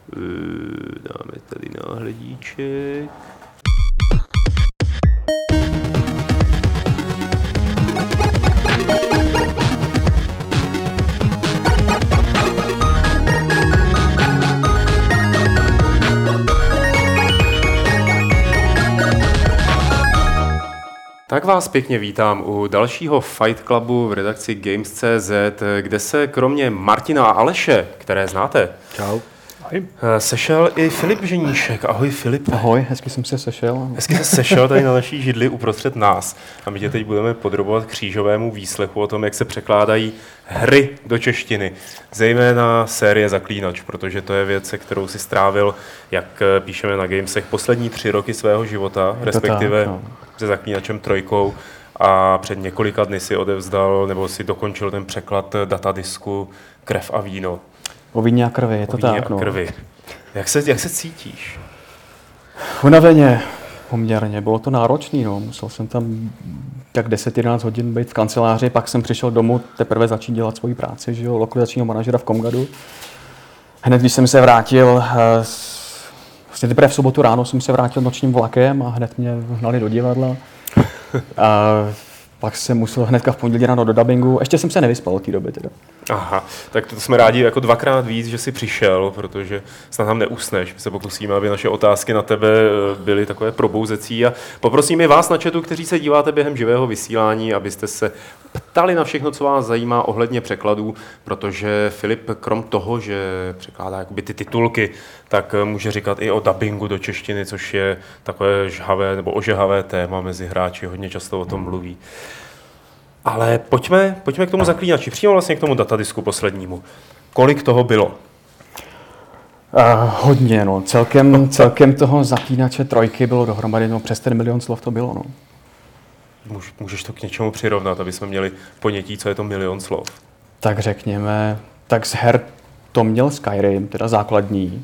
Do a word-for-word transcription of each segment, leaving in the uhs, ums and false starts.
Dáme tady náhledíček. Tak vás pěkně vítám u dalšího Fight Clubu v redakci Games tečka cé zet, kde se kromě Martina a Aleše, které znáte, Čau. sešel i Filip Ženíšek. Ahoj Filip. Ahoj, hezky jsem se sešel. Hezky se sešel tady na naší židli uprostřed nás. A my tě teď budeme podrobovat křížovému výslechu o tom, jak se překládají hry do češtiny. Zejména série Zaklínač, protože to je věc, se kterou si strávil, jak píšeme na Gamesech, poslední tři roky svého života, respektive tak, no. se Zaklínačem trojkou. A před několika dny si odevzdal, nebo si dokončil ten překlad datadisku Krev a víno. O víně a krvi, je to o víně tak. A krvi. No. Jak se, jak se cítíš? Unaveně, poměrně. Bylo to náročný, no. Musel jsem tam tak deset jedenáct hodin být v kanceláři, pak jsem přišel domů teprve začít dělat svoji práci, že jo, lokalizačního manažera v Komgadu. Hned, když jsem se vrátil, vlastně teprve v sobotu ráno jsem se vrátil nočním vlakem a hned mě hnali do divadla. A pak jsem musel hnedka v pondělí ráno do dabingu. Ještě jsem se nevyspal od té doby teda. Aha, tak to jsme rádi jako dvakrát víc, že jsi přišel, protože snad tam neusneš. My se pokusíme, aby naše otázky na tebe byly takové probouzecí a poprosím i vás na chatu, kteří se díváte během živého vysílání, abyste se ptali na všechno, co vás zajímá ohledně překladů, protože Filip krom toho, že překládá jakoby ty titulky, tak může říkat i o dabingu do češtiny, což je takové žhavé nebo ožehavé téma mezi hráči, hodně často o tom mluví. Ale pojďme, pojďme k tomu Zaklínači, přímo vlastně k tomu datadisku poslednímu. Kolik toho bylo? Uh, hodně, no. Celkem, celkem toho Zaklínače trojky bylo dohromady, no přes ten milion slov to bylo, no. Můž, můžeš to k něčemu přirovnat, aby jsme měli ponětí, co je to milion slov? Tak řekněme, tak z her to měl Skyrim, teda základní.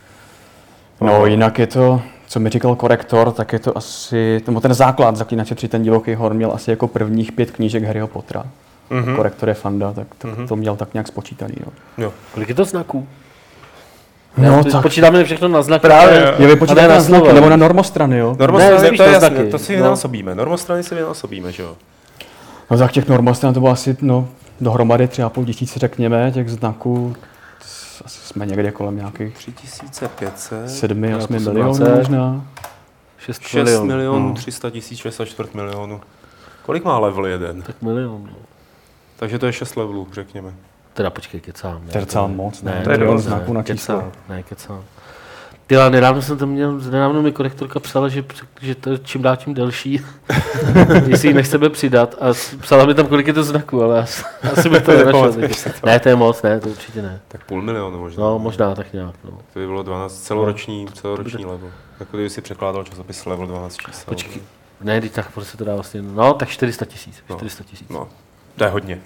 No Aha. Jinak je to, co mi říkal korektor, tak je to asi, nebo ten základ Zaklínače tři, ten divoký hor, měl asi jako prvních pět knížek Harryho Pottera. Mm-hmm. Korektor je fanda, tak, tak mm-hmm. to měl tak nějak spočítaný. No. Jo. Kolik je to znaků? No, Já, tak počítáme všechno na znaky. Právě, je vypočítáme na znaky, nebo na normostrany, jo? Normostrany, ne, to je jasné, to si vynásobíme. Normostrany si vynásobíme, že jo? No tak těch normostran to bylo asi, no, dohromady tři a půl tisíce, řekněme, těch znaků. Asi jsme někde kolem nějakých tři tisíce pět set, sedm osm milionů možná. šest milionů, tři sta tisíc, šest a čtvrt milionu. Kolik má level jeden? Tak milion. No. Takže to je šest levelů, řekněme. Teda počkej, kecám. To je docela moc, ne? To je milion znaků na číslo. Ne, kecám. Ty, ale nedávno jsem to měl, nedávno mi korektorka psala, že, že to je čím dál tím delší, jestli ji nechceme přidat a psala mi tam, kolik je to znaků, ale asi, asi bych to nenašel. Ne, to je moc, ne, to určitě ne. Tak půl milionu možná. No, možná tak nějak. No. To by bylo dvanáct, celoroční, celoroční level. Jako kdyby si překládal časopis level dvanáct čísel. Počkej, ne, tak prostě to dá vlastně, no, tak čtyři sta tisíc, čtyři sta tisíc. No. To je hodně.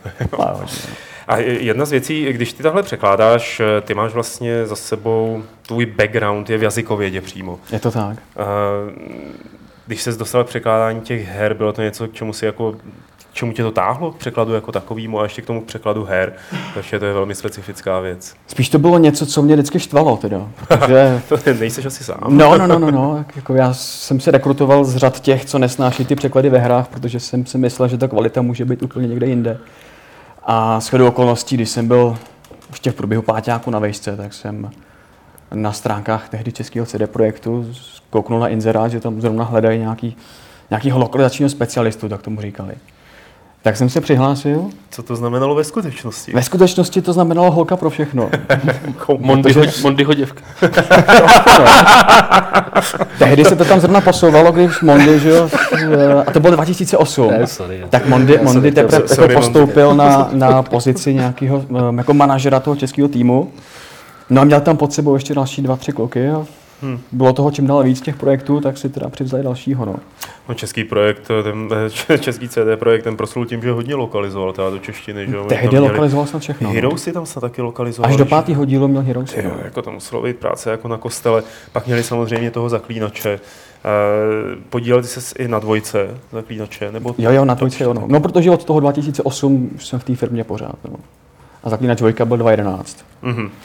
A jedna z věcí, když ty takhle překládáš, ty máš vlastně za sebou, tvůj background je v jazykovědě přímo. Je to tak. Když ses dostal k překládání těch her, bylo to něco, k čemu si jako, k čemu tě to táhlo k překladu jako takovýmu a ještě k tomu překladu her, protože to je velmi specifická věc. Spíš to bylo něco, co mě vždycky štvalo teda. Protože... to nejseš asi sám. No, no, no, no, no. Jako já jsem se rekrutoval z řad těch, co nesnáší ty překlady ve hrách, protože jsem si myslel, že ta kvalita může být úplně někde jinde. A shodou okolností, když jsem byl ještě v průběhu páťáku na vejšce, tak jsem na stránkách tehdy českého C D Projektu kouknul na inzerát, že tam zrovna hledají nějaký, nějakýho lokalizačního specialistu, tak tomu říkali. Tak jsem se přihlásil. Co to znamenalo ve skutečnosti? Ve skutečnosti to znamenalo holka pro všechno. Mondyho děvka. Tehdy se to tam zrovna posouvalo, když Mondy, že jo, a to bylo dva tisíce osm, ne, sorry, tak Mondy, Mondy teprve sorry, postoupil na, na pozici nějakého jako manažera toho českého týmu. No a měl tam pod sebou ještě další dva, tři kloky a hmm. bylo toho čím dál víc těch projektů, tak si teda přivzali dalšího, no. No, český projekt, ten český C D projekt, ten proslul tím, že hodně lokalizoval teda do češtiny, že jo. Tehdy lokalizoval snad všechno. Heroesy tam se taky lokalizoval. Až do pátého dílu měl Heroesy. Jo, jako to muselo být práce jako na kostele. Pak měli samozřejmě toho Zaklínače. Podíleli ses i na dvojce Zaklínače, nebo? Jo, jo, na dvojce, jo, no. No, protože od toho dva tisíce osm jsem v té firmě pořád, no. A Zaklínač dvojka byl dva tisíce jedenáct. Mhm.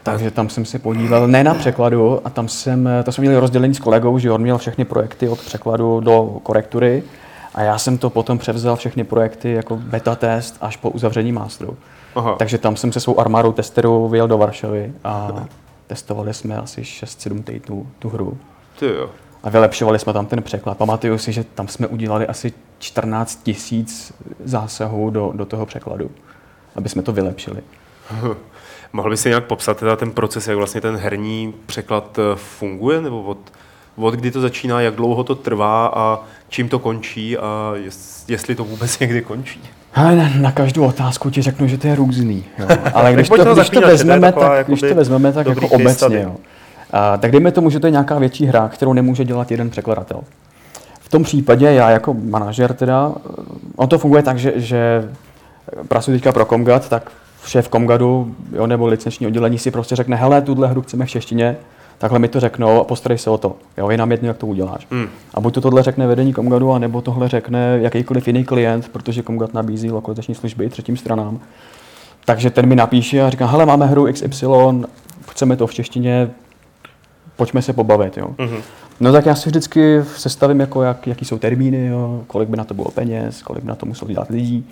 Takže tam jsem se podíval, ne na překladu, a tam jsem, to jsme měli rozdělení s kolegou, že on měl všechny projekty od překladu do korektury a já jsem to potom převzal všechny projekty jako beta test až po uzavření masteru. Aha. Takže tam jsem se svou armádou testerů vyjel do Varšavy a testovali jsme asi šest sedm týdnů tu hru. Ty jo. A vylepšovali jsme tam ten překlad. Pamatuju si, že tam jsme udělali asi čtrnáct tisíc zásahů do, do toho překladu, aby jsme to vylepšili. Mohl by si nějak popsat teda ten proces, jak vlastně ten herní překlad funguje, nebo od, od kdy to začíná, jak dlouho to trvá a čím to končí a jest, jestli to vůbec někdy končí? Ale na, na každou otázku ti řeknu, že to je různý. Jo. Ale když to, když to vezmeme, tak, když to vezmeme tak jako obecně, jo. A, tak dejme tomu, že to je nějaká větší hra, kterou nemůže dělat jeden překladatel. V tom případě já jako manažer teda, on to funguje tak, že, že pracuji teďka pro Comgat, tak šéf Comgadu, jo, nebo licenční oddělení si prostě řekne, hele, tuhle hru chceme v češtině, takhle mi to řeknou a postarej se o to. Jo, je nám jedno, jak to uděláš. Mm. A buď to tohle řekne vedení Comgadu, anebo tohle řekne jakýkoliv jiný klient, protože Comgat nabízí lokalizační služby třetím stranám. Takže ten mi napíše a říká, hele, máme hru X Y, chceme to v češtině, pojďme se pobavit. Jo. Mm-hmm. No tak já si vždycky sestavím, jako jak, jaký jsou termíny, jo, kolik by na to bylo peněz, kolik by na to muselo dělat lidí.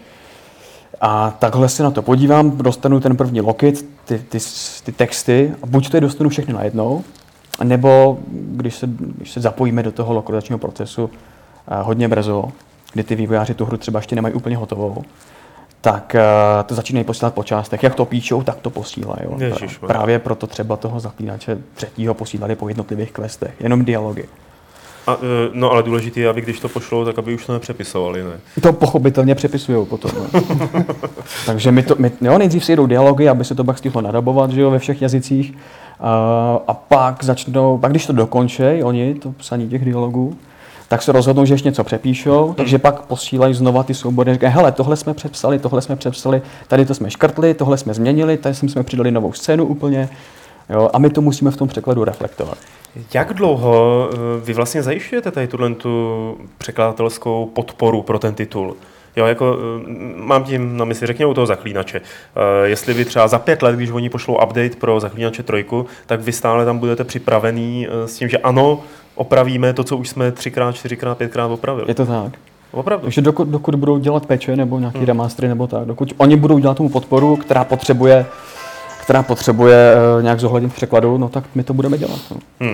A takhle se na to podívám, dostanu ten první lokit, ty, ty, ty texty, a buď to je dostanu všechny najednou, nebo když se, když se zapojíme do toho lokalizačního procesu uh, hodně brzo, kdy ty vývojáři tu hru třeba ještě nemají úplně hotovou, tak uh, to začínají posílat po částech. Jak to píšou, tak to posílají. Ježiš, Právě proto třeba toho zaklínače třetího posílali po jednotlivých questech, jenom dialogy. A, no ale důležité je, aby když to pošlou, tak aby už to nepřepisovali, ne? To pochopitelně přepisujou potom. No. Takže my to, my, jo, nejdřív si jedou dialogy, aby se to pak stihlo nadabovat, že jo, ve všech jazycích. A, a pak začnou, pak když to dokončí, oni, to psaní těch dialogů, tak se rozhodnou, že ještě něco přepíšou, takže pak posílají znova ty soubory, říkají, hele, tohle jsme přepsali, tohle jsme přepsali, tady to jsme škrtli, tohle jsme změnili, tady jsme přidali novou scénu úplně, jo, a my to musíme v tom překladu reflektovat. Jak dlouho vy vlastně zajišťujete tady tuhle tu překladatelskou podporu pro ten titul? Jo, jako mám tím na mysli, řekněme u toho Zaklínače. Jestli vy třeba za pět let, když oni pošlou update pro Zaklínače trojku, tak vy stále tam budete připravený s tím, že ano, opravíme to, co už jsme třikrát, čtyřikrát, pětkrát opravili. Je to tak. Opravdu. Takže dokud, dokud budou dělat peče nebo nějaký hmm. remastery nebo tak, dokud oni budou dělat tomu podporu, která potřebuje která potřebuje uh, nějak zohlednit v překladu, no tak my to budeme dělat. No, hmm.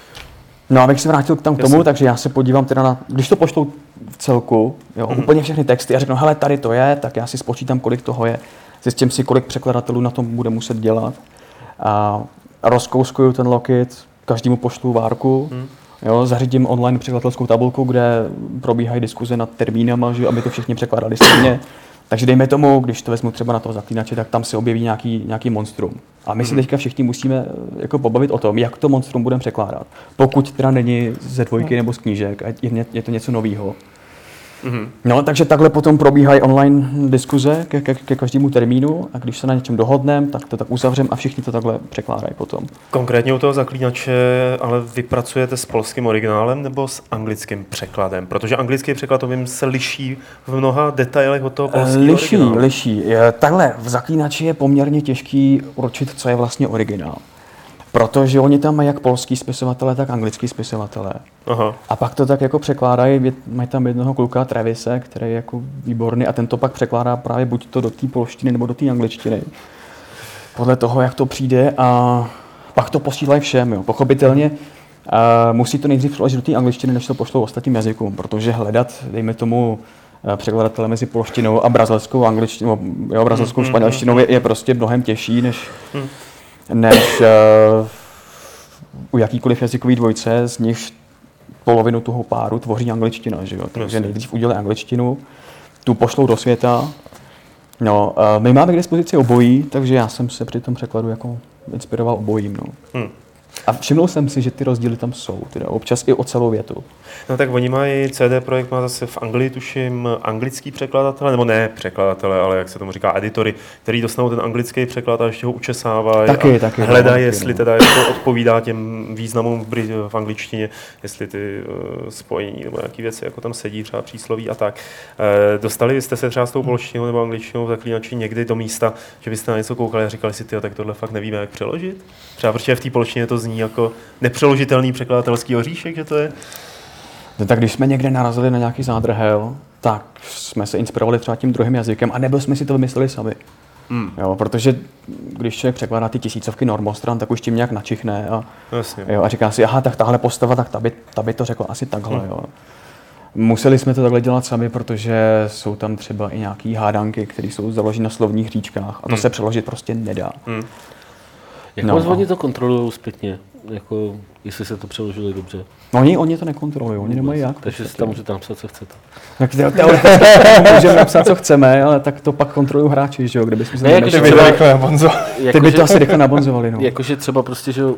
no abych se vrátil k tam k tomu, takže já se podívám teda na, když to pošlou v celku, jo, hmm. úplně všechny texty a řeknu, hele, tady to je, tak já si spočítám, kolik toho je, zjistím si, kolik překladatelů na tom bude muset dělat a rozkouskuju ten lokit, každému pošlu várku, hmm. jo, zařídím online překladatelskou tabulku, kde probíhají diskuze nad termínama, že, aby to všichni překladali stejně. Takže dejme tomu, když to vezmu třeba na toho Zaklínače, tak tam se objeví nějaký, nějaký monstrum. A my si teďka všichni musíme jako pobavit o tom, jak to monstrum budeme překládat. Pokud teda není ze dvojky nebo z knížek, je, je to něco novýho. Mm-hmm. No, takže takhle potom probíhají online diskuze ke, ke, ke každému termínu a když se na něčem dohodneme, tak to tak uzavřeme a všichni to takhle překládají potom. Konkrétně u toho Zaklínače ale vy pracujete s polským originálem nebo s anglickým překladem? Protože anglický překlad to vím, se liší v mnoha detailech od toho polského liší, originálu. Liší, liší. Takhle v Zaklínači je poměrně těžký určit, co je vlastně originál. Protože oni tam mají jak polský spisovatelé, tak anglický spisovatelé. Aha. A pak to tak jako překládají, mají tam jednoho kluka, Travise, který je jako výborný a ten to pak překládá právě buď to do té polštiny nebo do té angličtiny. Podle toho, jak to přijde a pak to posílají všem. Jo. Pochopitelně uh, musí to nejdřív přeložit do té angličtiny, než to pošlou ostatním jazykům, protože hledat, dejme tomu, překladatele mezi polštinou a brazilskou angličtinou, jo, brazilskou mm, španělštinou mm, je, je prostě mnohem těžší, než mm. než uh, u jakýkoliv jazykový dvojce, z nich polovinu toho páru tvoří angličtina, že jo? Takže nejdřív udělají angličtinu, tu pošlou do světa. No, uh, my máme k dispozici obojí, takže já jsem se při tom překladu jako inspiroval obojím. No. Hmm. A všiml jsem si, že ty rozdíly tam jsou, teda občas i o celou větu. No tak oni mají, C D Projekt má zase v Anglii, tuším, anglický překladatele, nebo ne překladatele, ale jak se tomu říká, editory, který dostanou ten anglický překlad a ještě ho učesávají taky, a taky, hledají, no, jestli no. teda jak to odpovídá těm významům v, bri- v angličtině, jestli ty uh, spojení nebo nějaké věci jako tam sedí, třeba přísloví a tak. Uh, dostali jste se třeba s tou polštinou nebo angličtinou zaklínači někdy do místa, že byste na něco koukali a říkali si, ty, tak tohle fakt nevíme, jak přeložit? Třeba protože v té polštině to zní jako nepřeložitelný překladatelský oříšek, že to je? No tak když jsme někde narazili na nějaký zádrhel, tak jsme se inspirovali třeba tím druhým jazykem a nebo jsme si to vymysleli sami. Hmm. Jo, protože když člověk překládá ty tisícovky normostran, tak už tím nějak načichne a, jo, a říká si, aha, tak tahle postava, tak ta by, ta by to řekla asi takhle. Hmm. Jo. Museli jsme to takhle dělat sami, protože jsou tam třeba i nějaký hádanky, které jsou založeny na slovních hříčkách a to hmm. se přeložit prostě nedá. Hmm. Jak no, moc oni to kontrolují zpětně? Jako, jestli se to přeložili dobře? No, oni, oni to nekontrolují, oni nemají jak. Takže si tam můžete napsat, co chcete. Tak teoreticky můžeme napsat, co chceme, ale tak to pak kontrolují hráči, že jo? Kdybychom se ne, jako, ty by to rychle nabonzovali. Ty by to asi rychle nabonzovali, no. Jakože třeba prostě, že u,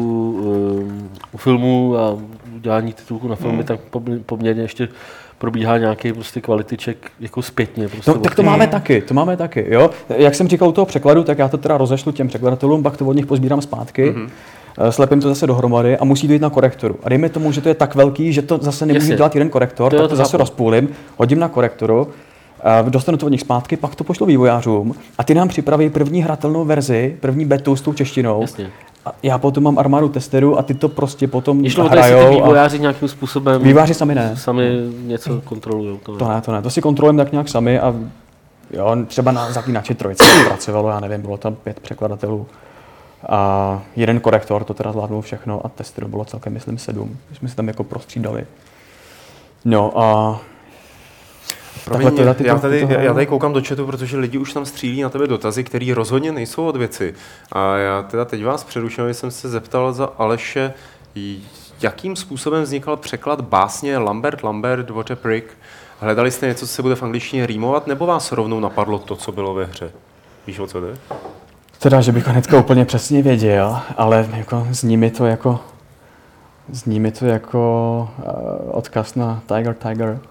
um, u filmů a udělání titulku na filmy, hmm. tak poměrně ještě probíhá nějaký prostě kvalitiček jako zpětně. Prostě no, tak to máme taky, to máme taky, jo. Jak jsem říkal u toho překladu, tak já to teda rozešlu těm překladatelům, pak to od nich pozbírám zpátky, mm-hmm. slepím to zase dohromady a musí to jít na korektoru. A dejme tomu, že to je tak velký, že to zase nemůže Jasně. dělat jeden korektor, to tak to, to zase rozpůlím, hodím na korektoru, dostanu to od nich zpátky, pak to pošlu vývojářům a ty nám připraví první hratelnou verzi, první betu s tou češtinou. Jasně. A já potom mám armádu testerů a ty to prostě potom Išlo hrajou. Ty vývojáři nějakým způsobem... Vývojáři sami ne. Sami něco kontrolují. To, to ne, to ne. To si kontrolujeme tak nějak sami a jo, třeba na Zaklínači trojce pracovalo, já nevím, bylo tam pět překladatelů a jeden korektor, to teda zvládnul všechno a testerů bylo celkem, myslím, sedm. Jsme se tam jako prostřídali. No a... Promiň, já, tady, já tady koukám do chatu, protože lidi už tam střílí na tebe dotazy, které rozhodně nejsou od věci. A já teda teď vás přeruším, jsem se zeptal za Aleše, jakým způsobem vznikal překlad básně Lambert, Lambert, what a prick. Hledali jste něco, co se bude v angličtině rýmovat, nebo vás rovnou napadlo to, co bylo ve hře? Víš, o co jde? Teda, že bych hnedka úplně přesně věděl, ale jako zní mi to jako, zní mi to jako uh, odkaz na Tiger, Tiger.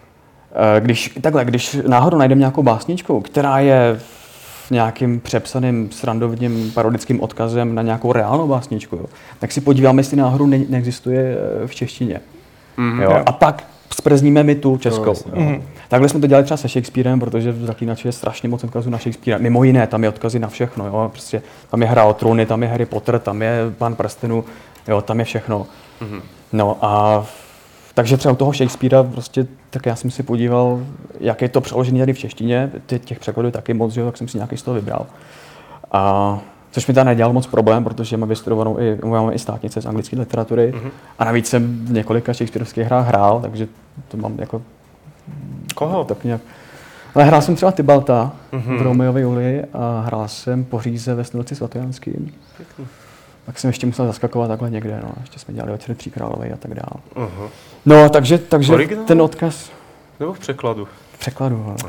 Když, takhle, když náhodou najdeme nějakou básničku, která je v nějakým přepsaným srandovním parodickým odkazem na nějakou reálnou básničku, jo, tak si podíváme, jestli náhodou ne- neexistuje v češtině. Mm-hmm. Jo, a pak sprzníme my tu českou. No, mm-hmm. Takhle jsme to dělali třeba se Shakespearem, protože v Zaklínači je strašně moc odkazů na Shakespearea. Mimo jiné, tam je odkazy na všechno. Jo. Prostě, tam je Hra o trůny, tam je Harry Potter, tam je Pán prstenů, jo, tam je všechno. Mm-hmm. No a takže třeba u toho Shakespearea prostě, tak já jsem si podíval, jak je to přeložené tady v češtině, těch překladů je taky moc, že, tak jsem si nějaký z toho vybral. A, což mi teda nedělal moc problém, protože mám vystudovanou i, mám i státnice z anglické literatury mm-hmm. a navíc jsem v několika shakespearovských hrách hrál, takže to mám jako... Koho? Tak nějak... Ale hrál jsem třeba Tybalta mm-hmm. v Romeovi Julii a hrál jsem Poříze ve Snělci svatojánským. Pěkný. Tak jsem ještě musel zaskakovat takhle někde, no. Ještě jsme dělali Večery tří královej a tak dál. Uh-huh. No, takže, takže ten odkaz... Nebo v překladu? V překladu, no.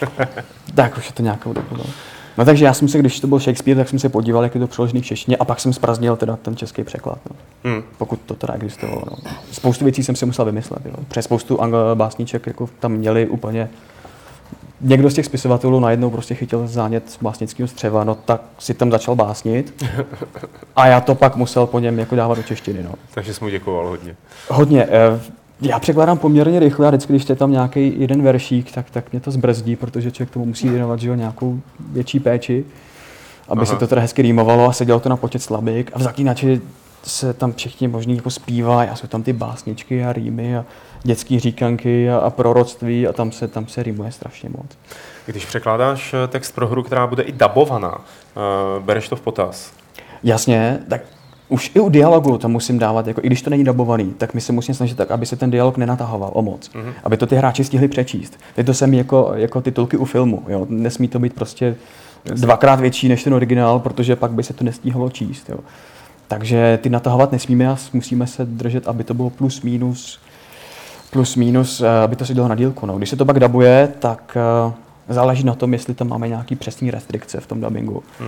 Tak už je to nějakou dobu, no. No takže já jsem se, když to byl Shakespeare, tak jsem se podíval, jak je to přeložený v češtině a pak jsem zprazdnil teda ten český překlad, no. Hmm. Pokud to teda existovalo, no. Spoustu věcí jsem si musel vymyslet, jo. Přes spoustu angl- básníček jako tam měli úplně... Někdo z těch spisovatelů najednou prostě chytil zánět z básnického střeva, no tak si tam začal básnit a já to pak musel po něm jako dávat do češtiny, no. Takže jsi mu děkoval hodně. Hodně. Já překládám poměrně rychle a vždycky, když je tam nějaký jeden veršík, tak, tak mě to zbrzdí, protože člověk tomu musí věnovat, že jo, nějakou větší péči, aby Aha. se to teda hezky rýmovalo a sedělo to na počet slabik. A v Zaklínači se tam všichni možný jako zpívají a jsou tam ty básničky a rýmy a dětský říkanky a, a proroctví a tam se, tam se rýmuje strašně moc. Když překládáš text pro hru, která bude i dabovaná, uh, bereš to v potaz? Jasně, tak už i u dialogu to musím dávat, jako, i když to není dabovaný, tak my se musíme snažit tak, aby se ten dialog nenatahoval o moc, mm-hmm. aby to ty hráči stihli přečíst. Teď to jsem jako, jako titulky u filmu, jo. Nesmí to být prostě Jasně. dvakrát větší než ten originál, protože pak by se to nestíhalo číst. Jo. Takže ty natahovat nesmíme a musíme se držet, aby to bylo plus minus, plus minus, aby to se dělo na dílku. No. Když se to pak dabuje, tak uh, záleží na tom, jestli tam máme nějaký přesný restrikce v tom dabingu. Hmm.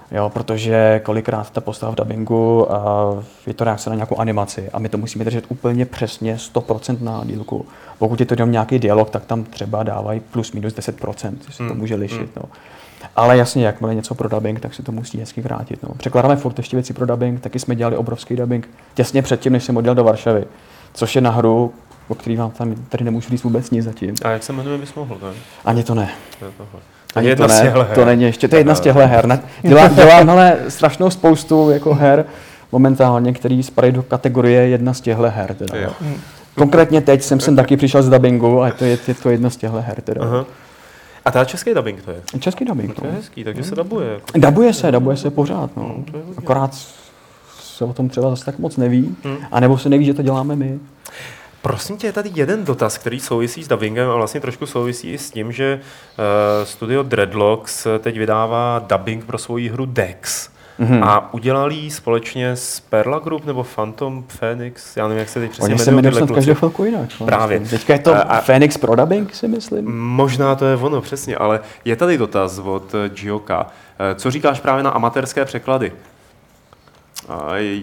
Jo, protože kolikrát ta postava v dabingu uh, je to reakce na nějakou animaci a my to musíme držet úplně přesně sto procent na dílku. Pokud je to jenom nějaký dialog, tak tam třeba dávají plus minus deset procent, že se to může lišit. Mm. No. Ale jasně, jakmile něco pro dubbing, tak se to musí hezky vrátit. No. Překládáme furt ještě věci pro dubbing, taky jsme dělali obrovský dubbing těsně předtím, než jsem odjel do Varšavy, což je na hru, o který vám tam tady nemůžu říct vůbec nic zatím. A jak se jmenuje, bys mohl, tak? Ani to ne. To je tohle. Ani jedna to z ne, těchto her. to není ještě, to je jedna z těchto her. Ne? Dělám, dělám ale strašnou spoustu jako her momentálně, který spadají do kategorie jedna z těchto her. Teda, Jo. Konkrétně teď jsem sem taky přišel z dubbingu a to je, je to jedna z těchto her. Teda. Aha. A teda český dubbing to je? Český dubbing. To je hezký, takže se dabuje. Jako. Dabuje se, dabuje se pořád. No. No, to je hodně. Akorát se o tom třeba zase tak moc neví, Hmm. anebo se neví, že to děláme my. Prosím tě, je tady jeden dotaz, který souvisí s dubbingem a vlastně trošku souvisí i s tím, že uh, studio Dreadlocks teď vydává dubbing pro svoji hru Dex. Mm-hmm. A udělali ji společně s Perla Group nebo Phantom Phoenix, já nevím, jak se teď přesně Oni se jmenují snad každou chvilku jinak. Právě. Teďka je to a, a Phoenix pro dubbing, si myslím. Možná to je ono, přesně, ale je tady dotaz od Gioka. Co říkáš právě na amatérské překlady? Aj,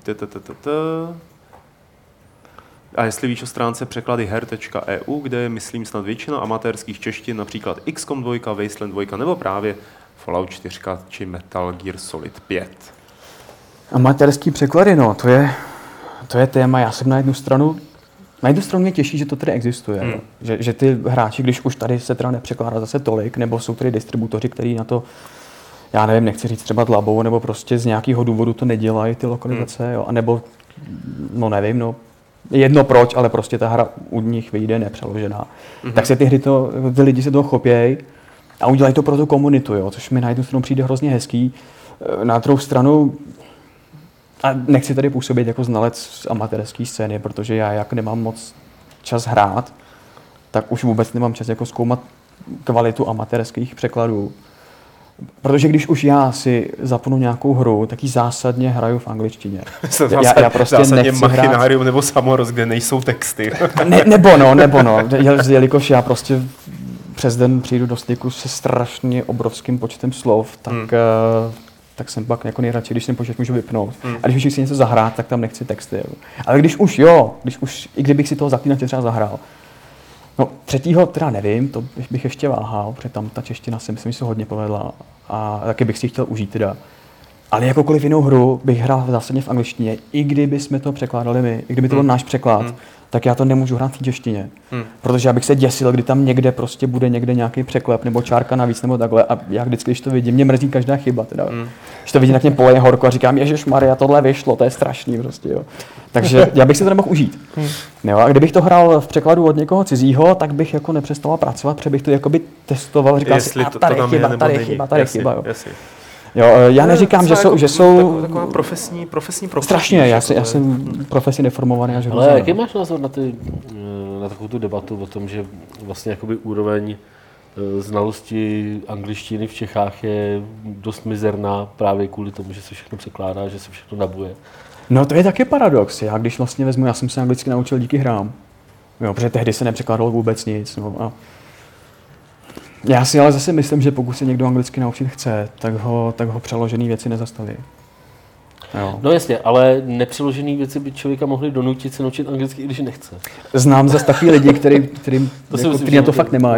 A jestli víš o stránce překlady her tečka e u, kde je, myslím, snad většina amatérských češtin, například X COM dva, Wasteland dva nebo právě Fallout čtyři či Metal Gear Solid pět. Amatérský překlady, no, to je, to je téma. Já jsem na jednu stranu, na jednu stranu mě těší, že to tady existuje. Hmm. Že, že ty hráči, když už tady se teda nepřekládá zase tolik, nebo jsou tady distributoři, kteří na to, já nevím, nechci říct třeba dlabou, nebo prostě z nějakého důvodu to nedělají ty lokalizace, hmm. jo, anebo, no nevím, no, jedno proč, ale prostě ta hra u nich vyjde nepřeložená. Mm-hmm. Tak se ty hry, to, ty lidi se toho chopějí a udělají to pro tu komunitu, jo, což mi na jednu stranu přijde hrozně hezký. Na druhou stranu, a nechci tady působit jako znalec z amatérské scény, protože já jak nemám moc čas hrát, tak už vůbec nemám čas jako zkoumat kvalitu amatérských překladů. Protože když už já si zapnu nějakou hru, tak ji zásadně hraju v angličtině. Zásad, já, já prostě zásadně nechci machinárium hrát... nebo samoroz, kde nejsou texty. ne, nebo no, nebo no. Jelikož já prostě přes den přijdu do styku se strašně obrovským počtem slov, tak, hmm. uh, tak jsem pak jako nejradši, když jsem počet můžu vypnout. Hmm. A když už chci něco zahrát, tak tam nechci texty. Jo. Ale když už jo, když už, i kdybych si toho zaklínače třeba zahrál, no třetího teda nevím, to bych ještě váhal, protože tam ta čeština si myslím, že se hodně povedla a taky bych si chtěl užít teda. Ale jakoukoliv jinou hru bych hrál zásadně v angličtině, i kdyby jsme to překládali my, i kdyby to byl hmm. náš překlad, hmm. tak já to nemůžu hrát v češtině. Hmm. Protože já bych se děsil, kdy tam někde prostě bude někde nějaký překlep nebo čárka navíc nebo takhle a já vždycky, když to vidím, mě mrzí každá chyba teda. Hmm. Když to vidím, tak mě poleje horko a říkám, ježišmarja, tohle vyšlo, to je strašný prostě, jo. Takže já bych si to nemohl užít. Hmm. Jo, a kdybych to hrál v překladu od někoho cizího, tak bych jako nepřestal pracovat, protože bych to jakoby testoval, říkal si, a tady je chyba, tady je chyba, tady je chyba, jo. Jo, já neříkám, že jsou, jako, že jsou... Taková profesní, profesní profesní. Strašně, já, si, já jsem profesně deformovaný až hrozně. Ale jaký máš názor na, ty, na takovou tu debatu o tom, že vlastně jakoby úroveň znalosti angličtiny v Čechách je dost mizerná právě kvůli tomu, že se všechno překládá, že se všechno dabuje? No to je taky paradox. Já když vlastně vezmu, já jsem se anglicky naučil díky hrám. Jo, protože tehdy se nepřekládalo vůbec nic. No, a já si ale zase myslím, že pokud se někdo anglicky naučit chce, tak ho, tak ho přeložený věci nezastaví. Jo. No jasně, ale nepřeložený věci by člověka mohli donutit se naučit anglicky, i když nechce. Znám zase takový lidi, který, který, to jako, který na to fakt nemají.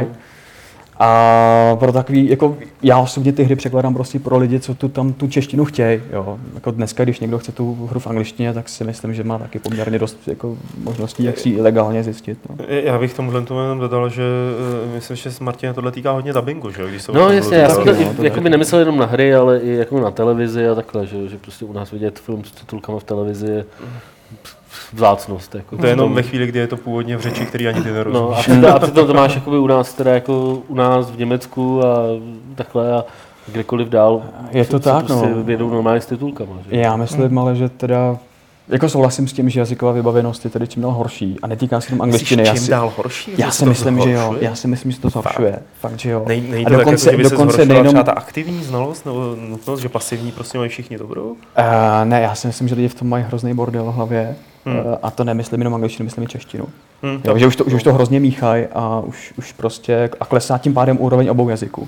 A pro takový, jako já osobně ty hry překládám prostě pro lidi, co tu tam tu češtinu chtějí. Jo. Jako dneska, když někdo chce tu hru v angličtině, tak si myslím, že má taky poměrně dost jako možností, jak si ji legálně zjistit. No. Já bych tomu jenom dodal, že uh, myslím, že s Martinem tohle týká hodně dabingu, že? Když no jasně, já jsem to, no, to jako by nemyslel jenom na hry, ale i jako na televizi a takhle, že, že prostě u nás vidět film s titulkama v televizi je vzácnost. Jako to je jenom ve chvíli, kdy je to původně v řeči, který ani ty nerozumíš. No, a přitom, a přitom to máš jakoby u nás, teda jako u nás v Německu a takhle a kdekoliv dál. Je to tak, prostě no. Vědou normálně s titulkama. Že? Já myslím, hmm. ale že teda jako souhlasím s tím, že jazyková vybavenost je tady čím dál horší a netýká se jenom angličtiny. Jsi čím dál horší? Já si myslím, že jo. Já si myslím, že to zhoršuje. Fakt, Fakt že jo. Nej, nejde a dokonce, tak, jako, že by dokonce se nejenom třeba ta aktivní znalost nebo nutnost, že pasivní prostě mají všichni dobrou? Uh, ne, já si myslím, že lidi v tom mají hrozný bordel v hlavě. Hmm. Uh, a to nemyslím jenom angličtinu, myslím i češtinu. Hmm, jo, že už to, už, už to hrozně míchají a už, už prostě a klesá tím pádem úroveň obou jazyků.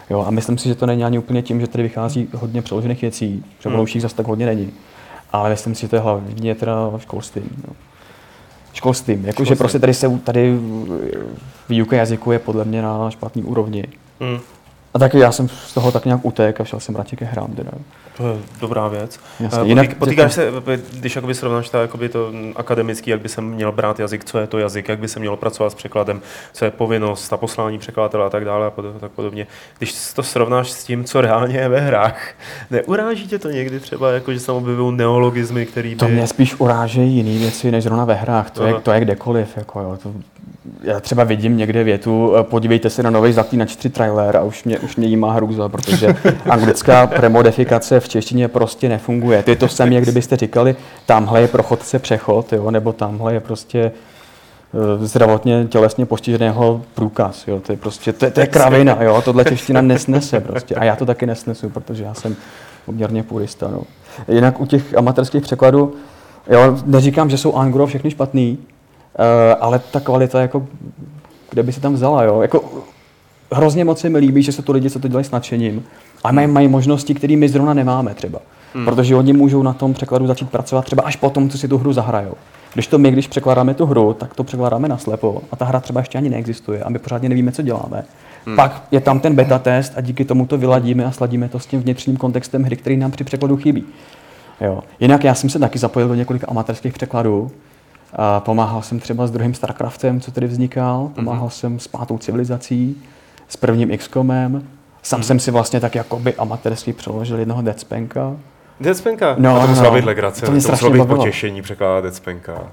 Jo, a myslím si, že to není ani úplně tím, že tady vychází hodně přeložených věcí, že ono už jich zase tak hodně není. Ale myslím si, že to je hlavně teda školstvím. No. Školstvím. Jakože prostě tady se tady výuka jazyku je podle mě na špatný úrovni. Mm. A taky já jsem z toho tak nějak utek a šel jsem radši ke hrám. Teda. To je dobrá věc. Jasně, Uh, jinak, potýkáš se, když jakoby srovnáš ta, jakoby to akademický, jak by se měl brát jazyk, co je to jazyk, jak by se mělo pracovat s překladem, co je povinnost, ta poslání překladatele a tak dále a pod, tak podobně. Když to srovnáš s tím, co reálně je ve hrách, neuráží tě to někdy třeba, jako, že se tam objevují neologizmy, který by... To mě spíš urážejí jiné věci, než zrovna ve hrách. To, je, to je kdekoliv. Jako, jo. To, já třeba vidím někde větu, podívejte se na nový Zaklínač tři trailer a už mě, už mě jí má hrůza, protože anglická premodifikace v češtině prostě nefunguje. To je to samé, jak kdybyste říkali, tamhle je pro chodce přechod, jo, nebo tamhle je prostě uh, zdravotně tělesně postiženého průkaz. Jo. To je prostě, to, to je kravina, jo. Tohle čeština nesnese prostě. A já to taky nesnesu, protože já jsem poměrně purista. No. Jinak u těch amatérských překladů, jo, neříkám, že jsou angro všechny špatný, Uh, ale ta kvalita, jako, kde by se tam vzala, jo? Jako, hrozně moc se mi líbí, že jsou to lidi, co to dělají s nadšením a mají, mají možnosti, které my zrovna nemáme třeba. Hmm. Protože oni můžou na tom překladu začít pracovat třeba až po tom, co si tu hru zahrajou. Když to my, když překládáme tu hru, tak to překládáme naslepo a ta hra třeba ještě ani neexistuje a my pořádně nevíme, co děláme. Hmm. Pak je tam ten beta test a díky tomu to vyladíme a sladíme to s tím vnitřním kontextem hry, který nám při překladu chybí. Jo. Jinak já jsem se taky zapojil do několika amatérských překladů. A pomáhal jsem třeba s druhým StarCraftem, co tady vznikal, pomáhal mm-hmm. jsem s pátou civilizací, s prvním X COMem. Sam mm. jsem si vlastně tak jakoby amatérsky přeložil jednoho Deadspanka. Deadspanka? No, a to musela no, být legrace, to, mě to muselo být bavilo. potěšení překládat Deadspanka. Uh,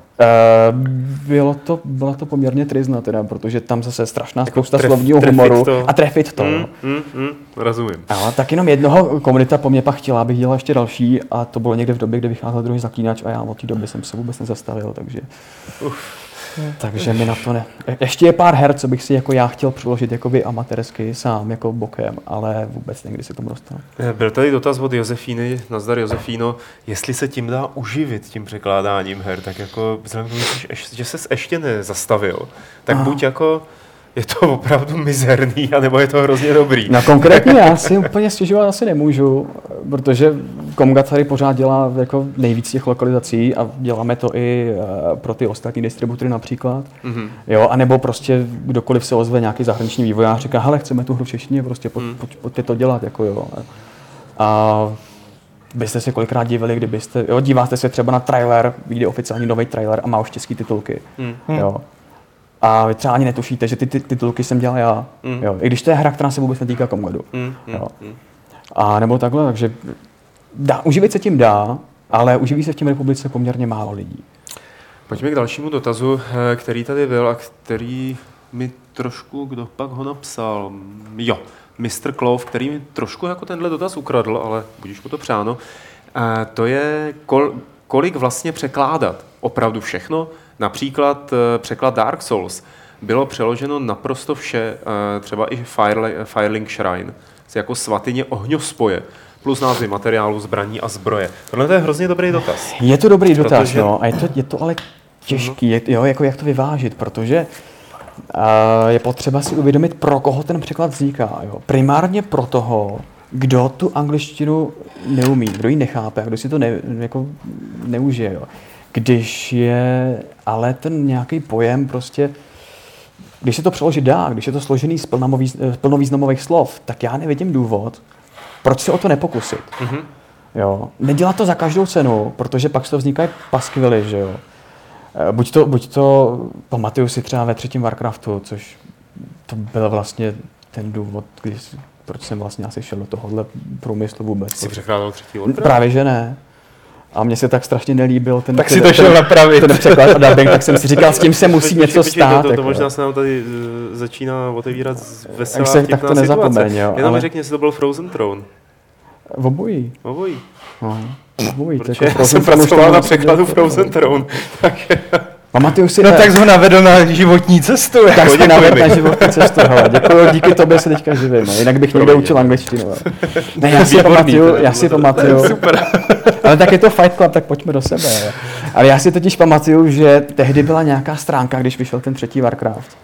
bylo to, bylo to poměrně tryzna teda, protože tam zase strašná jako spousta tref, slovního humoru to. a trefit to. Mm, mm, mm, rozumím. Ale tak jenom jednoho komunita po mě pak chtěla, abych dělal ještě další a to bylo někde v době, kdy vycházel druhý Zaklínač a já od té doby jsem se vůbec nezastavil, takže... Uf. Takže mi na to ne... Ještě je pár her, co bych si jako já chtěl přiložit jakoby amatérsky sám, jako bokem, ale vůbec někdy se tomu dostal. Byl tady dotaz od Josefíny, nazdar Josefíno, jestli se tím dá uživit tím překládáním her, tak jako vzhledem k tomu, že ses ještě nezastavil, tak Aha. buď jako je to opravdu mizerný, anebo je to hrozně dobrý. No konkrétně já si úplně stěžovat asi nemůžu, protože Komga tady pořád dělá jako nejvíc těch lokalizací a děláme to i pro ty ostatní distributory například. Mm-hmm. Jo, anebo prostě kdokoliv se ozve nějaký zahraniční vývojář, říká, hele, chceme tu hru v češtině, prostě pojď, mm. pojď, pojďte to dělat, jako jo. A byste se kolikrát divili, kdybyste, jo, díváte se třeba na trailer, vyjde oficiální nový trailer a má už český titulky, mm. jo. A vy třeba ani netušíte, že ty, ty titulky jsem dělal já. Mm. Jo. I když to je hra, která se vůbec netýká Komgadu. Mm. Jo. A nebo takhle, takže dá, uživit se tím dá, ale uživí se v tím republice poměrně málo lidí. Pojďme k dalšímu dotazu, který tady byl a který mi trošku, kdo pak ho napsal, jo, mistr Klov, který mi trošku jako tenhle dotaz ukradl, ale budíš mu to přáno. A to je, kol, kolik vlastně překládat? Opravdu všechno? Například překlad Dark Souls bylo přeloženo naprosto vše, třeba i Firelink Shrine, jako svatyně ohňospoje, plus názvy materiálu, zbraní a zbroje. Tohle je hrozně dobrý dotaz. Je to dobrý dotaz, protože... no, a je to, je to ale těžký, je, jo, jako jak to vyvážit, protože uh, je potřeba si uvědomit, pro koho ten překlad vzniká. Jo. Primárně pro toho, kdo tu angličtinu neumí, kdo ji nechápe, kdo si to ne, jako neužije. Jo. Když je ale ten nějaký pojem prostě, když se to přeložit dá, když je to složený z plnovýznamových slov, tak já nevidím důvod, proč se o to nepokusit. Mm-hmm. Jo. Nedělat to za každou cenu, protože pak z toho vznikají paskvily, že jo. Buď to, buď to pamatuju si třeba ve třetím Warcraftu, což to byl vlastně ten důvod, když, proč jsem vlastně asi šel do tohohle průmyslu vůbec. Jsi překládal třetí Warcraft? Právě že ne. A mně se tak strašně nelíbil ten, tak si to šel napravit. Ten překlad a dubbing, tak jsem si říkal, s tím se musí něco stát. To, to, to jako. možná se nám tady uh, začíná otevírat veselá se, tak to nezapomeň, jo. Jenom ale... mi řekni, jestli to byl Frozen Throne. Obojí. Obojí. No, obojí. Protože jako já jsem pracoval na překladu Frozen Throne. Pamatuju si... No tak jsi ho navedl na životní cestu. Tak jsi navedl na životní cestu, hele. Děkuju, díky tobě se teďka živím, no. Jinak bych někde učil angličtinu. Ne, já si pamatuju, já si pamatuju. Super. Ale tak je to Fight Club, tak pojďme do sebe. Ale já si totiž pamatuju, že tehdy byla nějaká stránka, když vyšel ten třetí Warcraft.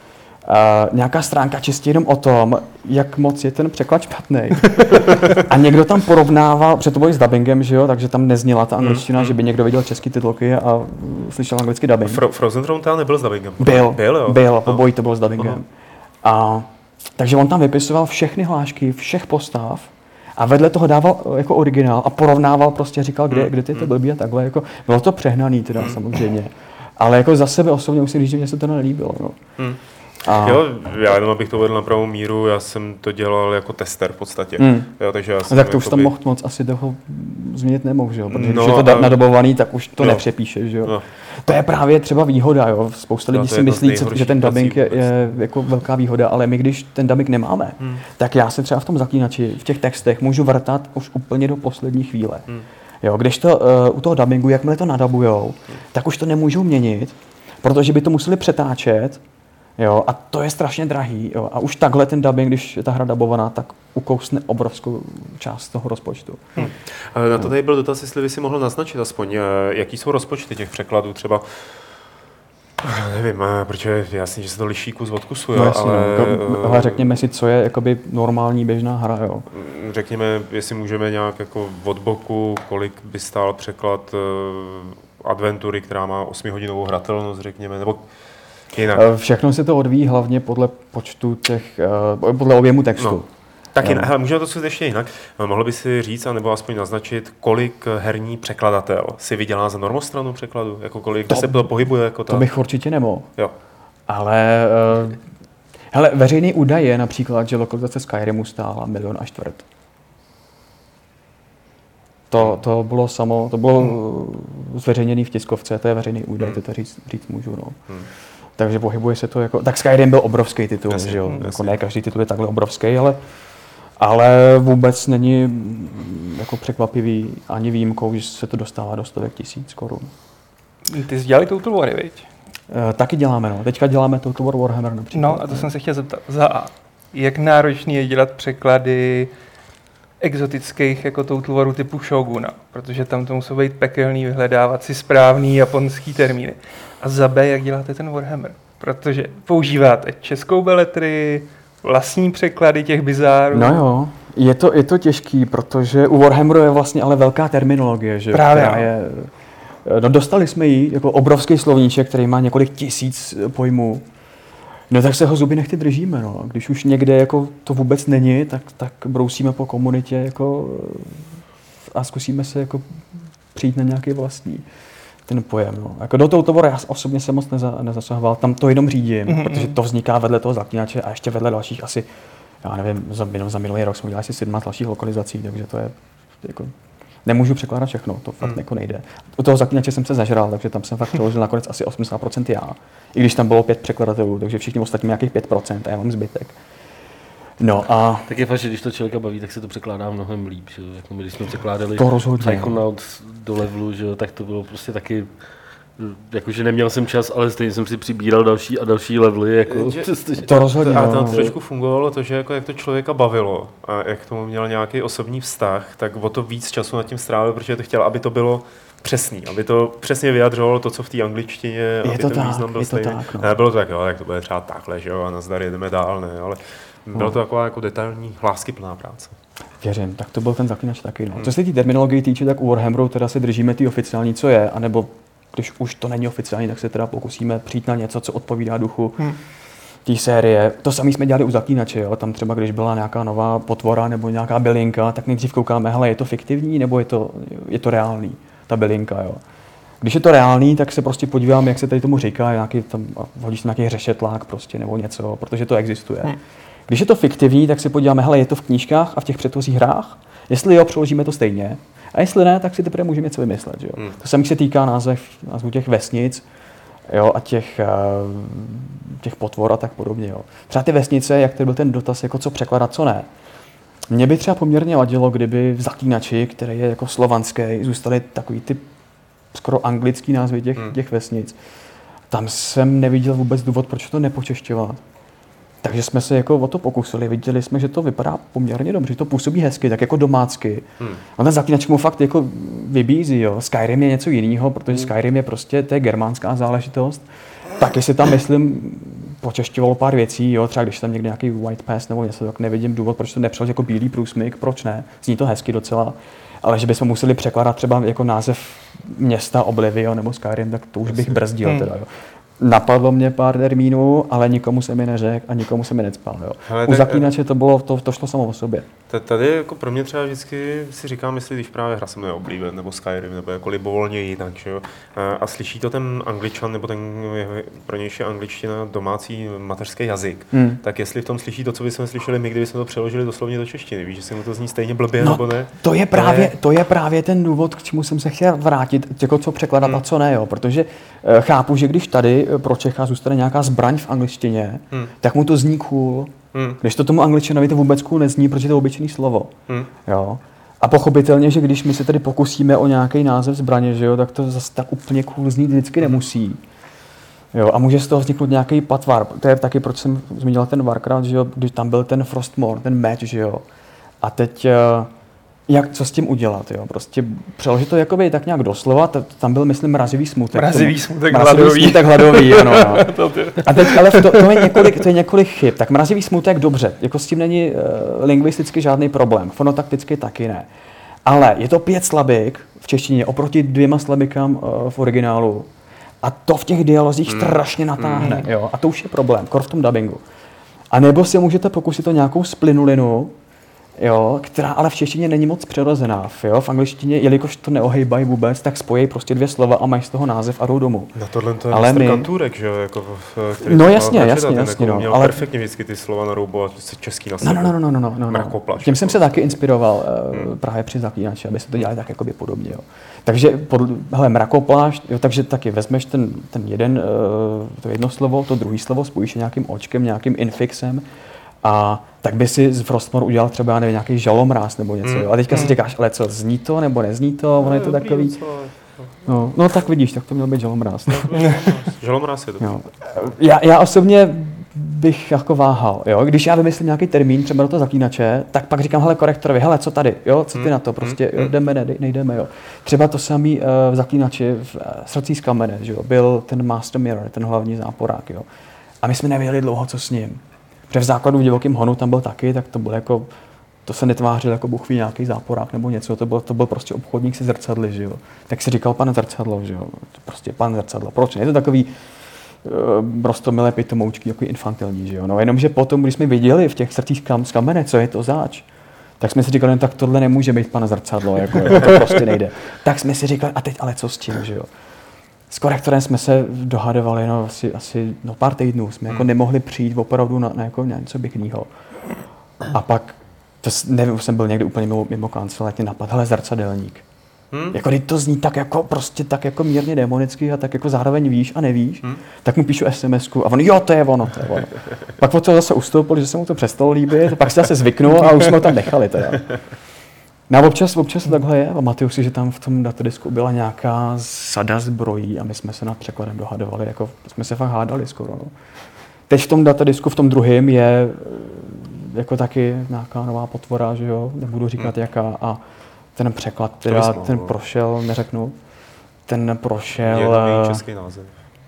nějaká stránka čistě jenom o tom, jak moc je ten překlad špatný. A někdo tam porovnával, protože to bylo i s dubbingem, že jo, takže tam nezněla ta angličtina, mm, že by někdo viděl český titulky a slyšel anglický dubbing. Fro- Frozen Throne teda nebyl s dubbingem? Byl, byl, jo? byl obojí to bylo s dubbingem. A takže on tam vypisoval všechny hlášky, všech postav a vedle toho dával jako originál a porovnával prostě, říkal, kde, kde ty to blbý a takhle. Jako, bylo to přehnaný teda samozřejmě, ale jako za sebe osobně musím říct, že mě se to nelíbilo. No. Hmm. A... Jo, já jenom abych to vedl na pravou míru, já jsem to dělal jako tester v podstatě. Hmm. Jo, takže já jsem tak to už tam by... mohl moc asi toho změnit nemohl, že jo? Protože no, když je to a... nadobovaný, tak už to no. nepřepíše, že jo? No. To To je právě třeba výhoda, jo. Spousta lidí si myslí, že ten dubbing je, je jako velká výhoda, ale my když ten dubbing nemáme, hmm. tak já se třeba v tom Zaklínači, v těch textech můžu vrtat už úplně do poslední chvíle. Hmm. Jo, když to uh, u toho dubbingu, jakmile to nadabujou, hmm. tak už to nemůžou měnit, protože by to museli přetáčet. Jo, a to je strašně drahý. Jo. A už takhle ten dubbing, když je ta hra dabovaná, tak ukousne obrovskou část toho rozpočtu. Hmm. Na to tady byl dotaz, jestli by si mohl naznačit aspoň, jaký jsou rozpočty těch překladů třeba. Nevím, protože je jasný, že se to liší kus od kusu, jo, no jasně, ale... No. Ale řekněme si, co je jakoby normální běžná hra, jo. Řekněme, jestli můžeme nějak jako od boku, kolik by stál překlad uh, adventury, která má osmihodinovou hratelnost, řekněme, nebo jinak. Všechno se to odvíjí hlavně podle počtu těch, uh, podle objemu textu. No. Tak jinak, hele, můžeme to zkusit ještě jinak. Mohl by si říct, anebo aspoň naznačit, kolik herní překladatel si vydělá za normostranu překladu? Jako kolik, to, se to pohybuje? Jako ta... To bych určitě nemohl. Jo. Ale uh, hele, veřejný údaj je například, že lokalizace Skyrimu stála milion a čtvrt. To, to bylo samo, to bylo hmm. zveřejněný v tiskovce, to je veřejný údaj, hmm. to říct, říct můžu. No. Hmm. Takže pohybuje se to jako... Tak Skyrim byl obrovský titul, jasně, že jo? Jako ne každý titul je takhle obrovský, ale... Ale vůbec není jako překvapivý ani výjimkou, že se to dostává do stovek tisíc korun. Ty jsi dělali Total War, viď? E, taky děláme, no. Teďka děláme Total War Warhammer například. No a to jsem se chtěl zeptat. Za A, jak náročný je dělat překlady exotických jako Total Waru typu Shoguna? Protože tam to musí být pekelný, vyhledávat si správný japonský termíny. A za B, jak děláte ten Warhammer? Protože používáte českou beletrii, vlastní překlady těch bizárů. No jo, je to, je to těžký, protože u Warhammeru je vlastně ale velká terminologie, že? Právě. Která je, no dostali jsme ji jako obrovský slovníček, který má několik tisíc pojmů. No tak se ho zuby nechty držíme, no. Když už někde jako to vůbec není, tak, tak brousíme po komunitě jako a zkusíme se jako přijít na nějaký vlastní ten pojem. No. Jako do toho tovoru já osobně jsem moc neza, nezasahoval, tam to jenom řídím, mm-hmm. protože to vzniká vedle toho Zaklínače a ještě vedle dalších asi, já nevím, za, jenom za minulý rok jsme udělali asi sedmnáct dalších lokalizací, takže to je jako, nemůžu překládat všechno, to fakt mm. jako nejde. U toho Zaklínače jsem se zažral, takže tam jsem fakt přeložil nakonec asi osmdesát procent já, i když tam bylo pět překladatelů, takže všichni ostatní nějakých pět procent a já mám zbytek. No a... Tak je fakt, že když to člověka baví, tak se to překládá mnohem líp. Že? Jako my, když jsme překládali Psychonauts do levelu, že? Tak to bylo prostě taky, jakože neměl jsem čas, ale stejně jsem si přibíral další a další levely. Jako, že, přestože... To rozhodně. A tam trošku fungovalo to, že jako jak to člověka bavilo a jak tomu měl nějaký osobní vztah, tak o to víc času nad tím strávil, protože to chtěl, aby to bylo přesný, aby to přesně vyjadřovalo to, co v té angličtině, je aby to ten tak, význam byl stejný. Tak, no. Ne, bylo to tak, jo, tak to bude třeba takhle, že jo, a nazdar jedeme dál, ne, ale bylo to taková jako detailní, láskyplná práce. Věřím, tak to byl ten Zaklínač taky. No. Hmm. Co se té terminologie týče, tak u Warhammeru teda si držíme ty oficiální, co je, anebo když už to není oficiální, tak se teda pokusíme přijít na něco, co odpovídá duchu hmm. té série. To samé jsme dělali u Zaklínače, jo. Tam třeba, když byla nějaká nová potvora nebo nějaká bylinka, tak nejdřív koukáme, hele, je to fiktivní nebo je to, je to reálný, ta bylinka, jo. Když je to reálný, tak se prostě podívám, jak se tady tomu říká, nějaký tam, hodíš tam nějaký řešetlák prostě nebo něco, protože to existuje. Hmm. Když je to fiktivní, tak si podíváme, hele, je to v knížkách a v těch předchozích hrách? Jestli jo, přeložíme to stejně. A jestli ne, tak si teprve můžeme něco vymyslet. Že jo? Hmm. To samé se týká název, názvu těch vesnic, jo, a těch, těch potvor a tak podobně. Jo. Třeba ty vesnice, jak tady byl ten dotaz, jako co překladat, co ne. Mně by třeba poměrně vadilo, kdyby v Zaklínači, který je jako slovanský, zůstaly takový ty skoro anglický názvy těch, hmm. těch vesnic. Tam jsem neviděl vůbec důvod, proč to nepočešťovat. Takže jsme se jako o to pokusili, viděli jsme, že to vypadá poměrně dobře, že to působí hezky, tak jako domácky. Hmm. A ten Zaklínač mu fakt jako vybízí, jo. Skyrim je něco jiného, protože hmm. Skyrim je prostě, to je germánská záležitost. Taky si tam, myslím, počešťovalo pár věcí, jo, třeba když je tam někde nějaký white pass nebo něco, tak nevidím důvod, proč to nepřeložit jako bílý průsmyk, proč ne, zní to hezky docela, ale že bychom museli překládat třeba jako název města Oblivion nebo Skyrim, tak to už bych brzdil hmm. teda, jo. Napadlo mě pár termínů, ale nikomu se mi neřekl a nikomu se mi necpal. Jo. Hele, U Zaklínače to bylo, to, to šlo samo o sobě. Tady jako pro mě třeba vždycky si říkám, jestli když právě hra se jmenuje Oblivion nebo Skyrim nebo jako libovolně jinak, že jo? A, a slyší to ten Angličan nebo ten pro nější angličtina domácí mateřský jazyk, hmm. tak jestli v tom slyší to, co bychom slyšeli my, kdybychom to přeložili doslovně do češtiny, víš, že si mu to zní stejně blbě no, nebo ne? To je, právě, to je právě ten důvod, k čemu jsem se chtěl vrátit, jako co překládat hmm. a co ne, jo? Protože uh, chápu, že když tady pro Čecha zůstane nějaká zbraň v angličtině, hmm. tak mu to zní cool. Hmm. Když to tomu Angličanovi to vůbec cool nezní, protože to je obyčejný slovo. Hmm. Jo. A pochopitelně, že když my se tady pokusíme o nějaký název zbraně, že jo, tak to zase tak úplně cool znít vždycky nemusí. Jo. A může z toho vzniknout nějaký patvar. To je taky, proč jsem zmínil ten Warcraft, že jo, když tam byl ten Frostmourne, ten meč, že jo. A teď jak, co s tím udělat, jo? Prostě přeložit to jakoby tak nějak doslova, t- tam byl, myslím, mrazivý smutek. Mrazivý smutek mrazivý hladový. Smutek hladový, ano. No. A teď, ale to, to, je několik, to je několik chyb. Tak mrazivý smutek, dobře, jako s tím není uh, lingvisticky žádný problém, fonotakticky taky ne. Ale je to pět slabik v češtině oproti dvěma slabikám uh, v originálu. A to v těch dialozích hmm. strašně natáhne, hmm. jo? A to už je problém, kor v tom dabingu. A nebo si můžete pokusit o nějakou splynulinu, jo, která ale v češtině není moc přirozená. Jo? V angličtině, jelikož to neohejbají vůbec, tak spojí prostě dvě slova a mají z toho název a jdou domů. Na tohle to je ale mistr my... Kantůrek, že jo? Jako, který no jasně, jasně, ten jasně. jako No, měl ale... perfektně vždycky ty slova naroubovat český na sebe. No, no, no, no, no, no, no. Mrakoplaš. Tím jsem se taky inspiroval uh, hmm. právě při Zaklínači, aby se to dělali tak jakoby podobně. Jo. Takže, pod, hele, mrakoplášť, jo, takže taky vezmeš ten, ten jeden, uh, to jedno slovo, to druhé slovo, spojíš nějakým očkem, nějakým infixem, a tak by si z Frostmourne udělal třeba, já nevím, nějaký žalomráz nebo něco. Mm. Jo. A teďka mm. si říkáš, ale co, zní to nebo nezní to? Ono je to takový... No, no tak vidíš, tak to měl být žalomráz. Žalomráz je to. Jo. Já, já osobně bych jako váhal, jo. Když já vymyslím nějaký termín třeba do toho Zaklínače, tak pak říkám, hele korektorovi, hele, co tady, jo, co ty mm. na to, prostě, mm. jo, jdeme, ne, nejdeme, jo. Třeba to samý uh, v Zaklínači v uh, Srdcí z kamene, že jo, byl ten Master Mirror, ten hlavní záporák, jo. A my jsme nevěděli dlouho, co s ním. Protože v základu v Divokém honu tam byl taky, tak to bylo jako, to se netvářil jako Bůh ví nějaký záporák nebo něco, to byl, to byl prostě obchodník se zrcadly, že jo. Tak si říkal pan zrcadlo, že jo, prostě pan zrcadlo, proč ne? Je to takový uh, prostomilé pitomoučky, jako infantilní, že jo. No jenomže potom, když jsme viděli v těch srdcích kam, z kamene, co je to zač, tak jsme si říkali, no, tak tohle nemůže být pan zrcadlo, jako, to prostě nejde. Tak jsme si říkali, a teď ale co s tím, že jo. S korektorem jsme se dohadovali no, asi, asi no, pár týdnů. Jsme hmm. jako nemohli přijít opravdu na, na, jako, na něco běhnýho. A pak, to, nevím, jsem byl někdy úplně mimo, mimo kancelář, mě napadl, hele, zrcadelník. Hmm. Jako když to zní tak jako prostě tak jako mírně demonicky a tak jako zároveň víš a nevíš, hmm. tak mu píšu SMSku a on, jo, to je ono, to je ono. Pak od toho zase ustoupil, že se mu to přestalo líbit, pak se zase zvyknul a už jsme ho tam nechali teda. No a občas, občas to takhle je. Pamatuju si, že tam v tom datadisku byla nějaká sada zbrojí a my jsme se nad překladem dohadovali, jako jsme se fakt hádali skoro. No. Teď v tom datadisku, v tom druhém je jako taky nějaká nová potvora, že jo, nebudu říkat hmm. jaká, a ten překlad, teda, jsme, ten no. prošel, neřeknu, ten prošel... Je český název.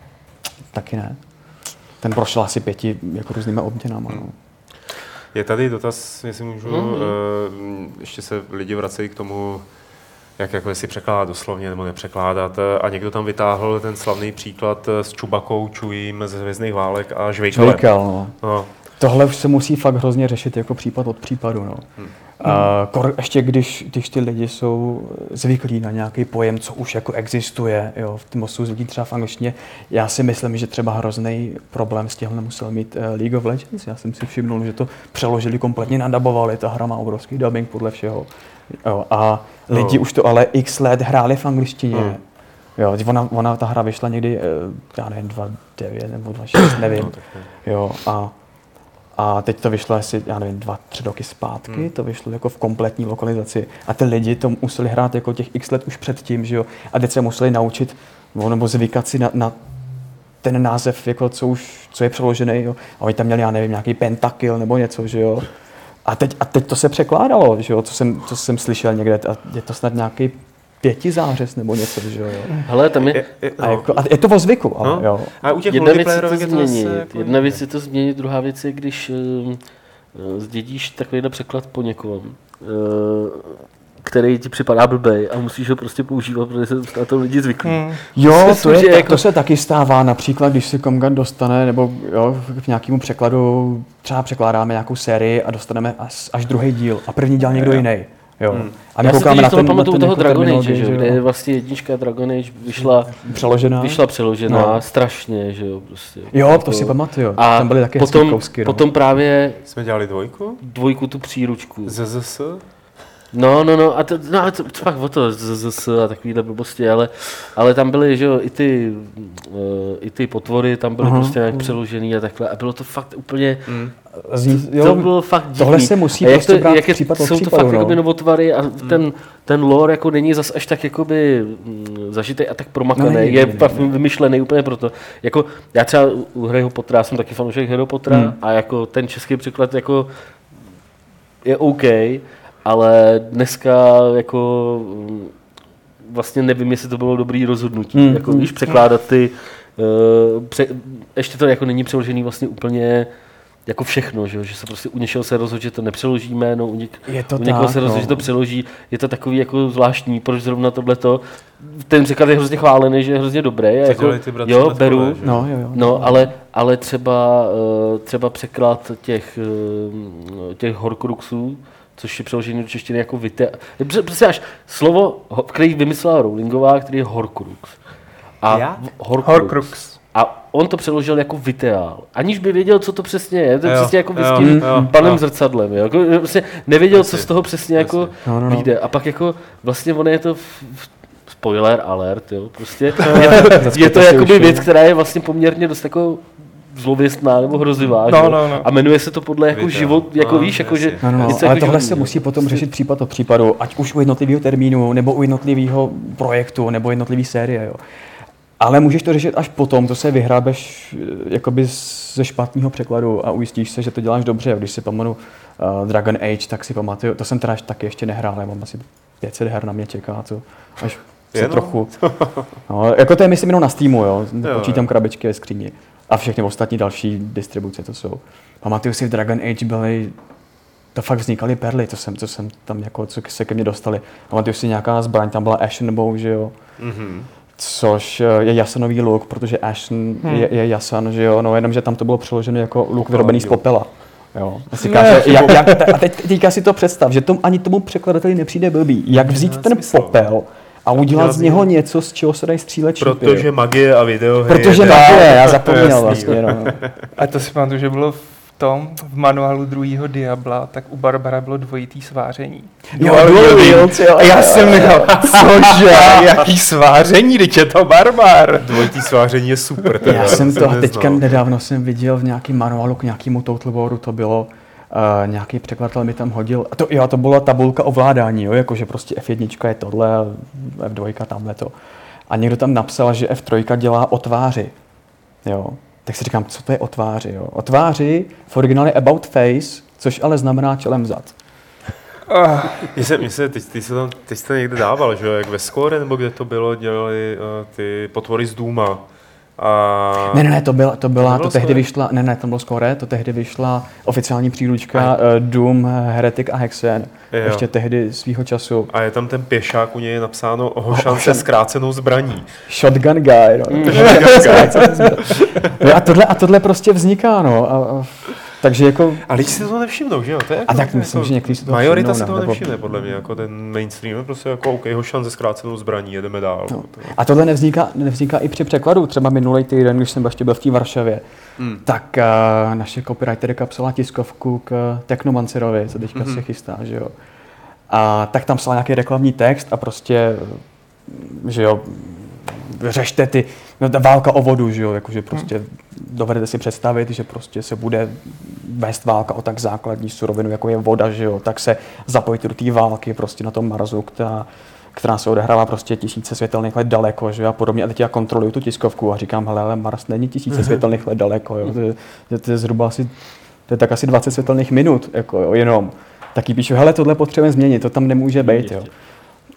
Taky ne. Ten prošel asi pěti jako různýma obměnama, hmm. no. Je tady dotaz, jestli můžu, mm-hmm. uh, ještě se lidi vracejí k tomu, jak jako si překládat doslovně nebo nepřekládat. A někdo tam vytáhl ten slavný příklad s Čubakou, Čujím z Hvězdných válek a Žvejkalem. Žvejkal, no. no. Tohle už se musí fakt hrozně řešit jako případ od případu, no. Hmm. A kor, ještě když, když ty lidi jsou zvyklí na nějaký pojem, co už jako existuje, jo, v tom lidí třeba v angličtině, já si myslím, že třeba hrozný problém s těhle nemusel mít uh, League of Legends. Já jsem si všimnul, že to přeložili kompletně, nadabovali, ta hra má obrovský dubbing podle všeho. Jo, a lidi no. už to ale x let hráli v angličtině. Hmm. Jo, ona, ona, ta hra vyšla někdy, já nevím, dva devět nebo dva šest, nevím. No, jo, a A teď to vyšlo asi, já nevím, dva, tři roky zpátky, hmm. to vyšlo jako v kompletní lokalizaci. A ty lidi to museli hrát jako těch x let už předtím, že jo. A teď se museli naučit, nebo zvykat si na, na ten název, jako co už, co je přeložený, jo. A oni tam měli, já nevím, nějaký pentakill nebo něco, že jo. A teď, a teď to se překládalo, že jo, co jsem, co jsem slyšel někde. A je to snad nějaký pěti zářez nebo něco, že jo. Hele, tam je... Je, je, A, no. jako, a je to o zvyku, ale No. jo. A u těch Jedna věc je to multiplayerových je to změnit, zase jako jedna jiné. věc je to změnit, druhá věc je, když uh, zdědíš takovýhle překlad po někom, uh, který ti připadá blbej a musíš ho prostě používat, protože se na to lidi zvyklí. Hmm. Jo, Myslím, to, že je, jako- to se taky stává, například když se Comgun dostane, nebo jo, k nějakému překladu, třeba překládáme nějakou sérii a dostaneme až, až druhý díl a první dělal někdo jiný. Jo. Hmm. A my Já si koukáme totiž na toho ten, na pamatuju ten toho jako Dragon Age, terminologii, že, že jo, kde jo. je vlastně jednička Dragon Age vyšla, Přeložená. vyšla přeložená No. strašně, že jo, prostě. Jo, to si pamatuju. A Tam byly taky hezký potom, kousky. No. potom právě Jsme dělali dvojku? dvojku tu příručku. Z Z S? No, no, no, a to, no, ale to, to fakt o to, z, z, z, a takovýhle blbosti, ale, ale tam byly, že jo, i ty, uh, i ty potvory tam byly Aha. prostě nějak přeložený a takhle a bylo to fakt úplně, Mm. Zní, jo, to bylo fakt divný. tohle se musí A jak prostě to, brát jak je, případ od jsou případu, to fakt no. jakoby novotvary a ten, ten lore jako není zas až tak jakoby mm, zažitej a tak promakaný, No, není, je není, fakt není. vymyšlený úplně proto. Jako, já třeba u Harryho Pottera jsem taky fanoušek Harryho Pottera Hmm. a jako ten český překlad jako je OK, ale dneska jako mm, vlastně nevím, jestli to bylo dobrý rozhodnutí. Hmm. Jako víš, překládat ty, uh, pře, ještě to jako není přeložený vlastně úplně jako všechno, že, jo? Že se prostě u něčeho se rozhodl, že to nepřeložíme, no, u, něk, Je to u někoho tak, se rozhodl, no. že to přeloží. Je to takový jako zvláštní, proč zrovna tohleto. Ten překlad je hrozně chválený, že je hrozně dobrý. A jako, dělali ty bratři jo, Matkové, beru. že? No, jo, jo. No, ale, ale třeba, eh, třeba překlad těch, eh, těch Horcruxů, což je přeložený do češtiny jako vite. Prostě až slovo, ho- který vymyslela Rowlingová, který je Horcrux. A Já? v- Horcrux. Horcrux. A on to přeložil jako viteál. Aniž by věděl, co to přesně je. To je Jo, přesně jako jo, vystín jo, panem jo. zrcadlem. Jo? Jako, prostě nevěděl, co Jasně, z toho přesně jako No, no, no. vyjde. A pak jako vlastně ono je to v, v, spoiler alert, jo, prostě je to, je to si jakoby už, věc, jo. která je vlastně poměrně dost jako zlověstná nebo hrozivá, No, že jo? no, no. A jmenuje se to podle jako Video. život, jako No, víš, jako že jasně. No, no, no. něco Ale jako tohle životní, se jo. musí potom řešit případ od případu, ať už u jednotlivého termínu, nebo u jednotlivého projektu, nebo jednotlivé série. Jo. Ale můžeš to řešit až potom, to se vyhrábeš eh, jakoby ze špatného překladu a ujistíš se, že to děláš dobře. Když si pamatuju uh, Dragon Age, tak si pamatuju, to jsem teda až taky ještě nehrál, já mám asi pět set her na mě čeká, to až se Jenom? trochu. No, jako to je myslím jenom na Steamu, jo. Jo, Počítám jo. krabičky ve skříni. A všechny ostatní další distribuce to jsou. Pamatuju si v Dragon Age byly, to fakt vznikaly perly, to jsem, to jsem tam jako, co se ke mně dostali. Pamatuju si nějaká zbraň, tam byla Ashen Bow, že jo. Mhm. Což eh, je jasanový luk, protože Ashen Hmm. je, je jasan, že jo, no jenom, že tam to bylo přeloženo jako luk Popela, vyrobený z jo. popela. Jo. A, si říkáš, že jak, jak, a teď teďka si to představ, že tom, ani tomu překladateli nepřijde blbý. Jak vzít Dává ten smysl. popel a udělat Udělat z z něho něho- něco, z čeho se dají střílet čípy. Protože magie a videohry. Protože je- magie, já Jasný, zapomněl jo. vlastně, no. A to si pamatuju, že bylo v tom, v manuálu druhého Diabla, tak u Barbara bylo dvojitý sváření. Jo, Dual Wields, jo. A já jsem říkal, cože, jaký sváření, teď je to barbar. Dvojitý sváření je super. Teda, Já jsem to, a neznal. teďka nedávno jsem viděl v nějakém manuálu k nějakému Total Waru, to bylo, uh, nějaký překladatel mi tam hodil, a to, jo, to byla tabulka ovládání, jo, jakože prostě F jedna je tohle, F dva tamhle to. A někdo tam napsal, že F tři dělá otváři, jo. Tak si říkám, co to je otváři, jo. Otváři v originále about face, což ale znamená čelem vzad. Oh, Mně se, mně se, teď, ty jsi to, teď jsi to někde dával, že jo, jak ve Score, nebo kde to bylo, dělali uh, ty potvory z Dooma. A... Ne, ne, ne, to byla, to byla, to, nebylo to tehdy Score? vyšla, ne, ne, to bylo Score, to tehdy vyšla oficiální příručka uh, Doom, Heretic a Hexen, Jo. ještě tehdy svýho času. A je tam ten pěšák, u něj je napsáno Hošan Hošan. se zkrácenou zbraní. Shotgun guy, no. Mm. no a, tohle, a tohle prostě vzniká, no. A, a, takže jako, A lidi si to nevšimnou, že jo? To je jako, A tak myslím, jako, že někteří si to majorita všimnou, si toho nebo- nevšimne, podle mě, jako ten mainstream, je prostě jako OK, Hošan se zkrácenou zbraní, jedeme dál. no. A tohle nevzniká, nevzniká i při překladu. Třeba minulý týden, když jsem ještě byl v té Varšavě, Hmm. tak uh, naše copywriterka psala tiskovku k Technomancerovi, co teďka Mhm. se chystá, že jo. A tak tam psala nějaký reklamní text a prostě, že jo, řešte ty, no ta válka o vodu, že jo, jakože prostě dovedete si představit, že prostě se bude vést válka o tak základní surovinu, jako je voda, že jo, tak se zapojit do té války prostě na tom Marsu, která, která se odehrává prostě tisíce světelných let daleko, že jo, a podobně. A teď já kontroluju tu tiskovku a říkám, hele, ale Mars není tisíce světelných let daleko, jo, to, je, to je zhruba asi, to je tak asi dvacet světelných minut, jako jo, jenom. Taky píšu, hele, tohle potřebujeme změnit, to tam nemůže být, jo.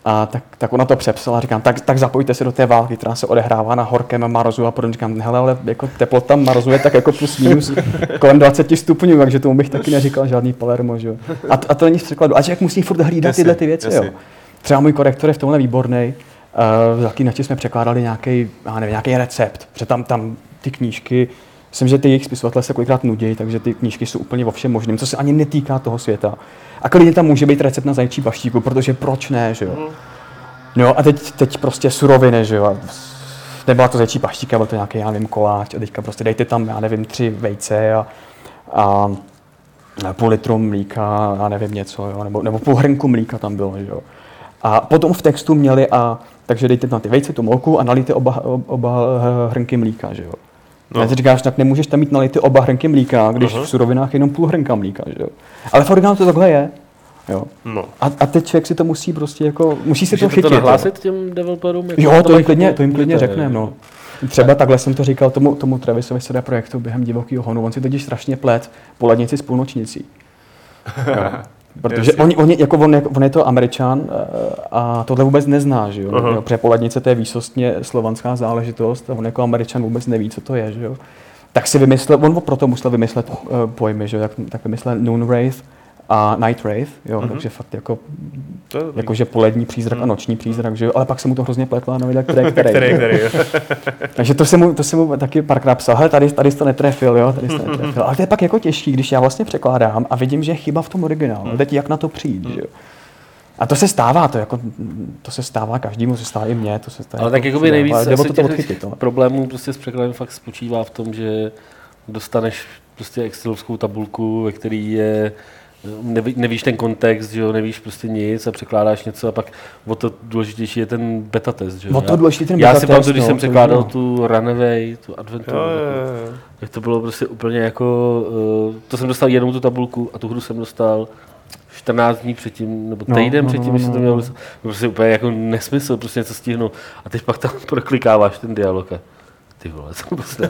A tak, tak ona to přepsala, říkám, tak, tak zapojte se do té války, která se odehrává na horkém Marsu a podobně. Říkám, hele, ale jako teplota Marsu je tak jako plus minus kolem dvacet stupňů, takže tomu bych taky neříkal žádný Palermo, že jo. A, a to není v překladu. A člověk musí furt hlídat jasně, tyhle ty věci, jasně. Jo. Třeba můj korektor je v tomhle výborný. Uh, taky načí jsme překládali nějaký, já nevím, nějaký recept, protože tam, tam ty knížky, myslím, že ty jejich spisovatelé se kolikrát nudějí, takže ty knížky jsou úplně vo všem možným, co se ani netýká toho světa. A klidně tam může být recept na zajčí baštíku, protože proč ne, že jo. No a teď, teď prostě suroviny, že jo. Nebyla to zajčí baštíka, byl to nějaký, já nevím, koláč a teďka prostě dejte tam, já nevím, tři vejce a, a půl litru mlíka, já nevím něco, jo, nebo, nebo půl hrnku mlíka tam bylo, že jo. A potom v textu měli, a, takže dejte tam ty vejce, tu mouku a nalijte oba, oba hrnky mlíka, že jo. No. Já si říkáš, tak nemůžeš tam mít nality oba hrnky mlíka, když uh-huh. v surovinách je jenom půl hrnka mlíka, že jo. Ale v originálu to takhle je. Jo. No. A, a teď člověk si to musí prostě jako, musí si to chytit. Můžete to nahlásit těm developerům? Jako jo, to jim klidně, to jim klidně řekneme, no. Třeba tak. Takhle jsem to říkal tomu, tomu Travisovi C D Projektu během Divokýho honu, on si totiž strašně plet po lednici s půlnočnicí. Protože oni, oni, jako on, on je to Američan a tohle vůbec nezná, že jo. Uh-huh. Protože polednice to je výsostně slovanská záležitost a on jako Američan vůbec neví, co to je, že jo. Tak si vymyslel, on proto musel vymyslet uh, pojmy, že jo, tak, tak vymyslel Noon Wraith a Night Wraith, jo, uh-huh. takže fakt jako, jakože polední přízrak uh-huh. a noční přízrak, že jo, ale pak se mu to hrozně pletlo a nevěděl, který, který. který, který takže to se mu, to se mu taky párkrát psal, hele, tady, tady jsi to netrefil, jo, tady jsi to netrefil. Ale to je pak jako těžký, když já vlastně překládám a vidím, že je chyba v tom originálu, uh-huh. teď jak na to přijít, že jo. A to se stává, to, jako, to se stává každému, se stává i mně, to se stává. Ale tak jako by nejvíc těch problémů prostě s překladem fakt spočívá v tom, že dostaneš prostě excelovskou tabulku, ve který je, neví, nevíš ten kontext, že jo, nevíš prostě nic a překládáš něco a pak o to důležitější je ten beta test, že jo. O to důležitější ten beta test. Já si pamatuju, když no, jsem překládal no. tu Runaway, tu Adventuru, tak to bylo prostě úplně jako, to jsem dostal jenom tu tabulku a tu hru jsem dostal čtrnáct dní předtím, nebo týden no, předtím, no, no, no, to mělo, no. prostě úplně jako nesmysl, prostě něco stihnu. A teď pak tam proklikáváš ten dialog a ty vole, to prostě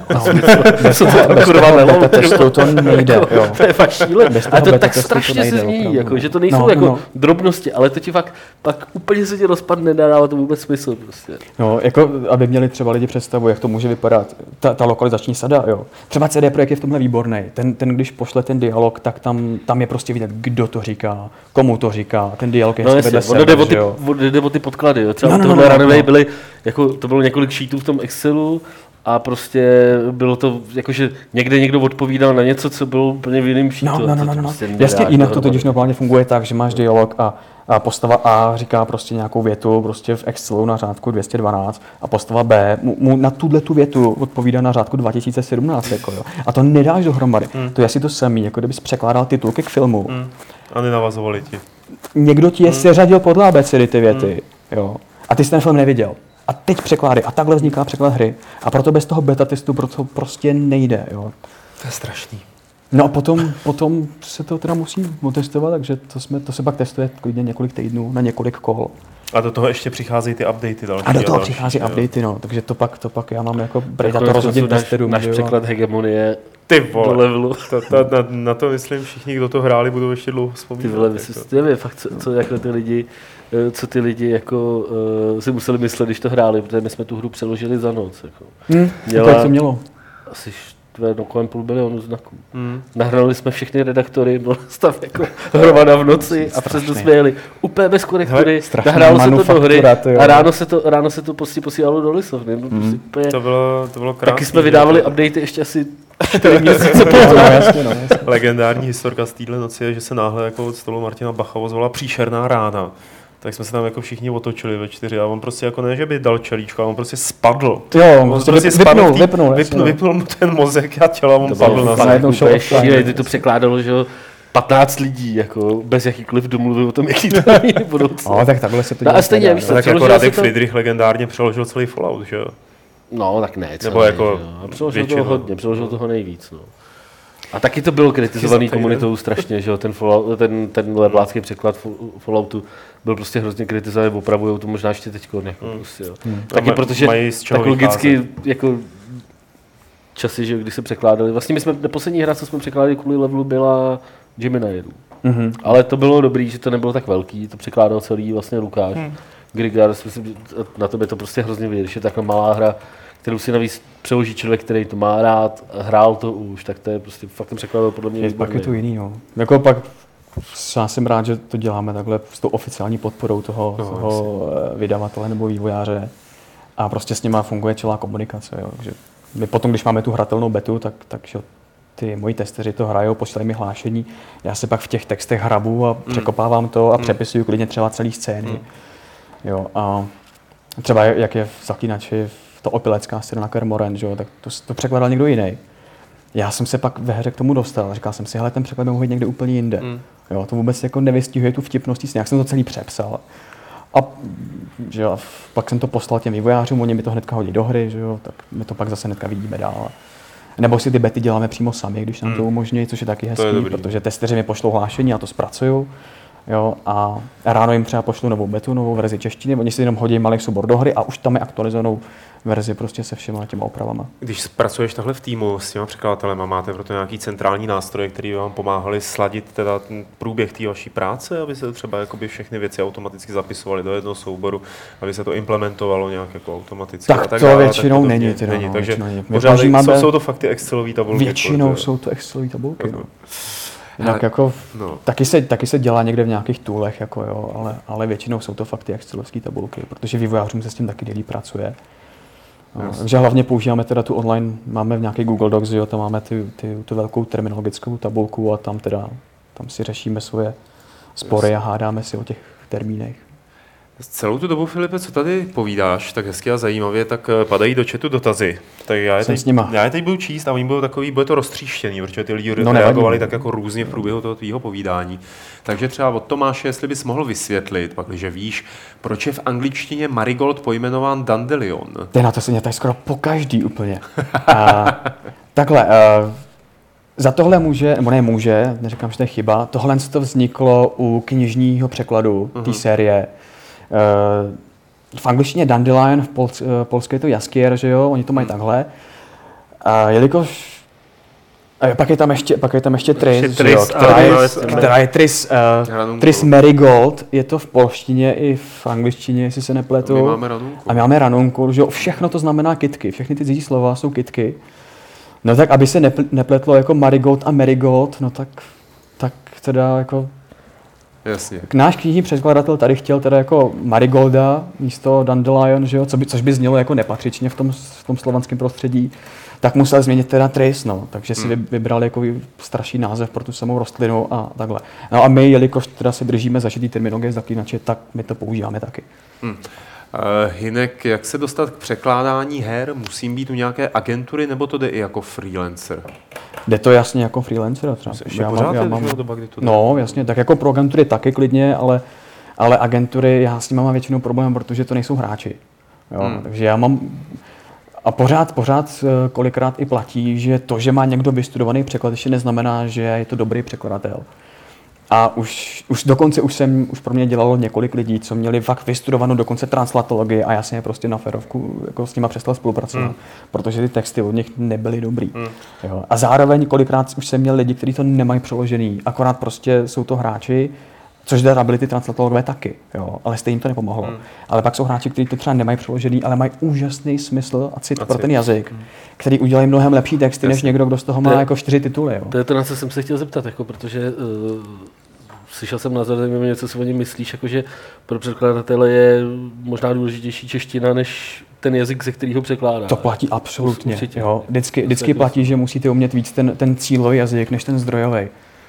co to tam kurva melou, to nejde, jo. To je fakt šílené. A to tak strašně se změní, jako, že to nejsou no, jako no. drobnosti, ale to ti fakt pak úplně se ti rozpadne, nedává to vůbec smysl prostě. No, jako aby měli třeba lidi představu, jak to může vypadat, ta, ta lokalizační sada, jo. Třeba C D Projekt je v tomhle výborný. Ten, ten když pošle ten dialog, tak tam, tam je prostě vidět, kdo to říká, komu to říká, ten dialog je no, vedle sebe, jde o ty, jde o ty podklady, jo. Třeba no, no, tohle no, Runaway no. byly, jako to bylo několik sheetů v tom Excelu, a prostě bylo to, jakože někde někdo odpovídal na něco, co bylo úplně v jiném sheetu. No, no, no, no, no. Prostě Jasně, jinak to totiž normálně funguje tak, že máš dialog a, a postava A říká prostě nějakou větu prostě v Excelu na řádku dvě stě dvanáct a postava B mu, mu na tuhle tu větu odpovídá na řádku dva tisíce sedmnáct. Jako, jo. A to nedáš dohromady. Hmm. To je asi to samý, jako kdybys překládal titulky k filmu. Hmm. A nenavazovali ti. Někdo ti je hmm. seřadil podle abecedy ty věty. Hmm. Jo. A ty jsi ten film neviděl. A teď překlády. A takhle vzniká překlad hry. A proto bez toho beta testu proto prostě nejde. Jo. To je strašný. No a potom, potom se to teda musí otestovat, takže to, jsme, to se pak testuje klidně několik týdnů na několik kol. A do toho ještě přicházejí ty updaty další. A do toho další, přichází jo. updaty, no. Takže to pak, to pak já mám jako predator rozhodit testerům. Náš překlad hegemonie ty vole, do levelu. To, to, na, na to myslím všichni, kdo to hráli, budou ještě dlouho vzpomínat. Ty vole, nevím, fakt, co, co jako ty lidi, co ty lidi jako uh, si museli myslet, když to hráli, protože my jsme tu hru přeložili za noc. Jako. Hmm, měla, jak to mělo? Asi štve, no, kolem půl bilionu znaků. Hmm. Nahrali jsme všechny redaktory, byl stav jako hromada v noci a přesto jsme jeli úplně bez korektury, nahrálo se to do hry a ráno se to, ráno se to prostě posílalo do lisovny. No, hmm. prostě to bylo, to bylo krásný. Taky jsme vydávali updaty ještě asi čtyři měsíce potom. No, jasně, no, jasně. Legendární historka z téhle noci je, že se náhle jako od stolu Martina Bacha ozvala příšerná rána. Tak jsme se tam jako všichni otočili ve čtyři a on prostě jako ne, že by dal čelíčko, ale on prostě spadl. Jo, on prostě, prostě vypnul, vypnul, vypnul, vypnul, vypnul mu ten mozek a tělo a on to padl na zem. Ty to překládalo, že patnáct lidí, jako bez jakýkoliv domluvy o tom, jaký to je budoucnost. No, tak takhle se to dělá. No, stejně, no, tak jako Radek Friedrich legendárně přeložil celý Fallout, že jo? No, tak ne, celý, nebo jako přeložil toho hodně, přeložil toho nejvíc, no. A taky to bylo kritizovaný komunitou strašně, že jo, ten, ten, ten levlácký překlad Falloutu byl prostě hrozně kritizovaný, opravujou to možná ještě teďko, jako hmm. prostě, jo. Hmm. Taky ma, protože tak logicky, jako časy, že když se překládali, vlastně my jsme, poslední hra, co jsme překládali kvůli levelu, byla Gemini. Mm-hmm. Ale to bylo dobrý, že to nebylo tak velký, to překládal celý vlastně Lukáš. Hmm. Grigar, myslím, že na tobě to prostě hrozně vidět, když je takhle malá hra, kterou si navíc přeloží člověk, který to má rád, hrál to už, tak to je prostě fakt ten překlad podle mě je, pak je to jiný, no. Jako pak já jsem rád, že to děláme takhle s tou oficiální podporou toho, no, toho vydavatele nebo vývojáře a prostě s nima funguje celá komunikace, jo. Takže my potom, když máme tu hratelnou betu, tak, tak že ty moji testeři to hrajou, posílají mi hlášení, já se pak v těch textech hrabu a mm. překopávám to a mm. přepisuju klidně třeba celý scény. Mm. Jo, a třeba jak je v Zaklínači to opilecká strana Kermoren, že jo, tak to, to překladal někdo jiný. Já jsem se pak ve hře k tomu dostal, říkal jsem si, hele, ten překlad mohl být někde úplně jinde. Mm. Jo, to vůbec jako nevystihuje tu vtipnost, jak jsem to celý přepsal. A že jo, pak jsem to poslal těm vývojářům, oni mi to hnedka hodí do hry, že jo, tak my to pak zase hnedka vidíme dál. Nebo si ty bety děláme přímo sami, když nám mm. to umožňují, což je taky hezký, je protože testeři mi pošlou hlášení a to zpracuju. Jo, a ráno jim třeba pošlu novou betu, novou verzi češtiny, oni si jenom hodí malý soubor do hry a už tam je aktualizovanou verzi prostě se všema těma opravama. Když pracuješ takhle v týmu s těma překladatelema, máte proto nějaký centrální nástroje, které vám pomáhaly sladit teda ten průběh té vaší práce, aby se třeba jakoby všechny věci automaticky zapisovaly do jednoho souboru, aby se to implementovalo nějak jako automaticky. Tak, tak to dále, většinou tak to není, teda, není. No, Takže není. Pořád, jsou, jsou to fakt ty Excelové tabulky. Většinou jako, jsou to Excelové tabulky. Jako. No. Jinak jako, no. taky, se, taky se dělá někde v nějakých toolech, jako jo, ale, ale většinou jsou to fakt ty excelovské tabulky, protože vývojářům se s tím taky dělí pracuje. No, takže hlavně používáme teda tu online, máme v nějaký Google Docs, jo, tam máme ty, ty, tu velkou terminologickou tabulku a tam teda tam si řešíme svoje spory yes. a hádáme si o těch termínech. Celou tu dobu, Filipe, co tady povídáš, tak hezky a zajímavě, tak padají do chatu dotazy. Tak já je, teď, já je teď budu číst a oni budou takový, bude to roztříštěný, protože ty lidi no, reagovali tak jako různě v průběhu toho tvýho povídání. Takže třeba od Tomáše, jestli bys mohl vysvětlit, pakliže víš, proč je v angličtině Marigold pojmenován Dandelion. Ty na to se mě tady skoro pokaždý úplně. A, takhle, uh, za tohle může, nebo ne může, neříkám, že to je chyba, tohle to vzniklo u knižního překladu té uh-huh. série. Uh, v angličtině Dandelion, v Pols- uh, polské je to Jaskier, že jo, oni to mají hmm. takhle. A uh, jelikož uh, pak je tam ještě, pak je tam ještě Tris, tris jo, která, je, která je Tris, uh, Tris Marigold, je to v polštině i v angličtině, jestli se nepletu. A my máme ranunku. A my máme ranunku, že jo, všechno to znamená kytky, všechny ty cizí slova jsou kytky. No tak, aby se nepl- nepletlo jako Marigold a Marigold, no tak, tak teda jako... Jasně. Náš knižní překladatel tady chtěl teda jako Marigolda místo Dandelion, že jo, co by, což by znělo jako nepatřičně v tom, v tom slovanském prostředí, tak musel změnit teda Tris, no, takže si hmm. vybral jako strašný název pro tu samou rostlinu a takhle. No a my, jelikož teda se držíme zažitý terminologie z Zaklínače, tak my to používáme taky. Hmm. Uh, Hynek, jak se dostat k překládání her? Musím být u nějaké agentury, nebo to jde i jako freelancer? Jde to jasně jako freelancer třeba. Já mám, já mám, doba, kdy to no jasně, tak jako pro agentury taky klidně, ale, ale agentury, já s nimi mám většinou problém, protože to nejsou hráči. Jo? Hmm. Takže já mám, a pořád, pořád kolikrát i platí, že to, že má někdo vystudovaný překlad, ještě neznamená, že je to dobrý překladatel. A už, už dokonce už jsem, už pro mě dělalo několik lidí, co měli fakt vystudovanou dokonce translatologii a já jsem je prostě na ferovku jako s nima přestal spolupracovat, mm. protože ty texty od nich nebyly dobrý. Mm. Jo. A zároveň kolikrát už jsem měl lidi, kteří to nemají přeložený, akorát prostě jsou to hráči, což dali ty translatologové taky, jo, ale stejně jim to nepomohlo. Mm. Ale pak jsou hráči, kteří to třeba nemají přeložený, ale mají úžasný smysl a cit a pro cit. ten jazyk, mm. který udělají mnohem lepší texty, než někdo, kdo z toho má to, jako čtyři tituly. Jo. To je to, na co jsem se chtěl zeptat, jako, protože uh, slyšel jsem názor, že mi něco si o něm myslíš, jakože pro překladatele je možná důležitější čeština, než ten jazyk, ze kterého překládá. To platí absolutně. Jo. Vždycky, vždycky platí, že musíte umět víc ten, ten cílový jazyk, než ten zdrojový.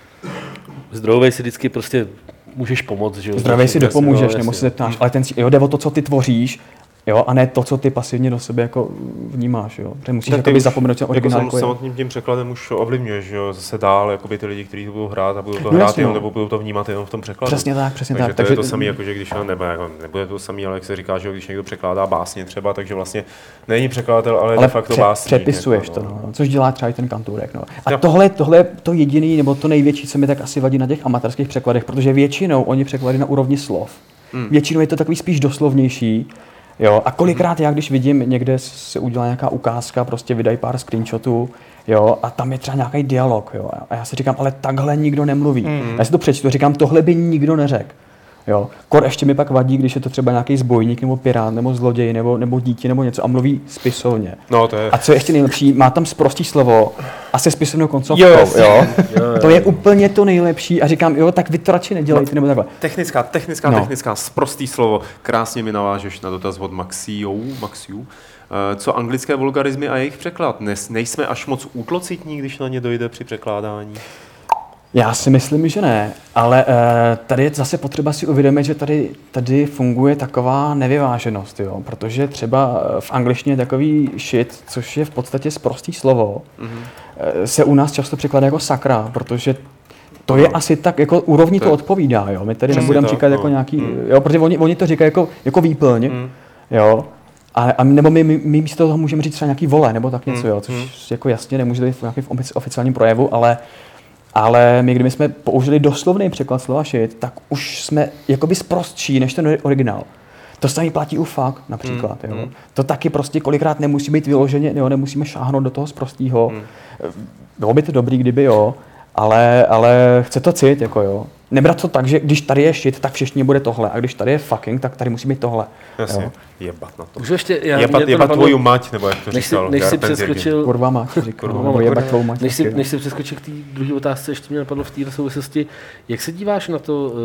Zdrojový si vždycky prostě můžeš pomoct, že jo? Zdravej si dopomůžeš, no, nebo si zeptáš, ale ten, jo, jde o to, co ty tvoříš, jo, a ne to, co ty pasivně do sebe jako vnímáš, jo. Protože musíš jakoby zapomenout, co originál jako samotným tím překladem už ovlivňuješ, jo, zase dál, jakoby ty lidi, kteří to budou hrát a budou to no, hrát jasně, jenom, no. nebo budou to vnímat jenom v tom překladu. Přesně tak, přesně takže tak. To takže je to samé, jako že když nebo jako, nebude to samé, ale jak se říká, že když někdo překládá básně třeba, takže vlastně není překladatel, ale, ale de facto básník. Přepisuješ jako, to, no. Což dělá třeba i ten Kanturek, no. A ja. tohle, tohle je to jediný, nebo to největší, co mi tak asi vadí na těch amatérských překladech, protože většinou oni překladají na úrovni slov. Hmm. Většinou je to takový spíš doslovnější. Jo, a kolikrát já, když vidím, někde se udělá nějaká ukázka, prostě vydají pár screenshotů, jo, a tam je třeba nějaký dialog, jo, a já si říkám, ale takhle nikdo nemluví. Mm. Já si to přečtu, říkám, tohle by nikdo neřekl. Jo. Kor ještě mi pak vadí, když je to třeba nějaký zbojník nebo pirát nebo zloděj nebo, nebo dítě nebo něco a mluví spisovně. No, to je... A co je ještě nejlepší, má tam sprostý slovo a se spisovnou koncovkou. Jo, Jo, jo. jo. To je úplně to nejlepší a říkám, jo, tak vy to radši nedělejte nebo takhle. Technická, technická, No. technická, sprostý slovo. Krásně mi navážeš na dotaz od Maxiou, Maxiu. Eh, Co anglické vulgarizmy a jejich překlad? Nes, nejsme až moc útlocitní, když na ně dojde při překládání? Já si myslím, že ne, ale uh, tady je zase potřeba si uvědomit, že tady, tady funguje taková nevyváženost, jo? Protože třeba v angličtině takový shit, což je v podstatě sprostý slovo, mm-hmm. se u nás často překládá jako sakra, protože to je asi tak, jako úrovni to, To je- odpovídá, jo? My tady Přesně nebudeme tak, říkat no. jako nějaký, Mm. jo? Protože oni, oni to říkají jako, jako výplň, Mm. jo? A, a nebo my, my, my místo toho můžeme říct třeba nějaký vole, nebo tak něco, Mm. jo? Což Mm. jako jasně nemůže být v nějakém ofici- oficiálním projevu, ale ale my, kdyby jsme použili doslovný překlad slova shit, tak už jsme jakoby sprostší než ten originál. To samé platí u fuck například. Mm, Jo. mm. To taky prostě kolikrát nemusí být vyloženě, jo, nemusíme šáhnout do toho sprostýho. Mm. Bylo by to dobrý, kdyby jo, ale, ale chce to cít, jako jo. Nebrat to tak, že když tady je shit, tak všichni bude tohle, a když tady je fucking, tak tady musí být tohle. Jasně, Jo. jebat na to. Můžu ještě, já, Jebat, mě to jebat napadlo- tvoju mať, nebo jak to než si, říkal. než si Garpen Zirkin. přeskočil, Kurva mať, říkám, Kurva, nebo kurva. jebať tvou mať. než si, taky, než si přeskočil k té druhé otázce, ještě mě napadlo v této souvislosti, jak se díváš na to,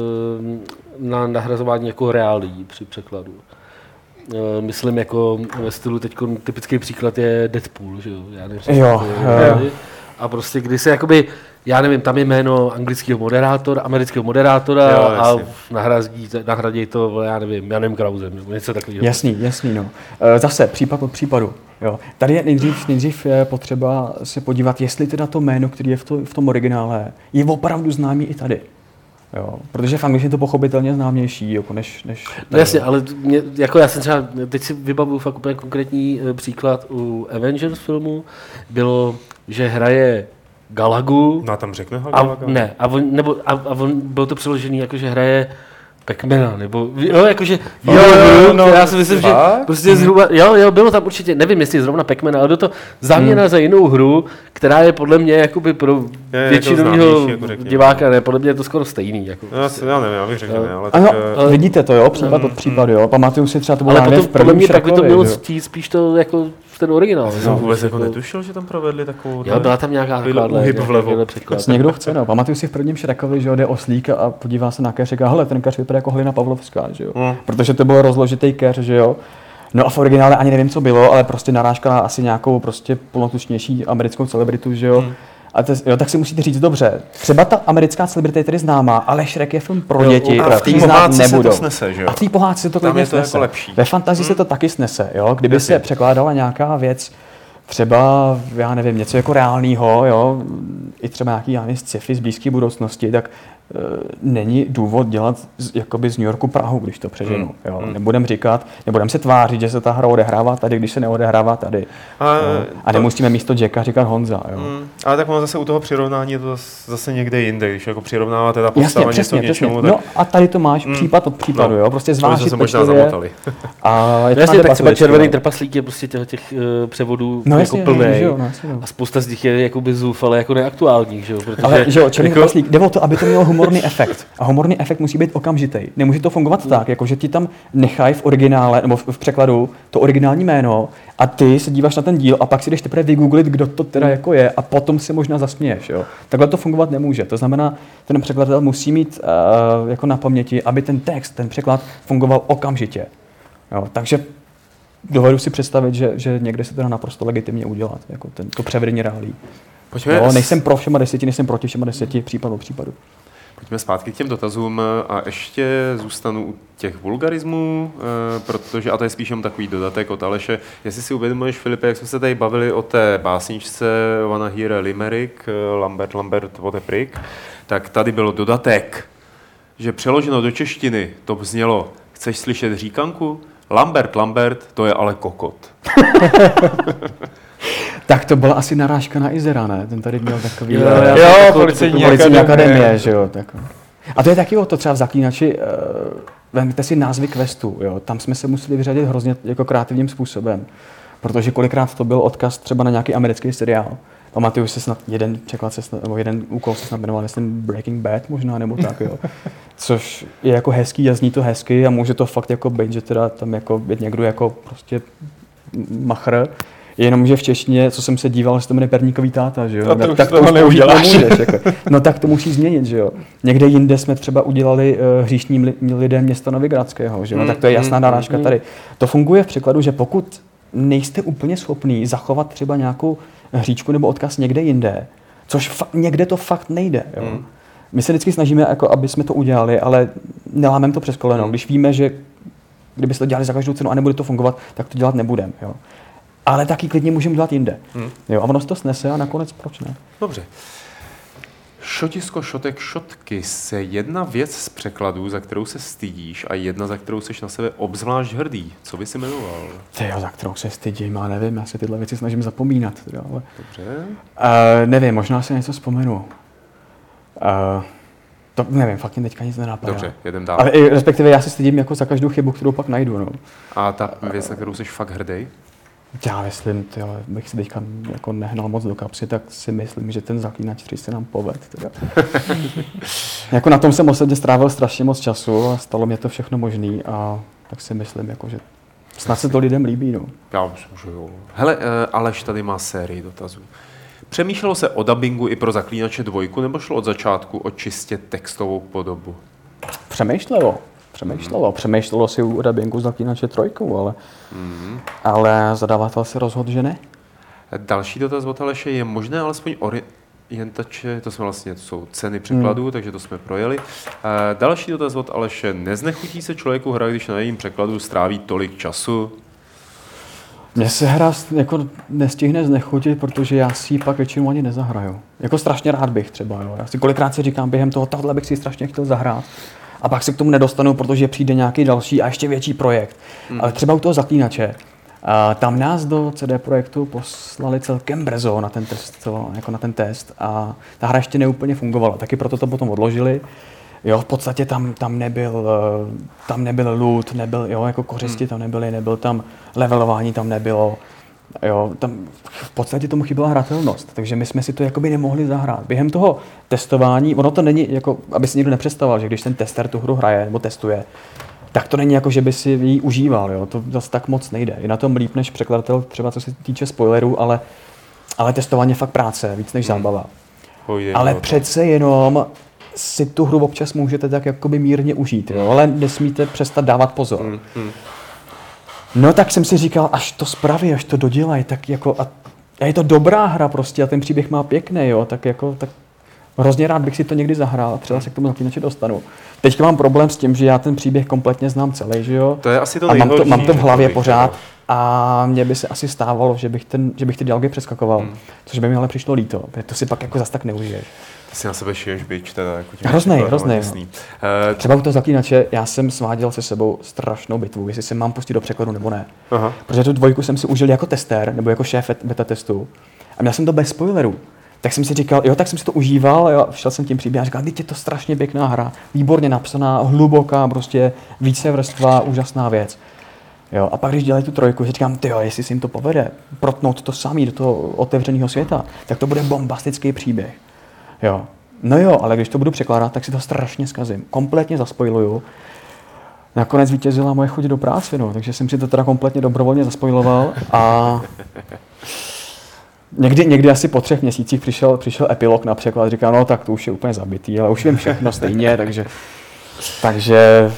eh, na nahrazování jako reálí při překladu? Eh, Myslím jako ve stylu, teď typický příklad je Deadpool, že jo? Já nevím, jestli Jo, to je jo. reálí. A prostě kdy se jakoby, já nevím, tam je jméno anglického moderátora, amerického moderátora Jo, a jasně. nahradí, nahradí to, já nevím, Janem Krausem nebo něco takového. Jasný, jasný, no. E, Zase případ od případu. Jo. Tady je nejdřív, nejdřív je potřeba se podívat, jestli teda to jméno, který je v, to, v tom originále, je opravdu známý i tady. Jo. Protože v angličtině je to pochopitelně známější, jako než... než No jasně, ale mě, jako já jsem třeba, teď si vybavuju fakt úplně konkrétní eh, příklad u Avengers filmu, bylo, že hraje Galagu No a tam řekne a, Galaga? ne, a on, nebo, a, a on bylo to přeložený jako, že hraje Pac-Mana, nebo jo, jakože, jo, jo, no, já si myslím, že fakt? prostě zhruba, jo, jo, bylo tam určitě, nevím, jestli je zrovna Pac-Man, ale bylo to záměna hmm. za jinou hru, která je podle mě jakoby pro Je, je to většinového známější, jako řekněme. diváka, ne, podle mě je to skoro stejný. Jako, No, já, si- já nevím, já bych řekl Jo. ne, ale tak... Ano, eh, ale- vidíte to, jo, případ od případu, jo. Pamatuju si třeba, to bylo ale návěv potom v podle prvním mě pak by to Šrekovi, mělo jo. ctít spíš to jako ten originál. jsem vůbec jako jako, netušil, že tam provedli takovou... jo, byla tam nějaká Byl taková uhyb vlevo. Vlastně někdo chce, no. Pamatuju si v prvním Šrekovi, že jo, jde oslík a podívá se na keř a říká, hele, ten keř vypadá jako Hlina Pavlovská, že jo. Hmm. Protože to bylo rozložitý keř, že jo. No a v originále ani nevím, co bylo, ale prostě narážka na asi nějakou prostě plnotučnější americkou celebritu, že jo. Hmm. A to, jo, tak si musíte říct, dobře, třeba ta americká celebrita je tady známá, ale Shrek je film pro Jo, děti, a v té který znát pohádce se to nebudou. snese, že jo? A v té pohádce se to Tam klidně je to jako snese. lepší. Ve fantazii se to taky snese, jo. Kdyby Jasně. se překládala nějaká věc, třeba, já nevím, něco jako reálného, jo, i třeba nějaký, já nevím, sci-fi z blízké budoucnosti, tak e, není důvod dělat z, jakoby z New Yorku Prahu, když to přeženu, Hmm. jo. Hmm. Nebudem říkat, nebudem se tvářit, že se ta hra odehrává tady, když se neodehrává tady. A, jo. A to- nemusíme místo Jacka říkat Honza, jo. Mm, ale tak ono zase u toho přirovnání je to zas- zase někde jinde, když jako přirovnáváte ta Jasně, postava něco přesně, k něčemu, přesně. tak No a tady to máš Mm. případ od případu, No. jo. Prostě to jsme zvážit se možná pečlivě. zamotali. A je to No jasně, na tak debatu třeba vždycky, Červený jo. trpaslík je prostě těch, těch uh, převodů No jako jasně, plnej. že jo, no jasně, no. A spousta z nich je jakoby zoufale jako neaktuálních, že jo? Protože, Ale že jo, černý jako, trpaslík, jde o to, aby to mělo humorný efekt. A humorný efekt musí být okamžitý. Nemůže to fungovat Hmm. tak, jako že ti tam nechají v originále, nebo v, v překladu, to originální jméno a ty se díváš na ten díl a pak si jdeš teprve vygooglit, kdo to teda Hmm. jako je a potom si možná zasměješ. Jo. Takhle to fungovat nemůže. To znamená, ten překladatel musí mít uh, jako na paměti, aby ten text, ten překlad fungoval okamžitě. Jo. Takže dovedu si představit, že, že někde se to dá naprosto legitimně udělat, jako ten, to převedení reálí. Pojďme, Jo, nejsem pro všema deseti, nejsem proti všema deseti, případ od případu. pojďme zpátky k těm dotazům a ještě zůstanu u těch vulgarismů, eh, protože, a to je spíš jenom takový dodatek od Aleše, jestli si uvědomuješ, Filipe, jak jsme se tady bavili o té básničce Wanna Hear a Limerick, eh, Lambert, Lambert, what a prick, tak tady bylo dodatek, že přeloženo do češtiny to znělo, chceš slyšet říkanku? Lambert, Lambert, to je ale kokot. Tak to byla asi narážka na Izera, ne? Ten tady měl takový... Jo, eh, já Jo, jsem jako- policejní Policejní akademie. akademie, že jo. Tak. A to je taky o to třeba v Zaklínači, uh, vemte si názvy questů, jo. Tam jsme se museli vyřadit hrozně jako kreativním způsobem. Protože kolikrát to byl odkaz třeba na nějaký americký seriál. Pamatuju si snad jeden překlad, se snad, nebo jeden úkol se snad jmenoval, myslím Breaking Bad možná, nebo tak, jo. Což je jako hezký a zní to hezky a může to fakt jako být, že teda tam jako je někdo jako prostě machr. Jenomže v češtině, co jsem se díval, že to jmenuje Perníkový táta, že jo? A to tak, už tak toho to neuděláš. nemůžeš, jako. No tak to musí změnit, že jo? Někde jinde jsme třeba udělali uh, hříšním li, lidem města Novigradského, že jo? No, tak to je jasná narážka tady. To funguje v překladu, že pokud nejste úplně schopný zachovat třeba nějakou hříčku nebo odkaz někde jinde, což fa- někde to fakt nejde, jo? Hmm. My se vždycky snažíme, jako, aby jsme to udělali, ale nelámeme to přes koleno. Hmm. Když víme, že kdyby se to dělali za každou cenu a nebude to fungovat, tak to dělat nebudeme, jo? Ale taky klidně můžeme dělat jinde. Hmm. Jo, a ono se to snese a nakonec proč ne? Dobře. Šotisko, šotek, šotky se jedna věc z překladů, za kterou se stydíš a jedna, za kterou jsi na sebe obzvlášť hrdý. Co by si jmenoval? Tyjo, za kterou se stydím, já nevím, já se tyhle věci snažím zapomínat. Teda, ale... Dobře. Uh, nevím, možná si něco vzpomenu. Uh, to nevím, fakt mě teďka nic nenapadá. Dobře, jedem dál. Ale i, respektive já se stydím jako za každou chybu, kterou pak najdu. No. A ta věc, na kterou jsi fakt hrdý? Já myslím, tyjo, bych si teďka jako nehnal moc do kapsy, tak si myslím, že ten Zaklínač tři se nám poved. Teda. Jako na tom jsem osobně strávil strašně moc času a stalo mě to všechno možný a tak si myslím, jako, že snad se to lidem líbí. No. Já myslím, že jo. Hele, uh, Aleš tady má sérii dotazů. Přemýšlelo se o dabingu i pro Zaklínače dvojku, nebo šlo od začátku o čistě textovou podobu? Přemýšlelo. Přemýšlelo. Hmm. Přemýšlelo si u dabingu Zaklínače trojku, ale, hmm. ale zadavatel se rozhodl, že ne. Další dotaz od Aleše. Je možné alespoň orientače, to jsme vlastně, to jsou ceny překladů, hmm. takže to jsme projeli. Uh, další dotaz od Aleše. Neznechutí se člověku hra, když na jejím překladu stráví tolik času? Mně se hra jako nestihne znechutit, protože já si ji pak většinou ani nezahraju. Jako strašně rád bych třeba, jo. Já si kolikrát si říkám během toho, tohle bych si strašně chtěl zahrát. A pak se k tomu nedostanu, protože přijde nějaký další a ještě větší projekt. Hmm. Ale třeba u toho Zaklínače, a tam nás do C D Projektu poslali celkem brzo na ten test, jako na ten test a ta hra ještě neúplně fungovala, taky proto to potom odložili. Jo, v podstatě tam, tam nebyl, tam nebyl loot, nebyl, jo, jako kořisti hmm. tam nebyly, nebyl tam levelování, tam nebylo. Jo, tam v podstatě tomu chyběla hratelnost, takže my jsme si to jakoby nemohli zahrát. Během toho testování, ono to není, jako, aby si někdo nepředstavoval, že když ten tester tu hru hraje nebo testuje, tak to není jako, že by si ji užíval, jo, to zase tak moc nejde. Je na tom líp než překladatel, třeba co se týče spoilerů, ale, ale testování je fakt práce, víc než zábava. Hmm. Ale přece jenom si tu hru občas můžete tak jakoby mírně užít, jo, ale nesmíte přestat dávat pozor. Hmm. Hmm. No tak jsem si říkal, až to spraví, až to dodělají, tak jako a, a je to dobrá hra prostě a ten příběh má pěkný, jo, tak jako tak hrozně rád bych si to někdy zahrál a třeba se k tomu Zaklínači dostanu. Teďka mám problém s tím, že já ten příběh kompletně znám celý, že jo. To je asi to a mám to, mám to v hlavě pořád a mně by se asi stávalo, že bych, ten, že bych ty dialogy přeskakoval, hmm. což by mi ale přišlo líto, protože to si pak jako zas tak neužiješ. Ty si na sebe šiješ bič, teda jako tím. Hroznej, hroznej. Uh, Třeba u toho Zaklínače já jsem sváděl se sebou strašnou bitvu, jestli se mám pustit do překladu nebo ne. Aha. Protože tu dvojku jsem si užil jako testér, nebo jako šéf beta testu a měl jsem to bez spoilerů. Tak jsem si říkal, jo, tak jsem si to užíval, jo, šel jsem tím příběhem a říkal, teď je to strašně pěkná hra, výborně napsaná, hluboká, prostě více vrstva, úžasná věc. Jo, a pak když dělají tu trojku, říkám, tyjo, jestli si jim to povede, protnout to samý do toho otevřeného světa, tak to bude bombastický příběh. Jo. No jo, ale když to budu překládat, tak si to strašně zkazím. Kompletně zaspoiluju. Nakonec vítězila moje chuť do práce, no, takže jsem si to teda kompletně dobrovolně zaspoiloval a někdy, někdy asi po třech měsících přišel, přišel epilog na překlad, říkal, no tak to už je úplně zabitý, ale už vím všechno stejně, takže, takže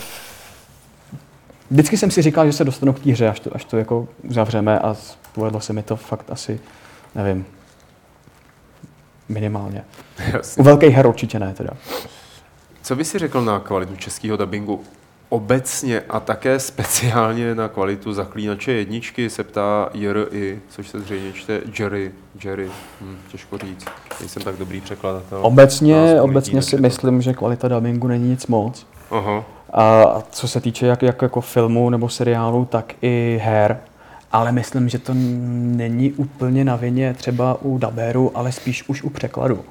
vždycky jsem si říkal, že se dostanu k té hře, až to, až to jako uzavřeme a povedlo se mi to fakt asi, nevím, minimálně. Jasně. U velkých her určitě ne teda. Co by si řekl na kvalitu českého dabingu obecně a také speciálně na kvalitu Zaklínače jedničky, se ptá J R I, což se zřejmě čte Jerry, Jerry, hm, těžko říct, nejsem tak dobrý překladatel. Obecně, obecně si myslím, že kvalita dabingu není nic moc. Aha. A co se týče jak, jak jako filmu nebo seriálu, tak i her. Ale myslím, že to není úplně na vině třeba u dabéru, ale spíš už u překladu.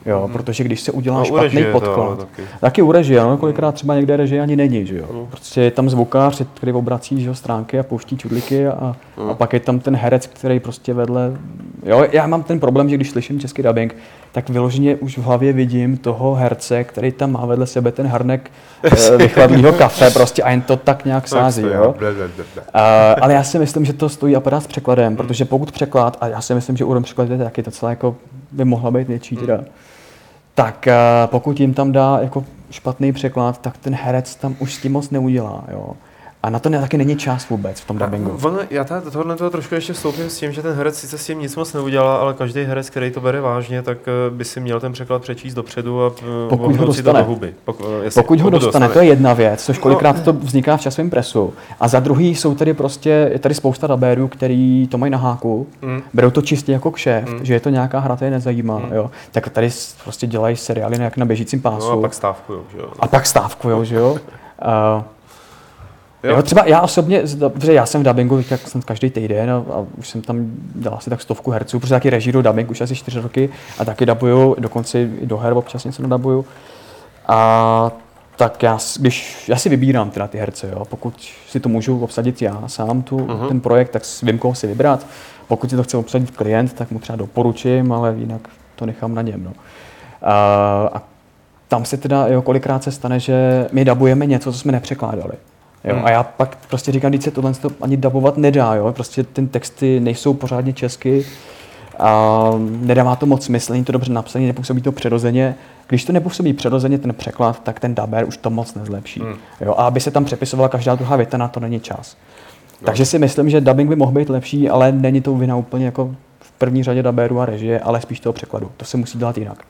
Jo, protože když se udělá No, špatný urežije to, podklad, ale taky. taky urežije, no, kolikrát třeba někde režie ani není, že jo. Prostě je tam zvukář, který obrací, že jo, stránky a pouští čudliky a, a pak je tam ten herec, který prostě vedle, jo, já mám ten problém, že když slyším český dubbing, tak vyloženě už v hlavě vidím toho herce, který tam má vedle sebe ten hrnek e, vychladlýho kafe prostě a jen to tak nějak sází, jo. A, ale já si myslím, že to stojí aparát s překladem, protože pokud překlad, a já si myslím, že úroveň překladu je taky docela jako by mohla být větší teda, tak uh, pokud jim tam dá jako špatný překlad, tak ten herec tam už s tím moc neudělá, jo. A na to ne, taky není čas vůbec v tom dubbingu. Ono, já tady tohle toho trošku ještě vstoupím s tím, že ten herec sice s tím nic moc neudělá, ale každý herec, který to bere vážně, tak by si měl ten překlad přečíst dopředu a pokud ho si to dostane. do huby. Pokud, jestli, pokud ho dostane, dostane, to je jedna věc, což kolikrát no. to vzniká v časovém presu. A za druhý jsou tady prostě, je tady spousta dabérů, který to mají na háku, mm. berou to čistě jako kšeft, mm. že je to nějaká hra, to je nezajímá, mm. jo. Tak tady prostě dělají seriály jak na běžícím pásu. No a pak stávkujou, že jo. A pak stávkujou, že jo. Uh, Jo. Jo, třeba já osobně, protože já jsem v dabingu, jak jsem každý týden a, a už jsem tam dal asi tak stovku herců, protože taky režíru dubbing už asi čtyři roky a taky dabuju, dokonce i do her občas něco nadabuju. A tak já, když, já si vybírám teda ty herce, jo. Pokud si to můžu obsadit já sám, tu, uh-huh. ten projekt, tak vím, koho si vybrat. Pokud si to chce obsadit klient, tak mu třeba doporučím, ale jinak to nechám na něm. No. A, a tam se teda jo, kolikrát se stane, že my dabujeme něco, co jsme nepřekládali. Jo, hmm. A já pak prostě říkám, když se tohle ani dabovat nedá, jo? Prostě ty texty nejsou pořádně česky a nedává to moc smysl, není to dobře napsané, nepůsobí to přirozeně. Když to nepůsobí přirozeně ten překlad, tak ten dabér už to moc nezlepší. Hmm. Jo? A aby se tam přepisovala každá druhá věta, na to není čas. No. Takže si myslím, že dubbing by mohl být lepší, ale není to vina úplně jako v první řadě dabéru a režie, ale spíš toho překladu. To se musí dělat jinak.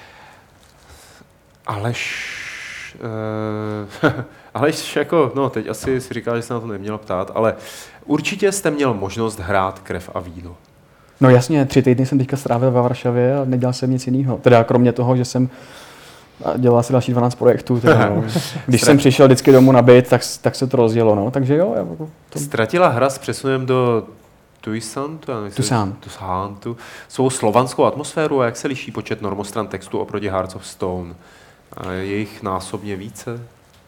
Aleš... Uh... Ale jako, no teď asi si říká, že se na to neměl ptát, ale určitě jste měl možnost hrát Krev a víno. No jasně, tři týdny jsem teďka strávil ve Varšavě a nedělal jsem nic jiného. Teda kromě toho, že jsem dělal asi další dvanáct projektů. Teda, no. Když jsem přišel vždycky domů na byt, tak, tak se to rozjelo, no. Takže jo. Jako to... Ztratila hra s přesunem do Tuisantu, Tuisantu svou slovanskou atmosféru a jak se liší počet normostran textu oproti Hearts of Stone? A je jich násobně více?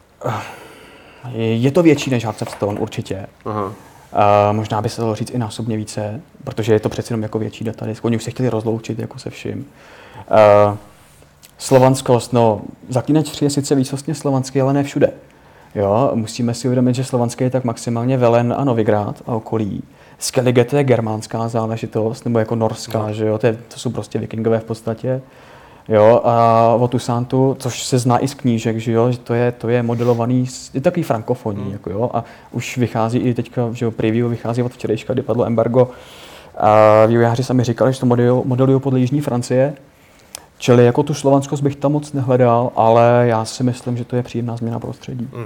Je to větší než Hearts of Stone, určitě. Aha. Uh, možná by se dalo říct i násobně více, protože je to přeci jenom jako větší datadisk. Oni už se chtěli rozloučit jako se vším. Uh, slovanskost, no, Zaklínač tři je sice výsostně slovanský, ale ne všude. Jo, musíme si uvědomit, že slovanský je tak maximálně Velen a Novigrad a okolí. Skellige to je germánská záležitost, nebo jako norská, no. Že jo, to, je, to jsou prostě vikingové v podstatě. Jo, a o Tuisantu, což se zná i z knížek, že jo, že to je, to je modelovaný, je takový frankofonní, mm. jako jo, a už vychází i teďka, že jo, preview vychází od včerejška, kdy padlo embargo. A vývojáři sami říkali, že to modelují modelu podle Jižní Francie, čili jako tu slovanskost bych tam moc nehledal, ale já si myslím, že to je příjemná změna prostředí. Mm.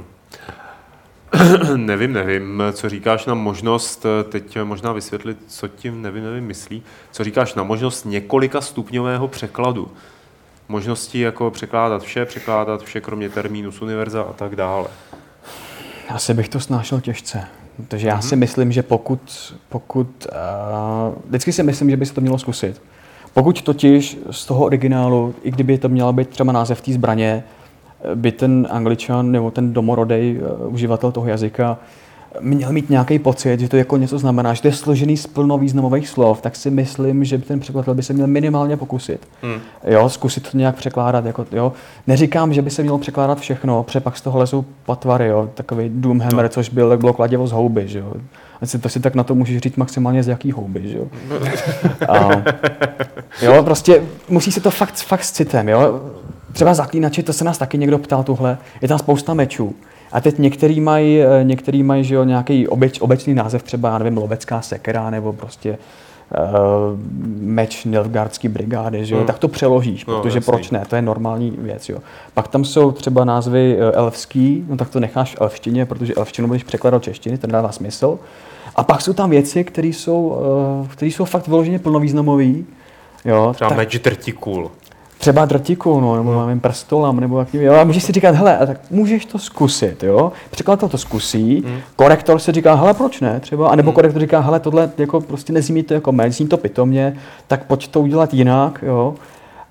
nevím, nevím, co říkáš na možnost, teď možná vysvětlit, co tím nevím, nevím myslí, co říkáš na možnost několika stupňového překladu. Možnosti jako překládat vše, překládat vše kromě terminus univerza a tak dále. Asi bych to snášel těžce, protože mm-hmm. já si myslím, že pokud, pokud uh, vždycky si myslím, že by se to mělo zkusit. Pokud totiž z toho originálu, i kdyby to měla být třeba název té zbraně, by ten Angličan nebo ten domorodej uh, uživatel toho jazyka měl mít nějaký pocit, že to jako něco znamená, že to je složený z plnovýznamových slov, tak si myslím, že ten překladatel by se měl minimálně pokusit. Hmm. Jo, zkusit to nějak překládat. Jako, jo. Neříkám, že by se mělo překládat všechno, protože pak z toho lezou patvary, jo, takový Doomhammer, no. Což byl, bylo kladěvo z houby. Že jo. A to si tak na to můžeš říct maximálně z jaký houby. Že jo. A, jo, prostě musí se to fakt, fakt s citem. Jo. Třeba Zaklínači, to se nás taky někdo ptal tuhle, je tam spousta mečů. A teď některý mají, některý mají že jo, nějaký obeč, obecný název, třeba, já nevím, lovecká sekera, nebo prostě uh, meč Nilfgaardský brigády, že jo, hmm. tak to přeložíš, no, protože jasný. Proč ne, to je normální věc, jo. Pak tam jsou třeba názvy uh, elfský, no tak to necháš v elfštině, protože elftinu budeš překládat do češtiny, to dává smysl. A pak jsou tam věci, které jsou, uh, které jsou fakt vyloženě plnovýznamový, jo. Třeba tak... meč drtikul. Třeba drtiku, no, nebo nevím, prstolam, nebo jaký, jo, a můžeš si říkat, hele, tak můžeš to zkusit, jo, překladatel to zkusí, mm. korektor se říká, hele, proč ne, třeba, anebo mm. korektor říká, hele, tohle jako prostě nezní to jako meč, zní to pitomně, tak pojď to udělat jinak, jo,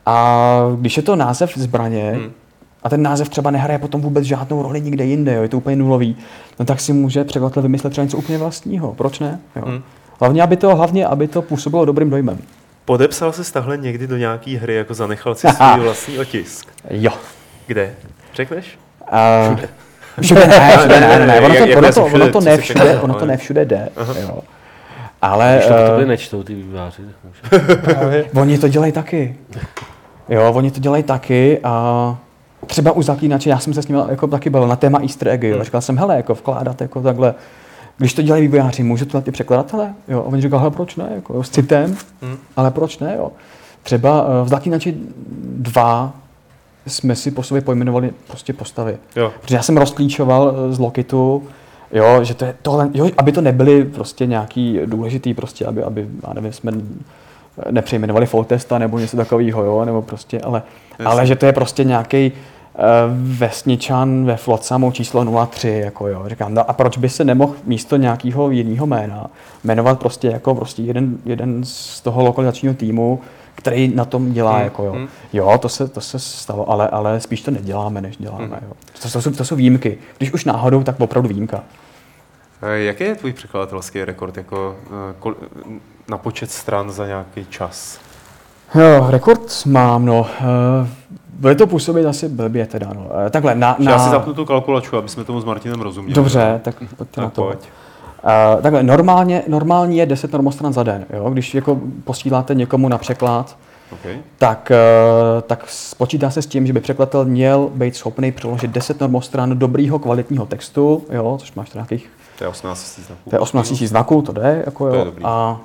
A když je to název zbraně, Hmm. a ten název třeba nehraje potom vůbec žádnou roli nikde jinde, jo, je to úplně nulový, no tak si může překladatel vymyslet třeba něco úplně vlastního. Proč ne? Jo. Hmm. Hlavně, aby to, hlavně, aby to působilo dobrým dojmem. Podepsal jsi tahle někdy do nějaký hry, jako zanechal si svůj vlastní otisk? Jo. Kde? Řekneš? Uh, všude ne, všude ne, ne, ne. Ono to, Jak- ono jak to, všude, ono to co ne si všude, překladal, ono to ale- ne všude jde, jo. Ale Když to po eh, tobě nečtou ty vývojáři. tak může. Právě. oni to dělají taky. Jo, oni to dělají taky a třeba u Zaklínače, já jsem se s ním jako taky byl na téma easter eggy, jo. Říkal jsem, hele, jako vkládat jako takhle, když to dělají vývojáři, můžou to dělat i překladatelé? Jo, a oni říkali, hele, proč ne, jako, jo, s citem, Hmm. ale proč ne, jo. Třeba eh, v Zaklínači dva jsme si po sobě pojmenovali prostě postavy. Jo. Protože já jsem rozklíčoval eh, z Lokitu, jo, že to je tohle, jo, aby to nebyly prostě nějaký důležitý, prostě, aby, aby já nevím, jsme nepřejmenovali Foltesta nebo něco takového, jo, nebo prostě, ale, ale že to je prostě nějaký uh, vesničan ve Flotsamu číslo nula tři, jako jo, říkám, no a proč by se nemohl místo nějakého jiného jména jmenovat prostě jako prostě jeden, jeden z toho lokalizačního týmu, který na tom dělá, Hmm, jako jo. hmm. Jo, to se, to se stalo, ale, ale spíš to neděláme, než děláme, Hmm. jo. To, to, jsou, to jsou výjimky. Když už náhodou, tak opravdu výjimka. Eh, Jaký je tvůj překladatelský rekord jako, eh, kol- na počet stran za nějaký čas? Jo, rekord mám, no. Uh, bude to působit asi blbě teda, no. Uh, takhle, na... Na... na... Já si zapnu tu kalkulačku, aby jsme tomu s Martinem rozuměli. Dobře, tak pojďte na Tak to. pojď. Uh, takhle, normálně, normálně je deset normostran za den, jo. Když jako posíláte někomu na překlad, Okay. tak, uh, tak spočítá se s tím, že by překladatel měl být schopný přeložit deset normostran dobrýho kvalitního textu, jo, což máš nějakých, To je osmnáct tisíc znaků. to je osmnáct tisíc znaků, to jde, jako To je jo. dobrý. A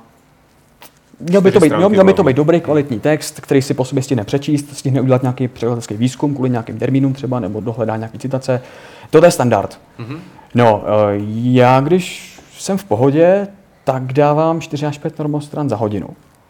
měl by to Čtyři být, stránky měl, měl by to hlavně. být dobrý kvalitní text, který si po sobě stihne přečíst, stihne udělat nějaký překladatelský výzkum kvůli nějakým termínům třeba, nebo dohledá nějaký citace. To je standard. Mhm. No, eh, já když jsem v pohodě, tak dávám čtyři až pět normostran za hodinu.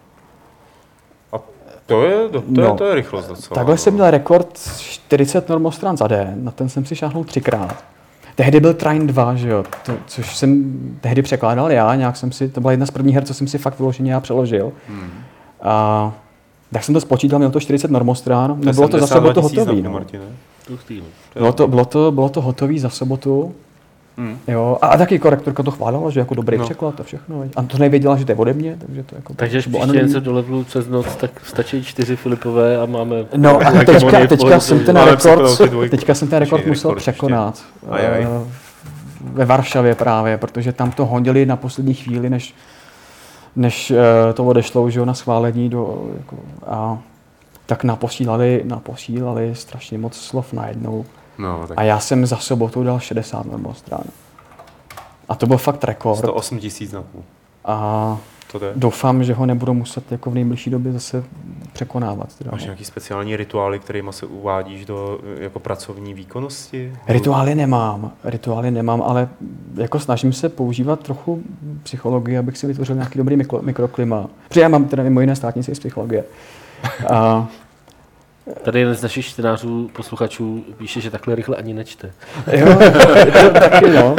A to je, to, je, No. to je rychlost docela. Takhle no. jsem měl rekord čtyřicet normostran za den, na ten jsem si šáhnul třikrát. Tehdy byl Train dva, že jo, to, což jsem tehdy překládal já, nějak jsem si, to byla jedna z prvních her, co jsem si fakt vyloženě já přeložil. Hmm. A tak jsem to spočítal, měl to čtyřicet normostrán, je nebylo to za sedmdesát dva sobotu tisíc hotový. znaků, No. Martine. Tlustý, no. Bylo to, bylo to, bylo to hotový za sobotu, Hmm. jo, a, a taky korektorka to chválila, že jako dobrý No. no. překlad a všechno. veď. A to nevěděla, že to je ode mě, takže to jako... Takže až to bylo příště anonymní. něco do levelu přes noc, tak stačí čtyři Filipové a máme... No a hegemony teďka, v teďka pohodě. jsem ten Máme rekord, překonat ty dvojky. teďka jsem ten rekord Počkej, musel rekord ještě. překonat. Ajaj. eh, Ve Varšavě právě, protože tam to honili na poslední chvíli, než, než eh, to odešlo že jo, na schválení do, jako, a tak naposílali, naposílali strašně moc slov najednou. No, tak A já jsem za sobotu dal šedesát normostran. A to byl fakt rekord. sto osm tisíc znaků. A To jde. doufám, že ho nebudu muset jako v nejbližší době zase překonávat. Teda, Máš no. nějaký speciální rituály, kterými se uvádíš do jako pracovní výkonnosti? Rituály nemám, rituály nemám, ale jako snažím se používat trochu psychologii, abych si vytvořil nějaký dobrý mikro, mikroklima. Protože já mám teda mimo jiné státnici z psychologie. A, Tady jeden z našich čtenářů, posluchačů, píše, že takhle rychle ani nečte. jo, to taky no.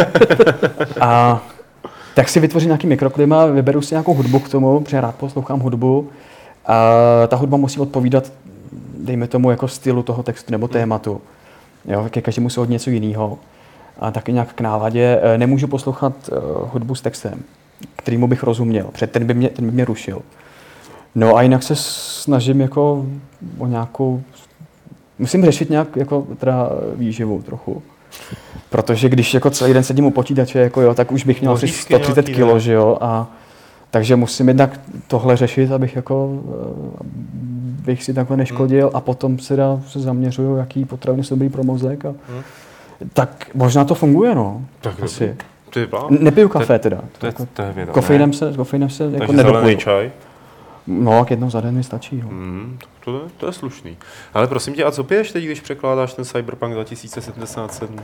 A tak si vytvořím nějaký mikroklima, vyberu si nějakou hudbu k tomu, protože rád poslouchám hudbu. A ta hudba musí odpovídat, dejme tomu, jako stylu toho textu nebo tématu. Jo, ke každému se od něco jiného. A taky nějak k náladě. E, Nemůžu poslouchat uh, hudbu s textem, kterýmu bych rozuměl, protože ten by mě, ten by mě rušil. No a jinak se snažím jako o nějakou... Musím řešit nějak jako teda výživu trochu. Protože když jako celý den sedím u počítače, jako jo, tak už bych měl asi Voříšky sto třicet nějaký, kilo, ne? že jo. A, takže musím jednak tohle řešit, abych jako eh, bych si takhle neškodil a potom se, dá, se zaměřuju, jaký potraviny jsou dobrý pro mozek. A, Hmm. tak možná to funguje, no. Tak Asi. Ty plán? N- Nepiju kafe teda. To je, Jako, to je věda. kofeinem se, kofeinem se jako Takže zelený nedopuju. čaj? No, tak jednou za den mi stačí. No. Hmm, to, to, je, to je slušný. Ale prosím tě, a co piješ teď, když překládáš ten Cyberpunk dva tisíce sedmdesát sedm?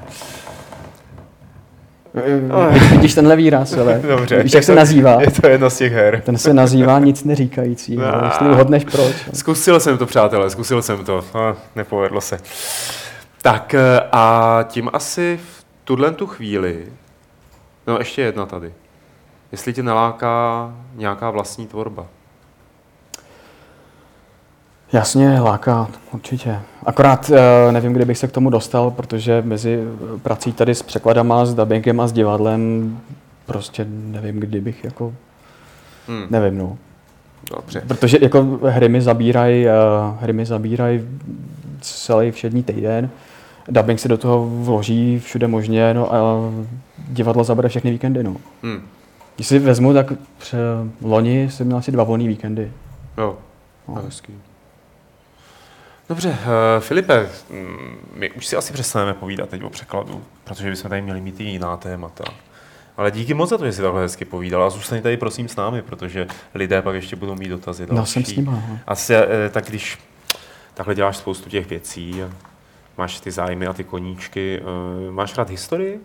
Vid- Vidíš tenhle výraz, ale Dobře. víš, jak se nazývá? Je to jedna z těch her. Ten se nazývá nic neříkající. No. Ah. Jestli uhodneš proč. Zkusil jsem to, přátelé, zkusil jsem to. A nepovedlo se. Tak eh, a tím asi v tuhle tu chvíli, no ještě jedna tady. Jestli tě naláká nějaká vlastní tvorba. Jasně, láká, určitě. Akorát uh, nevím, kdy bych se k tomu dostal, protože mezi prací tady s překladama, s dubbingem a s divadlem prostě nevím, kdy bych jako, Hmm. nevím, no. Dobře. Protože jako hry mi zabírají, uh, hry mi zabírají celý všední týden, dubbing se do toho vloží všude možně, no a divadlo zabere všechny víkendy, no. Hmm. Když si vezmu, tak pře- loni jsem měl asi dva volný víkendy. Jo, No. hezký. Dobře, uh, Filipe, mm, my už si asi přestaneme povídat teď o překladu, protože bychom tady měli mít i jiná témata. Ale díky moc za to, že jsi takhle hezky povídal a zůstaň tady prosím s námi, protože lidé pak ještě budou mít dotazy další. No jsem s nima. No. Asi, uh, tak když takhle děláš spoustu těch věcí, a máš ty zájmy a ty koníčky, uh, máš rád historii?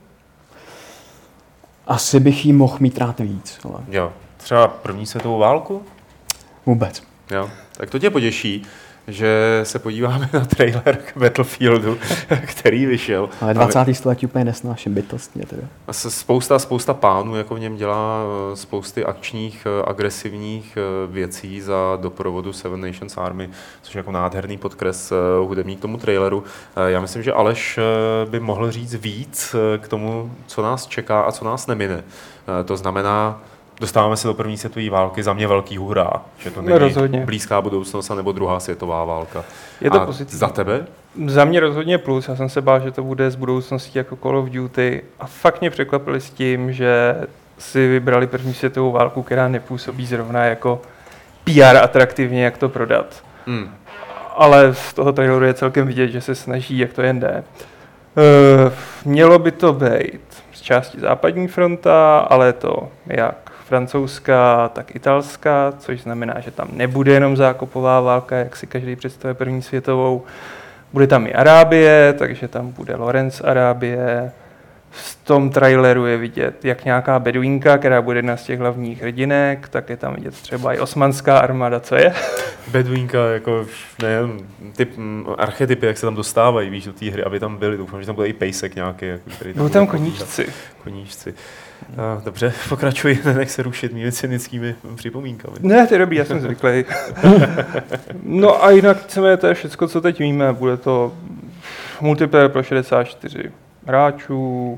Asi bych jí mohl mít rád víc, ale Jo, třeba první světovou válku? vůbec. Jo, tak to tě potěší, že se podíváme na trailer k Battlefieldu, který vyšel. Ale dvacátého století úplně nesnáším bytostně teda. A se spousta, spousta pánů jako v něm dělá eh, spousty akčních, eh, agresivních eh, věcí za doprovodu Seven Nations Army, což je jako nádherný podkres eh, hudební k tomu traileru. Eh, Já myslím, že Aleš eh, by mohl říct víc eh, k tomu, co nás čeká a co nás nemine. Eh, To znamená, dostáváme se do první světové války, za mě velký hurá, že to No, není rozhodně. blízká budoucnost nebo druhá světová válka. Je to a pozitivní. za tebe? Za mě rozhodně plus, já jsem se bál, že to bude z budoucnosti jako Call of Duty a fakt mě překvapili s tím, že si vybrali první světovou válku, která nepůsobí zrovna jako P R atraktivně, jak to prodat. Hmm. Ale z toho traileru je celkem vidět, že se snaží, jak to jen jde. Uh, mělo by to být z části západní fronta, ale je to jak francouzská, tak italská, což znamená, že tam nebude jenom zákopová válka, jak si každý představuje první světovou. Bude tam i Arábie, takže tam bude Lorenz Arábie. V tom traileru je vidět jak nějaká beduínka, která bude jedna z těch hlavních hrdinek, tak je tam vidět třeba i osmanská armáda, co je? Beduínka, jako nejen ty mm, archetypy, jak se tam dostávají, víš, do té hry, aby tam byli. Doufám, že tam bude i pejsek nějaký. Jako, který Budou bude tam povídat. koníčci. Koníčci. A, dobře, pokračuj, nech se rušit mými cynickými připomínkami. Ne, to je dobrý, já jsem zvyklý. No a jinak chceme, to je všechno, co teď víme. Bude to multiplayer pro šedesát čtyři hráčů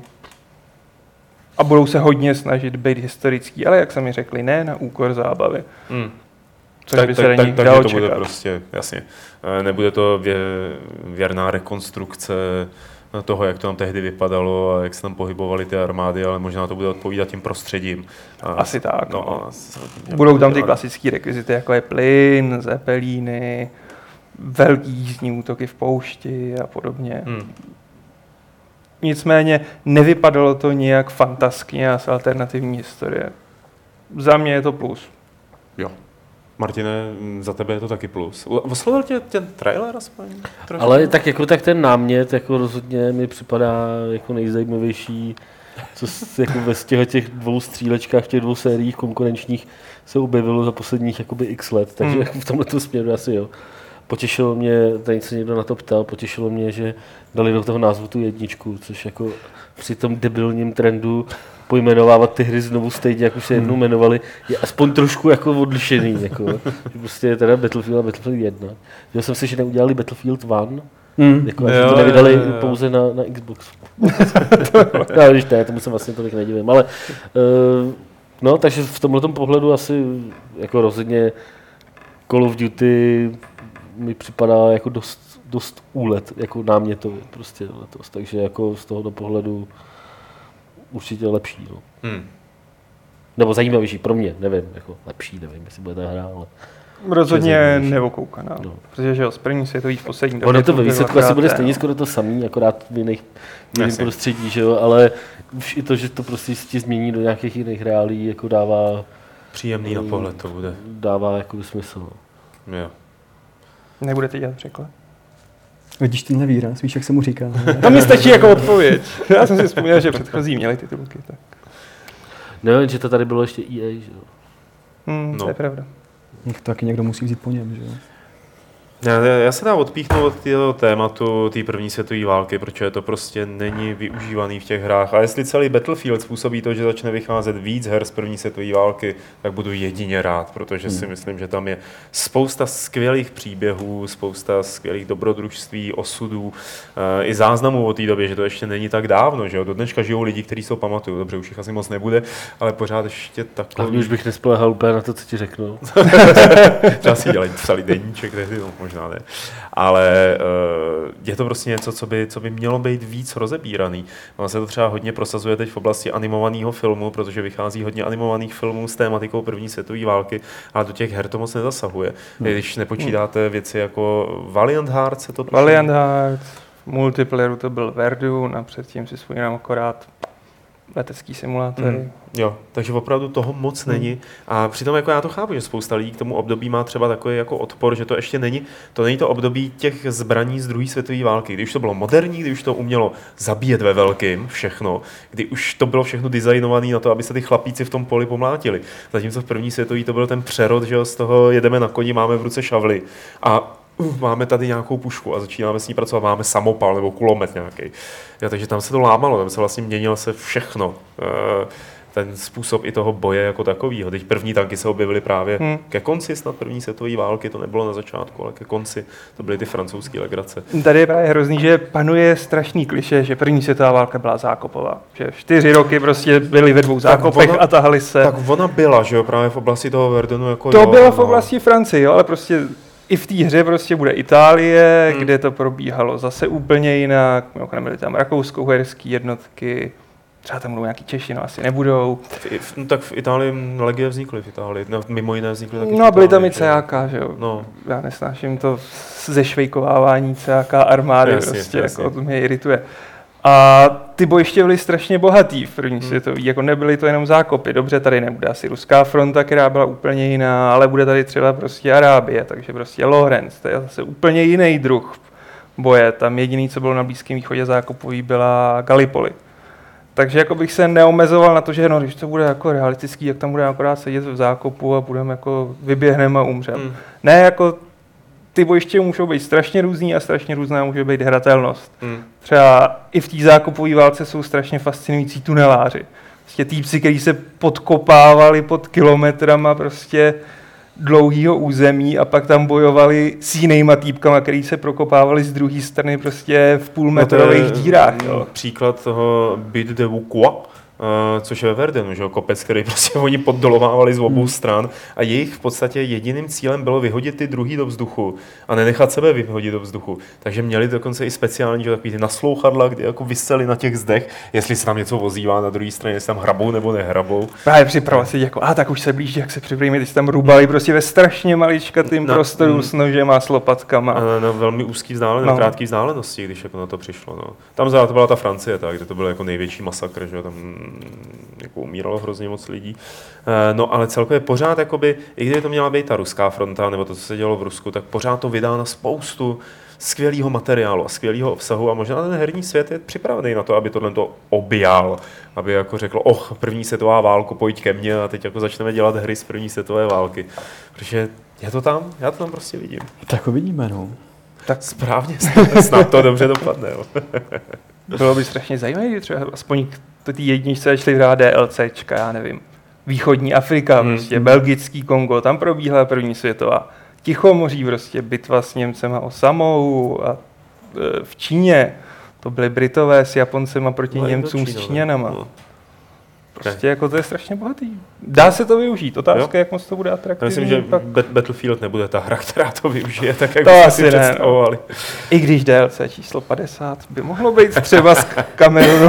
a budou se hodně snažit být historický, ale jak sami řekli, ne na úkor zábavy. Hmm. Což by se tak, tak, dalo takže to čekat. bude prostě, jasně. E, Nebude to vě, věrná rekonstrukce toho, jak to tam tehdy vypadalo a jak se tam pohybovaly ty armády, ale možná to bude odpovídat tím prostředím. A, Asi tak. No, No. a s- Budou tam ty klasické rekvizity, jako je plyn, zepelíny, velký jízdní útoky v poušti a podobně. Hmm. Nicméně nevypadalo to nijak fantaskně a z alternativní historie. Za mě je to plus. Jo. Martine, za tebe je to taky plus. Oslovil tě ten trailer aspoň? Trošku? Ale tak jako tak ten námět jako rozhodně mi připadá jako nejzajímavější, co s, jako ve z těch, těch dvou střílečkách, těch dvou sériích konkurenčních se objevilo za posledních jakoby x let, takže Hmm. jako v tomto směru asi jo. Potěšilo mě, tady se někdo na to ptal, potěšilo mě, že dali do toho názvu tu jedničku, což jako při tom debilním trendu pojmenovávat ty hry znovu stejně, jak už se jednou jmenovali, je aspoň trošku jako odlišený. Jako. Že prostě je teda Battlefield a Battlefield jedna. Viděl jsem si, že neudělali Battlefield jedna, Hmm. jako, a že Jo, to nevydali jo, jo. pouze na, na Xbox. No, když ne, tomu se vlastně tolik nedivím, ale uh, no, takže v tomhletom pohledu asi jako rozhodně Call of Duty mi připadá jako dost, dost úlet, jako námětově prostě letos, takže jako z tohoto pohledu určitě lepší, no. Hmm. Nebo zajímavější pro mě, nevím, jako lepší, nevím, jestli bude ta hra, ale Rozhodně zajímavější. nevokoukaná, No. protože že jo, z první světový v poslední ono to ve bylo výsledku asi bude dvakrát, stejně no. skoro to samý, akorát v jiných v jiném Jasně. prostředí, že jo, ale už i to, že to prostě se ti změní do nějakých jiných reálí, jako dává, Příjemný na pohled to bude. dává jako smysl, no. Jo. Nebudete dělat překlad. Vidíš tenhle výraz, víš, jak se mu říká. To mi stačí jako odpověď. Já jsem si vzpomněl, že předchozí měli titulky. Tak. Nevím, že to tady bylo ještě E A, že jo. Hmm, No. to je pravda. To taky někdo musí vzít po něm, že jo. Já, já se dám odpíchnout od toho tématu té první světové války, protože to prostě není využívaný v těch hrách. A jestli celý Battlefield způsobí to, že začne vycházet víc her z první světové války, tak budu jedině rád, protože si myslím, že tam je spousta skvělých příběhů, spousta skvělých dobrodružství, osudů, i záznamů o té době, že to ještě není tak dávno, že jo. Do dneška žijou lidi, kteří se pamatují. Dobře, už jich asi moc nebude, ale pořád ještě takový. Hlavně už bych nespolehal úplně na to, co ti řeknu. Třeba si dělají psali deníček, tehdy, no, možná ne. Ale uh, je to prostě něco, co by, co by mělo být víc rozebíraný. Ono se to třeba hodně prosazuje teď v oblasti animovaného filmu, protože vychází hodně animovaných filmů s tématikou první světové války, ale do těch her to moc nezasahuje. Hmm. Když nepočítáte věci jako Valiant Hearts, se to tuším? Valiant Hearts, v multiplayeru to byl Verdun a předtím si vzpomínám akorát letecký simulátory. Mm, jo, takže opravdu toho moc mm. není. A přitom jako já to chápu, že spousta lidí k tomu období má třeba takový jako odpor, že to ještě není, to není to období těch zbraní z druhé světové války, kdy už to bylo moderní, kdy už to umělo zabíjet ve velkým všechno, kdy už to bylo všechno designované na to, aby se ty chlapíci v tom poli pomlátili. Zatímco v první světové to byl ten přerod, že z toho jedeme na koni, máme v ruce šavly a Uh, máme tady nějakou pušku a začínáme s ní pracovat, máme samopal nebo kulomet nějaký. Ja, takže tam se to lámalo, tam se vlastně měnilo se všechno. Uh, ten způsob i toho boje jako takovýho. Teď první tanky se objevily právě hmm. ke konci snad první světové války, to nebylo na začátku, ale ke konci. To byly ty francouzské legrace. Tady je právě hrozný, že panuje strašný klišé, že první světová válka byla zákopová. Že čtyři roky prostě byli ve dvou zákopech ona, a tahali se. Tak ona byla, že jo, právě v oblasti toho Verdunu. Jako to jo, bylo v no. oblasti Francie, jo, ale prostě i v té hře prostě bude Itálie, hmm. kde to probíhalo zase úplně jinak. Byly tam rakousko-uherské jednotky, třeba tam budou nějaký Češi, no asi nebudou. V, no, tak v Itálii legie vznikly v Itálii, no, mimo jiné vznikly taky. No byly tam i C A K, že jo. No. Já nesnáším to zešvejkovávání C A K armády, jasně, prostě, jasně. Jako to mě irituje. A ty bojiště byly strašně bohatý v první hmm. světový, jako nebyly to jenom zákopy. Dobře, tady nebude asi ruská fronta, která byla úplně jiná, ale bude tady třeba prostě Arábie, takže prostě Lorenz, to je zase úplně jiný druh boje. Tam jediný, co bylo na Blízkém východě zákopový, byla Gallipoli. Takže jako bych se neomezoval na to, že no, když to bude jako realistický, jak tam budeme akorát sedět v zákopu a budeme jako vyběhneme a umřeme. Hmm. Ne, jako ty bojiště můžou být strašně různý a strašně různá může být hratelnost. Hmm. Třeba i v té zákopové válce jsou strašně fascinující tuneláři. Prostě týpci, kteří se podkopávali pod kilometrama prostě dlouhýho území a pak tam bojovali s jinýma týpkama, který se prokopávali z druhé strany prostě v půlmetrových no dírách. Jo. Příklad toho Bit de Vauquois, Uh, což je ve Verdenu, že jo, kopec, který prostě oni poddolovávali z obou hmm. stran a jejich v podstatě jediným cílem bylo vyhodit ty druhý do vzduchu a nenechat sebe vyhodit do vzduchu. Takže měli dokonce i speciální, že takový ty naslouchadla, kdy jako vyseli na těch zdech, jestli se tam něco vozívá na druhé straně, jestli tam hrabou nebo nehrabou. Právě připravovat si jako, a tak už se blíží, jak se připravíme, ty se tam rubali prostě ve strašně maličkatým prostoru mm, s nožema, s lopatkama. Na, na velmi úzký vzdálenosti, no. krátký vzdálenosti, když jako na to přišlo. No. Tam za to byla ta Francie, tak, kde to byl jako největší masakr, že tam jako umíralo hrozně moc lidí. No ale celkově pořád, jakoby, i kdyby to měla být ta ruská fronta, nebo to, co se dělo v Rusku, tak pořád to vydá na spoustu skvělého materiálu a skvělého obsahu a možná ten herní svět je připravený na to, aby tohle to objal, aby jako řekl, oh, první světová válka, pojď ke mně a teď jako začneme dělat hry z první světové války. Protože je to tam, já to tam prostě vidím. Tak uvidíme, no. Tak správně, snad to dobře dopadne. Jo. Bylo by strašně zajímavé, třeba aspoň to ty jedničce začaly hrát DLCčka, já nevím. Východní Afrika, hmm. prostě belgický Kongo, tam probíhala první světová. Tichomoří, prostě bitva s Němcema o Samou a e, v Číně to byly Britové s Japoncema proti no, Němcům s Číňanama. No. Prostě jako to je strašně bohatý. Dá se to využít, otázka, jo? Jak moc to bude atraktivní. Já myslím, že pak... Battlefield nebude ta hra, která to využije, tak jak to byste asi si představovali. Ne, no. I když D L C číslo padesát by mohlo být třeba z Kamerunu.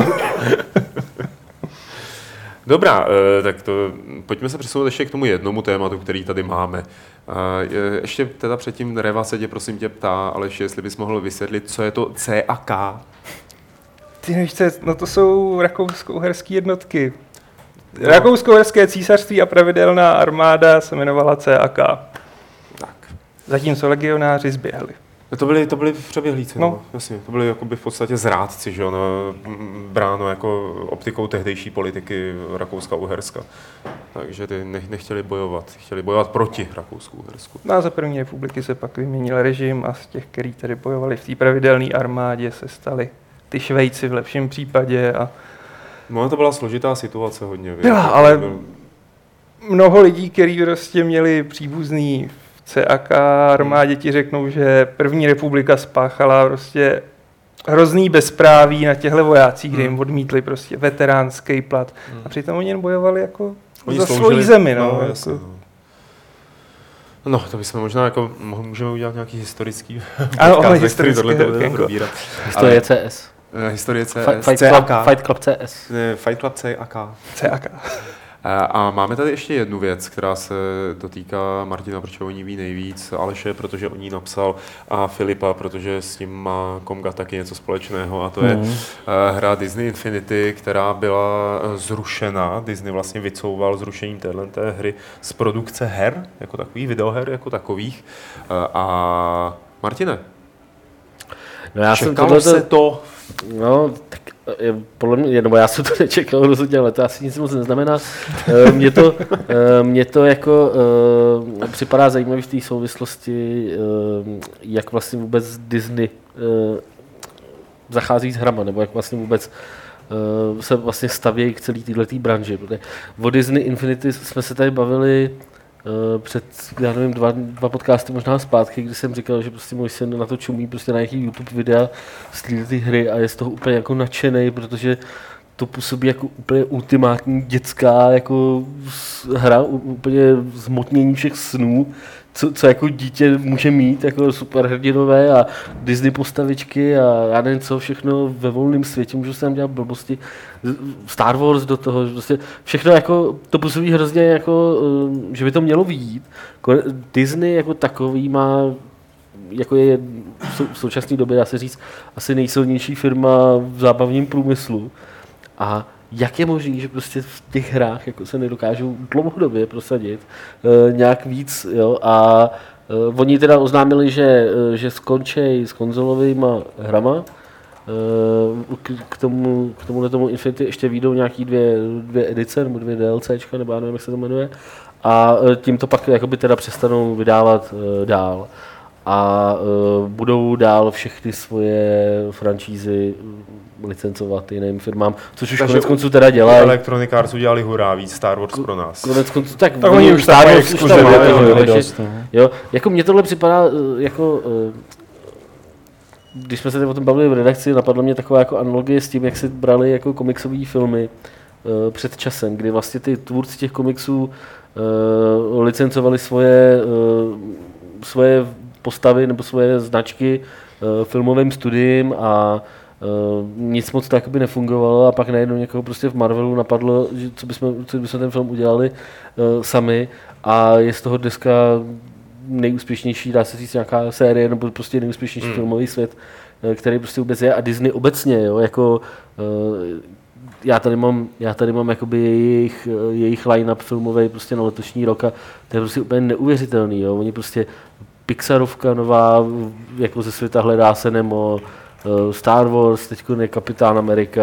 Dobrá, tak to, pojďme se přesunout ještě k tomu jednomu tématu, který tady máme. Ještě teda předtím Reva se tě prosím tě ptá, ale ještě jestli bys mohl vysvětlit, co je to C A K. Ty nevíš, no to jsou rakousko-uherské jednotky. No. Rakousko-uherské císařství a pravidelná armáda se jmenovala C A K. Tak. Zatímco legionáři zběhli. To byli, to byli přeběhlíci, no. No. Jasně, to byli jakoby v podstatě zrádci, že jo, no, bráno jako optikou tehdejší politiky Rakouska a Uherska. takže ty ne, nechtěli bojovat, chtěli bojovat proti Rakousku-Uhersku. No a za první republiky se pak vyměnil režim a z těch, kteří tady bojovali v té pravidelné armádě, se stali ty Švejci v lepším případě. A... No to byla složitá situace hodně. Byla, ale mnoho lidí, kteří prostě měli příbuzný v C A K armádě, ti řeknou, že první republika spáchala prostě hrozný bezpráví na těchto vojácích, kde jim odmítli prostě veteránský plat. Hmm. A přitom oni jen bojovali jako oni za svoji zemi. No, no, jasně, jako. no. No, to bychom možná jako, můžeme udělat nějaký historický ano, ale historický tohle budeme probírat. Historie C S. Uh, historie C S. Fight, Fight, Club, Fight Club C S. Ne, Fight Club C A K. C A K. A máme tady ještě jednu věc, která se dotýká Martina, protože o ní ví nejvíc, Aleše, protože o ní napsal, a Filipa, protože s tím má Komga taky něco společného, a to je mm. hra Disney Infinity, která byla zrušena. Disney vlastně vycouval zrušením téhleté hry z produkce her, jako takových, videoher jako takových. A Martine, no já čekalo jsem tohleto... se to? No, tak podle mě, nebo já jsem to nečekal rozhodně, ale to asi nic moc neznamená. Mně to, mně to jako uh, připadá zajímavý v té souvislosti, uh, jak vlastně vůbec Disney uh, zachází s hrama, nebo jak vlastně vůbec uh, se vlastně stavějí k celé této branži. Protože o Disney Infinity jsme se tady bavili uh, před, já nevím, dva, dva podcasty možná zpátky, kdy jsem říkal, že prostě můj syn na to čumí prostě na nějaký YouTube videa z této hry a je z toho úplně jako nadšenej, protože to působí jako úplně ultimátní dětská jako hra, úplně zmotnění všech snů, co, co jako dítě může mít, jako superhrdinové a Disney postavičky a já nevím co, všechno ve volném světě, můžu se tam dělat blbosti, Star Wars do toho, prostě všechno jako, to působí hrozně jako, že by to mělo vyjít. Disney jako takový má, jako je v současné době, dá se říct, asi nejsilnější firma v zábavním průmyslu. A jak je možné, že prostě v těch hrách jako se nedokážou dlouhodobě prosadit e, nějak víc, jo, a e, oni teda oznámili, že, e, že skončí s konzolovými hrama, e, k, k tomu, k tomuhle tomu Infinity ještě vyjdou nějaký dvě, dvě edice, nebo dvě DLCčka, nebo já nevím, jak se to jmenuje, a e, tím to pak jakoby teda přestanou vydávat e, dál. A uh, budou dál všechny svoje franšízy licencovat jiným firmám, což už konec konců teda dělají. Electronic Arts udělali hurá víc Star Wars pro nás. Konec konců, tak, tak oni už Star Wars už tam mají. Jo, jako mně tohle připadá, jako, uh, když jsme se o tom bavili v redakci, napadlo mě taková jako analogie s tím, jak se brali jako komiksové filmy uh, před časem, kdy vlastně ty tvůrci těch komiksů uh, licencovali svoje, uh, svoje postavy nebo svoje značky uh, filmovým studiem a uh, nic moc tak by nefungovalo a pak najednou někoho prostě v Marvelu napadlo, že co bychom, co bychom ten film udělali uh, sami a je z toho dneska nejúspěšnější, dá se říct nějaká série nebo prostě nejúspěšnější mm. filmový svět, uh, který prostě vůbec je a Disney obecně, jo, jako uh, já tady mám, já tady mám jakoby jejich, jejich line-up filmový prostě na letošní rok a to je prostě úplně neuvěřitelný, jo, oni prostě Pixarovka nová, jako ze světa hledá se Nemo, Star Wars, teď je Kapitán Amerika,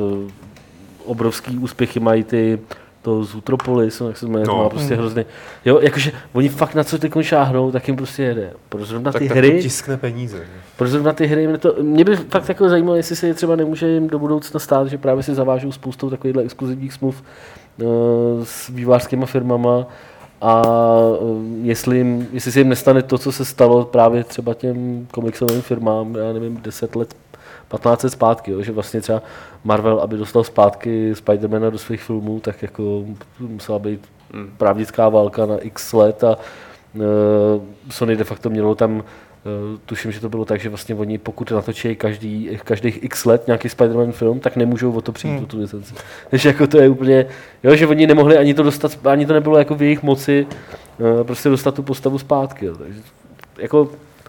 obrovský úspěchy mají ty, to Zootropolis, jak se jmenuje, no. Má prostě hrozný. Jo, jakože oni fakt na co teď šáhnou, tak jim prostě jede. Pro zrovna tak, ty tak hry, to tiskne peníze. Pro zrovna ty hry, mě, to, mě by fakt jako zajímalo, jestli se je třeba nemůže jim do budoucna stát, že právě si zavážou spoustou takovýchhle exkluzivních smluv uh, s vývojářskýma firmama, a jestli, jim, jestli se jim nestane to, co se stalo právě třeba těm komiksovým firmám, já nevím, deset let, patnáct let zpátky, jo, že vlastně třeba Marvel, aby dostal zpátky Spidermana do svých filmů, tak jako musela být mm. právnická válka na x let a uh, Sony de facto mělo tam, Uh, tuším, že to bylo tak, že vlastně oni pokud natočí každý, každých x let nějaký Spider-Man film, tak nemůžou o to přijít, hmm. o tu licenci. Takže jako to je úplně, jo, že oni nemohli ani to dostat, ani to nebylo jako v jejich moci uh, prostě dostat tu postavu zpátky. Jo. Takže jako uh,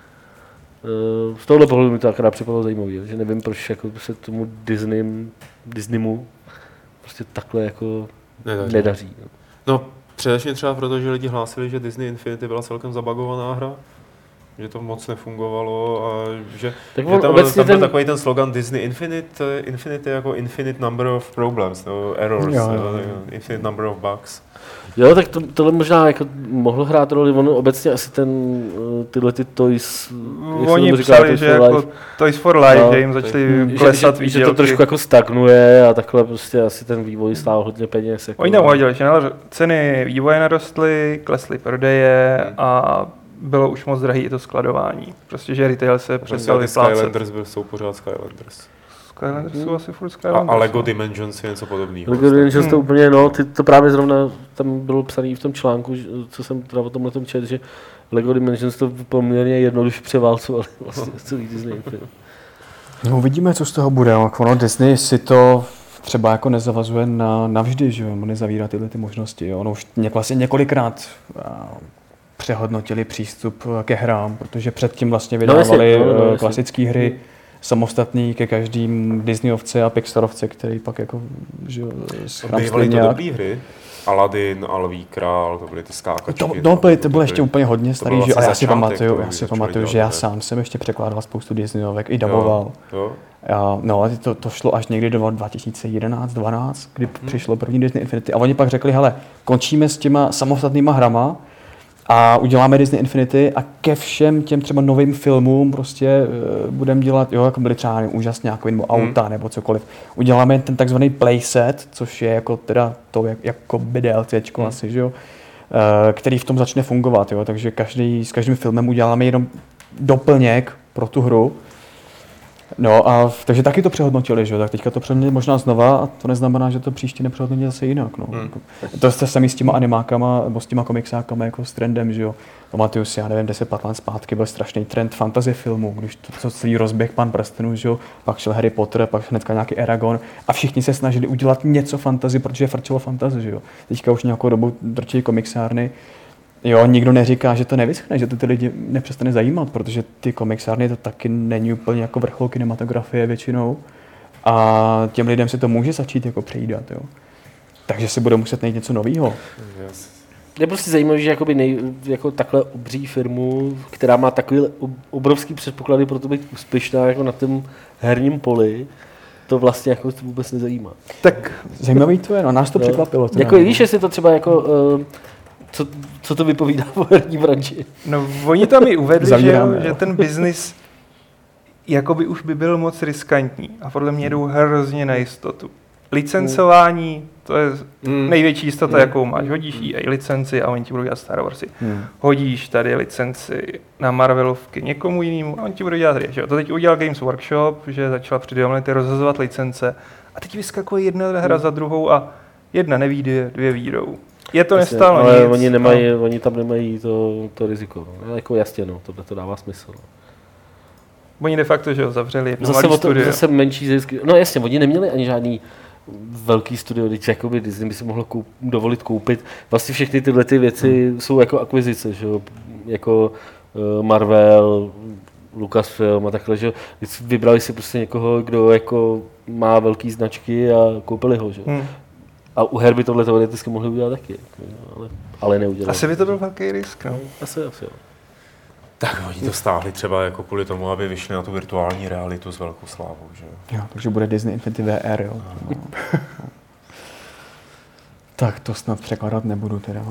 z tohohle pohledu mi to akorát připadalo zajímavé, že nevím, proč jako se tomu Disney, Disneymu prostě takhle jako nedaří. nedaří jo. No, především třeba proto, že lidi hlásili, že Disney Infinity byla celkem zabagovaná hra. že to moc nefungovalo a že, Tak že tam, tam byl ten... takový ten slogan Disney Infinite, Infinite jako Infinite Number of Problems, no, errors, jo, no, jo. Infinite Number of Bugs. Jo, tak to, tohle možná jako mohlo hrát roli, ono obecně asi ten, tyhle ty Toys, Oni psali, že jako Toys for Life, no, že jim začali klesat výdělky. Že, že to trošku jako stagnuje a takhle prostě asi ten vývoj stál hodně peněz. Jako Oni tam uhodili, že ceny vývoje narostly, klesly prodeje hmm. a bylo už moc drahý i to skladování. Prostě, že retail se přestal vyplácet. Skylanders byl, jsou pořád Skylanders. Skylanders jsou asi furt Skylanders. A, a Lego Dimensions je něco podobného. Lego Dimensions to úplně, no, ty, to právě zrovna tam bylo psaný v tom článku, co jsem teda o tomhle tom četl, že Lego Dimensions to poměrně jednoduše převálcovali vlastně celý Disney. No uvidíme, co z toho bude. Ono Disney si to třeba jako nezavazuje na, navždy, že jo, nezavírá tyhle ty možnosti. Jo. Ono už něk, vlastně několikrát přehodnotili přístup ke hrám, protože předtím vlastně vydávali no, no, no, klasické hry hmm. samostatný ke každým Disneyovce a Pixarovce, který pak jako, že bývaly to dobrý hry. Aladdin, Alví král, to byly ty skákačky. To, no, to, to bylo ještě úplně hodně starý, že vlastně a já si pamatuju, já si pamatuju, že já ne? sám jsem ještě překládal spoustu Disneyovek, i daboval. Jo, jo. A, no, to, to šlo až někdy do dva tisíce jedenáct dvanáct, kdy hmm. přišlo první Disney Infinity a oni pak řekli, hele, končíme s těma samostatnýma hrama, a uděláme Disney Infinity a ke všem těm třeba novým filmům prostě uh, budeme dělat, jo, jako byly třeba úžasňáky nebo auta hmm. nebo cokoliv. Uděláme ten takzvaný playset, což je jako teda to jak, jako by DLCčko hmm. asi, že jo, uh, který v tom začne fungovat, jo, takže každý, s každým filmem uděláme jenom doplněk pro tu hru. No a takže taky to přehodnotili, že jo, tak teďka to přehodnotili možná znova a to neznamená, že to příště nepřehodnotí zase jinak, no. Hmm. To je samý s těma animákama, nebo s těma komiksákama jako s trendem, že jo. Pamatuju si, já nevím, deset patnáct zpátky byl strašný trend fantasy filmů, když to, to celý rozběh Pan prstenů, že jo, pak šel Harry Potter, pak hnedka nějaký Eragon a všichni se snažili udělat něco fantasy, protože frčelo fantasy, že jo. Teďka už nějakou dobu drčí komiksárny. Jo, nikdo neříká, že to nevyschne, že to ty lidi nepřestane zajímat, protože ty komiksárny to taky není úplně jako vrchol kinematografie většinou a těm lidem se to může začít jako přejídat, jo. Takže si bude muset najít něco nového. Yes. Je prostě zajímavé, že jakoby nej, jako takhle obří firmu, která má takový obrovský předpoklady pro to být úspěšná jako na tom herním poli, to vlastně jako vůbec nezajímá. Tak zajímavý to je, no, nás to no. překvapilo. To jako víš, jestli to třeba jako... Uh, Co, co to vypovídá o herní branži? No, oni tam i uvedli, že, že ten biznis jakoby už by byl moc riskantní a podle mě jdou hrozně na jistotu. Licencování, to je mm. největší jistota, mm. jakou máš. Hodíš E A licenci a oni ti budou dělat Star Warsy. Mm. Hodíš tady licenci na Marvelovky někomu jinému a oni ti budou dělat hry. To teď udělal Games Workshop, že začala před dvěma lety rozhazovat licence a teď vyskakuje jedna hra mm. za druhou a jedna nevíde, dvě výjdou. Je to nestálo ale nic. Oni, nemají, no. oni tam nemají to, to riziko. No. Jako jasně, no, tohle to dává smysl. No. Oni de facto, že ho zavřeli jedno zase malý to, studio. Zase menší zisky. No jasně, oni neměli ani žádný velký studio, když jakoby Disney by si mohlo koup, dovolit koupit. Vlastně všechny tyhle ty věci hmm. jsou jako akvizice, že jo? Jako uh, Marvel, Lucasfilm a takhle, že vybrali si prostě někoho, kdo jako má velký značky a koupili ho, že hmm. A u her by tohle teoreticky mohli udělat taky, ale, ale neudělali. Asi by to byl velký risk, no. Asi, asi, jo. Tak oni to stáhli třeba jako kvůli tomu, aby vyšli na tu virtuální realitu s velkou slávou, že jo. Jo, takže bude Disney Infinity V R, jo. No. Tak to snad překládat nebudu teda.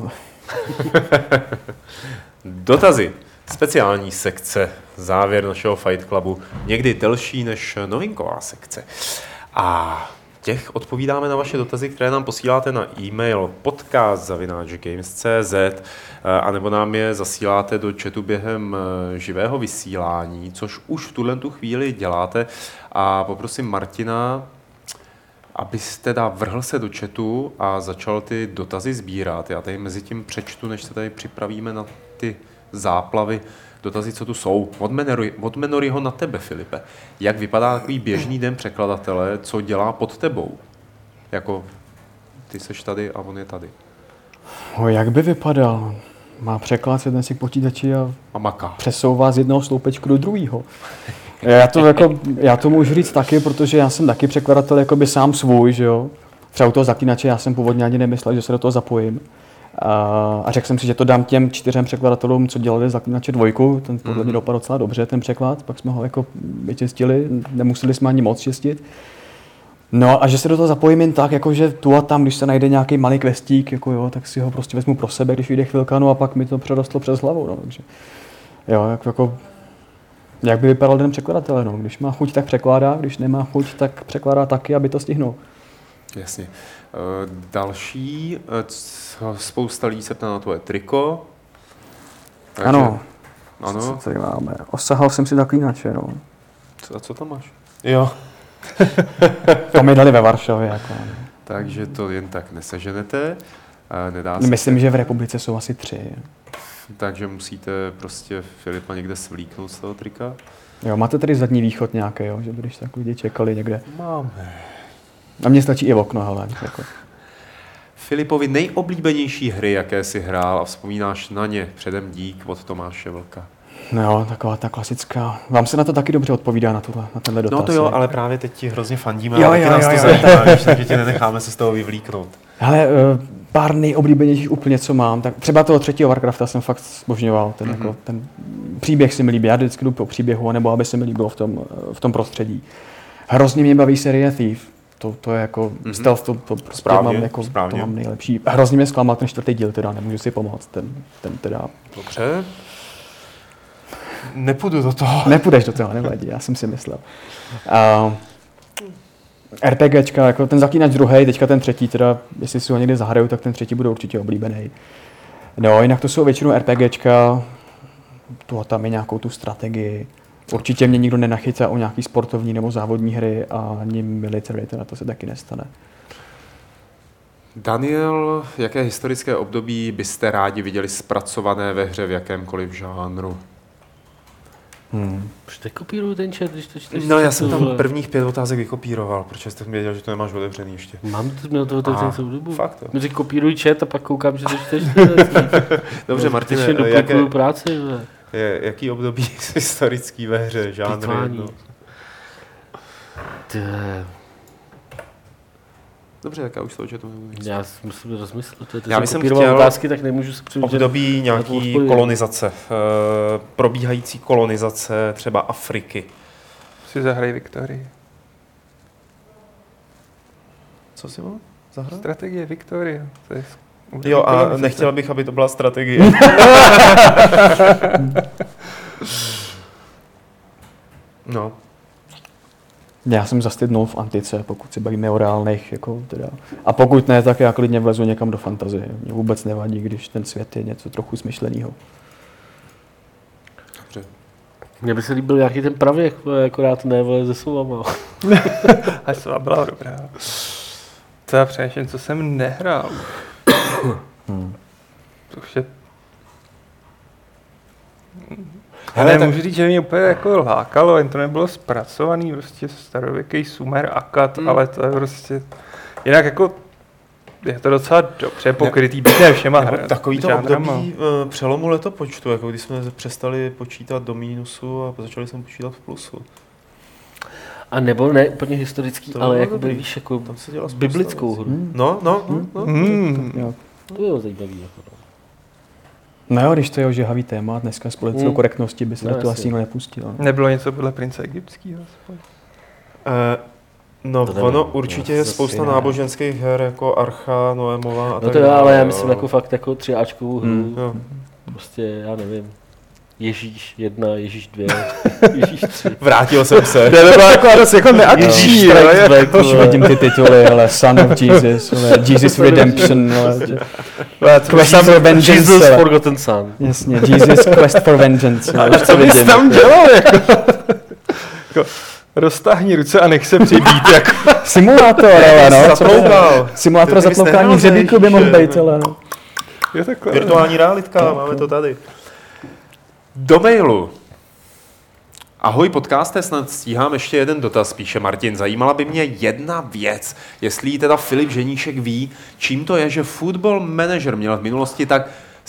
Dotazy. Speciální sekce, závěr našeho Fight Clubu, někdy delší než novinková sekce. A těch odpovídáme na vaše dotazy, které nám posíláte na e-mail podcast zavináč games tečka cé zet anebo nám je zasíláte do chatu během živého vysílání, což už v tuhle tu chvíli děláte. A poprosím Martina, abyste teda vrhl se do chatu a začal ty dotazy sbírat. Já tady mezi tím přečtu, než se tady připravíme na ty záplavy dotazy, co tu jsou. Od, Menory, od Menoryho na tebe, Filipe. Jak vypadá takový běžný den překladatele, co dělá pod tebou? Jako ty seš tady a on je tady. O, jak by vypadal? Má překlad, sedne si k počítači a, a maká. Přesouvá z jednoho sloupečku do druhého. Já to, jako, já to můžu říct taky, protože já jsem taky překladatel jakoby sám svůj, že jo. Třeba u toho Zaklínače já jsem původně ani nemyslel, že se do toho zapojím. A, a řekl jsem si, že to dám těm čtyřem překladatelům, co dělali Zaklínače dvojku, ten podle mě Mhm. dopadl docela dobře, ten překlad, pak jsme ho jako vyčistili, nemuseli jsme ani moc čistit. No a že se do toho zapojím jen tak, jakože tu a tam, když se najde nějaký malý questík, jako jo, tak si ho prostě vezmu pro sebe, když vyjde chvilka, no a pak mi to přerostlo přes hlavu, no, takže jo, jak, jako, jak by vypadal den překladatele, no, když má chuť, tak překládá, když nemá chuť, tak překládá taky, aby to stihnul. Jasně. Uh, další, uh, co- spousta lidí se ptá na tvoje triko. Takže- Ano, Ano. co tady máme, osahal jsem si Zaklínače, no, Co, a co tam máš? Jo. to mi dali ve Varšavě, jako, no. Takže to jen tak neseženete. Uh, nedá se. Myslím, že v republice jsou asi tři. Takže musíte prostě Filipa někde svlíknout z toho trika. Jo, máte tady zadní východ nějaký, jo, že by když tak lidi čekali někde. Máme. A mně stačí i okno, hele. Jako. Filipovi nejoblíbenější hry, jaké si hrál a vzpomínáš na ně. Předem dík od Tomáše Vlka. No jo, taková ta klasická. Vám se na to taky dobře odpovídá, na, tuhle, na tenhle dotaz. No to jo, je. ale právě teď ti hrozně fandíme Jo, a taky jo, nás jo, to jo. zajímá, víš, takže tě nenecháme se z toho vyvlíknout. Hele, eh, pár nejoblíbenějších úplně, co mám, tak třeba toho třetího Warcrafta jsem fakt zbožňoval. Ten, Mhm. jako, ten příběh si mi líbí, já vždycky jdu po příběhu, nebo aby se mi líbilo v tom, eh, v tom prostředí. Hrozně mě baví série Thief. To, to je jako Mhm. stealth, to, to prostě Správně, mám, jako, to správně. mám nejlepší. Hrozně mě zklamal ten čtvrtý díl, teda nemůžu si pomoct, ten, ten teda. Dobře. Nepůjdu do toho. Nepůjdeš do toho, nevadí, já jsem si myslel. Uh, RPGčka, jako ten Zaklínač druhý, teďka ten třetí, teda, jestli si ho někdy zahraju, tak ten třetí bude určitě oblíbený. No, jinak to jsou většinou RPGčka, tu a tam je nějakou tu strategii. Určitě mě nikdo nenachytá o nějaký sportovní nebo závodní hry a ani military, teda to se taky nestane. Daniel, jaké historické období byste rádi viděli zpracované ve hře v jakémkoliv žánru? Hmm. Proč teď kopíruju ten chat, když to čteš? No já jsem to, tam vole? prvních pět otázek vykopíroval, protože jste věděl, že to nemáš otevřený ještě. Mám to, měl to otevřený Aha, celou dobu. fakt jo. No, že kopíruj chat a pak koukám, že to čteš. Dobře, Martine, Martine, jaké, doplňuju práci. vole. je, jaký období historický ve hře, žánry? Plýtvání. No. Ty, Dobře, tak já už to, že to nebudu. já si musím rozmyslet. To je, to Já jsem bych kopíroval chtěl otázky, tak nemůžu se přiučit. Období na to nějaký odpovědět. kolonizace, eh, probíhající kolonizace třeba Afriky. Si zahraj Viktorii. Co si mám zahrát? Strategie Viktorie. To je Jo, a kolonizace. nechtěl bych, aby to byla strategie. No, Já jsem zastydnul v antice, pokud se bavíme o reálných, jako teda. A pokud ne, tak já klidně vlezu někam do fantazie. Mě vůbec nevadí, když ten svět je něco trochu smyšlenýho. dobře. Mně by se líbil nějaký ten pravěk, vole, akorát ne, vole, se slovama. A slova byla dobrá. To já přemýšlím, co jsem nehrál. Hmm. To už je... Hele, Ale tak- můžu říct, že mě úplně jako lákalo, jen to nebylo zpracovaný, prostě starověký Sumer, Akkad, Hmm. ale to je prostě... Jinak jako je to docela dobře pokrytý, byť ne všema Nebo hra- takový to žánrama. období uh, přelomu letopočtu, jako když jsme přestali počítat do mínusu a začali jsme počítat v plusu. A nebo ne úplně historický, To ale bylo jako dobrý. víš, jako Tam se dělá spousta biblickou věcí. hru. Hmm. No, no, no, no. Hmm. Jo. To bylo zajímavý. Jako, no. No jo, když to je ožehavý téma, dneska z politickou Hmm. korektnosti by se No, no, to jasně. asi nikdo nepustil. No. Nebylo něco podle prince egyptského? aspoň? Eh, no, To nevím. ono určitě No, je zase spousta ne. náboženských her, jako Archa, Noémová a No tak to jo, dále, ale já jo. myslím jako fakt jako třiáčkovou hru. Hmm. Jo. Prostě, já nevím. Ježíš jedna, Ježíš dvě, Ježíš tři. Vrátil jsem se. To bylo jako dost jako neakční, Ježíš jo, Strikes jak- Back, Už vole. vidím ty tituly, ale Son of Jesus, ale Jesus Redemption, ale, Quest for Vengeance, Jesus ale- Forgotten Son. jasně, Jesus Quest for Vengeance. ale už Co bys vidím. tam dělal? Jako? Jako, roztáhni ruce a nech se přibít. Jako. Simulátor, ale no. co to je? Zatloukal. Simulátor Ty bys zatloukání nehrál za hřebíku by mohl Ježíše, být, ale no. Je takhle. Virtuální realitka, máme to tady. Do mailu. Ahoj podcaste, snad stíhám ještě jeden dotaz, píše Martin. Zajímala by mě jedna věc, jestli teda Filip Ženíšek ví, čím to je, že Football Manager měl v minulosti tak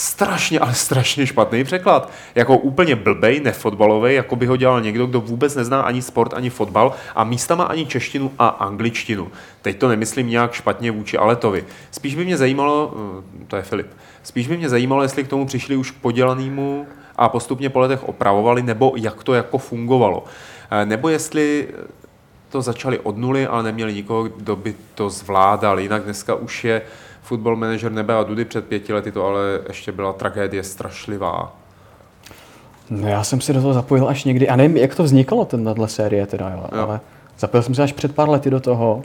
strašně, ale strašně špatný překlad. Jako úplně blbej, nefotbalovej, jako by ho dělal někdo, kdo vůbec nezná ani sport, ani fotbal a místama ani češtinu a angličtinu. Teď to nemyslím nějak špatně vůči Aletovi. Spíš by mě zajímalo, to je Filip, spíš by mě zajímalo, jestli k tomu přišli už k podělanému a postupně po letech opravovali, nebo jak to jako fungovalo. Nebo jestli to začali od nuly, ale neměli nikoho, kdo by to zvládal. Jinak dneska už je Football Manager Nebe a Dudy, před pěti lety to ale ještě byla tragédie strašlivá. No já jsem si do toho zapojil až někdy, a nevím, jak to vznikalo, tenhle série teda, jo, jo. Ale zapojil jsem se až před pár lety do toho.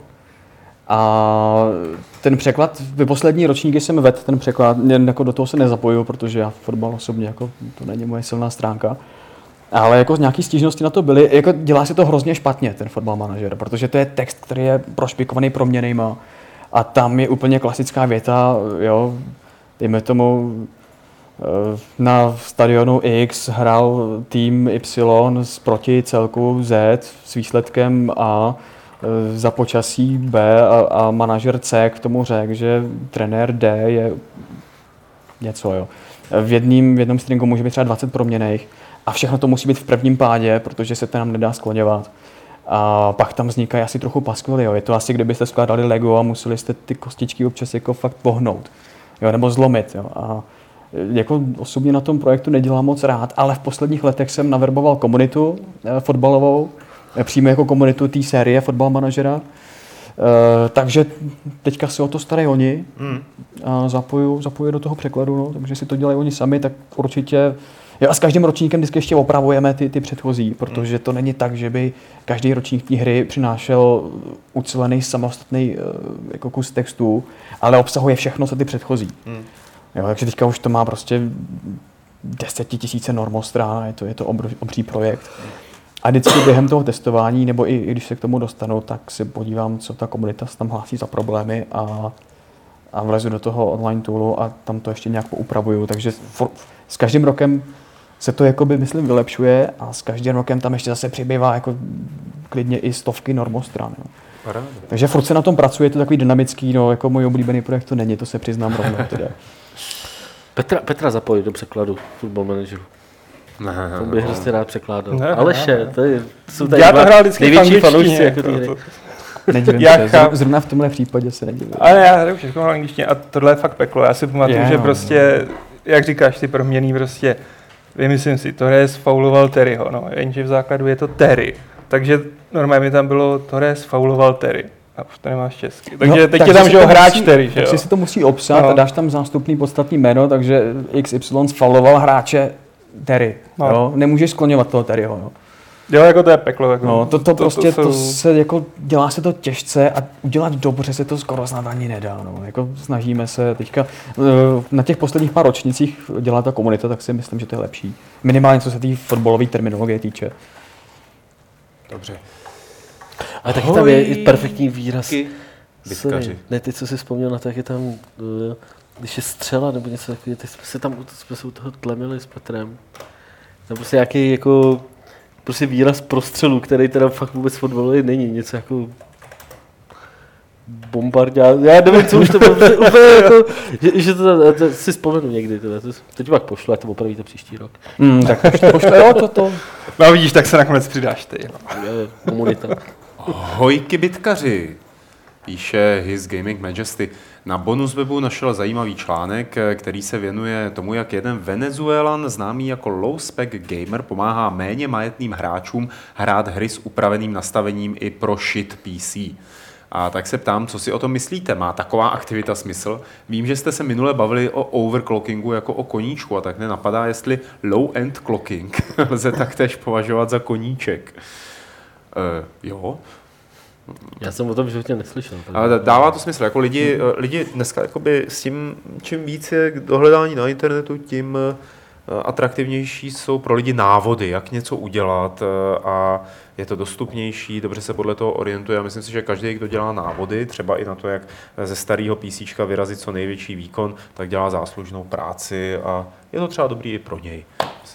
A ten překlad, vy poslední ročníky jsem vedl ten překlad, jako do toho se nezapojuju, protože já fotbal osobně, jako to není moje silná stránka. Ale jako nějaký stížnosti na to byly, jako dělá se to hrozně špatně, ten Football Manager, protože to je text, který je prošpikovaný proměnejma a tam je úplně klasická věta, jo, dejme tomu, na stadionu X hrál tým Y proti celku Z s výsledkem A za počasí B a, a manažer C k tomu řekl, že trenér D je něco, jo. V jedním, v jednom stringu může být třeba dvacet proměnejch a všechno to musí být v prvním pádě, protože se to nám nedá skloňovat. A pak tam vznikají asi trochu paskvily, jo. Je to asi, kdybyste skládali Lego a museli jste ty kostičky občas jako fakt pohnout, jo, nebo zlomit, jo. A jako osobně na tom projektu nedělám moc rád, ale v posledních letech jsem naverboval komunitu eh, fotbalovou, eh, přímo jako komunitu té série Football Managera. Eh, takže teďka se o to starají oni mm. a zapoju, zapoju do toho překladu, no, takže si to dělají oni sami, tak určitě. Jo, a s každým ročníkem vždycky ještě opravujeme ty, ty předchozí, protože to není tak, že by každý ročník té hry přinášel ucelený samostatný eh, jako kus textu, ale obsahuje všechno, co ty předchozí. Mm. Jo, takže teďka už to má prostě desetitisíce normostrán, je to, je to obr, obří projekt. A vždycky během toho testování, nebo i, i když se k tomu dostanu, tak se podívám, co ta komunita tam hlásí za problémy a, a vlezu do toho online toolu a tam to ještě nějak poupravuju. Takže for, s každým rokem se to jakoby, myslím, vylepšuje a s každým rokem tam ještě zase přibývá jako klidně i stovky normostran. Jo. Paráda. Takže furt se na tom pracuje, je to takový dynamický, no, jako můj oblíbený projekt to není, to se přiznám rovnou teda. Petra, Petra zapojit do překladu Football Manageru. Ne, to bych hrozně rád překládal. Ne, Aleše, ne. to je, jsou tady Já to hrál vždycky největší v fanoušci angličtině. jako ty hry. Nedivím Já se, chám- zrovna v tomhle případě se nedivím. Ale já hraju všechno v angličtině a tohle je fakt peklo. Já si pamatuju, Je, že no, prostě, jak říkáš, ty proměný prostě, vymyslím si, Torres fauloval Terryho, no, jenže v základu je to Terry. Takže normálně mi tam bylo Torres fauloval Terry. A už to nemáš česky. Takže No, teď takže je tam, si že to ho hráč musí- Terry, že jo? Takže si to musí obsat No. a dáš tam zástupný podstatný jméno, takže X Y fauloval hráče Terry. No. Jo? Nemůžeš skloňovat toho Terryho. Jo? Jo, jako to je peklo. Jako, No, to, to, prostě to, jsou- se jako dělá se to těžce a udělat dobře se to skoro snad ani nedá. No. Jako snažíme se teďka eh, na těch posledních pár ročnicích dělá ta komunita, tak si myslím, že to je lepší. Minimálně co se té fotbalové terminologie týče. Dobře. Ale taky tam je i perfektní výraz. Bitkaři. Sorry, ne, ty, co jsi vzpomněl na to, jak je tam, uh, když je střela nebo něco takového, tak jsme se tam jsme se u toho tlemili s Petrem. Tam prostě nějaký jako, prostě výraz prostřelu, který teda fakt vůbec fotbalový není, něco jako bombardák, já nevím, co už to bylo, úplně jako, že, že to, to si vzpomenu někdy, teda, to, teď pak pošlu, a to opravíte příští rok. Mm, tak pošle, pošle, jo, to, to. No vidíš, tak se nakonec přidáš ty. No. Je, komunita. Hojky bitkaři, píše His Gaming Majesty. Na Bonus webu našel zajímavý článek, který se věnuje tomu, jak jeden Venezuelan známý jako Low Spec Gamer pomáhá méně majetným hráčům hrát hry s upraveným nastavením i pro shit P C. A tak se ptám, co si o tom myslíte? Má taková aktivita smysl? Vím, že jste se minule bavili o overclockingu jako o koníčku a tak mě napadá, jestli low-end clocking lze taktéž považovat za koníček. Uh, jo. Já jsem o tom v životě neslyšel. Ale dává to smysl. Jako lidi, lidi dneska jakoby s tím, čím víc je dohledání na internetu, tím atraktivnější jsou pro lidi návody, jak něco udělat a je to dostupnější, dobře se podle toho orientuje a myslím si, že každý, kdo dělá návody, třeba i na to, jak ze starého PCčka vyrazit co největší výkon, tak dělá záslužnou práci a je to třeba dobrý i pro něj.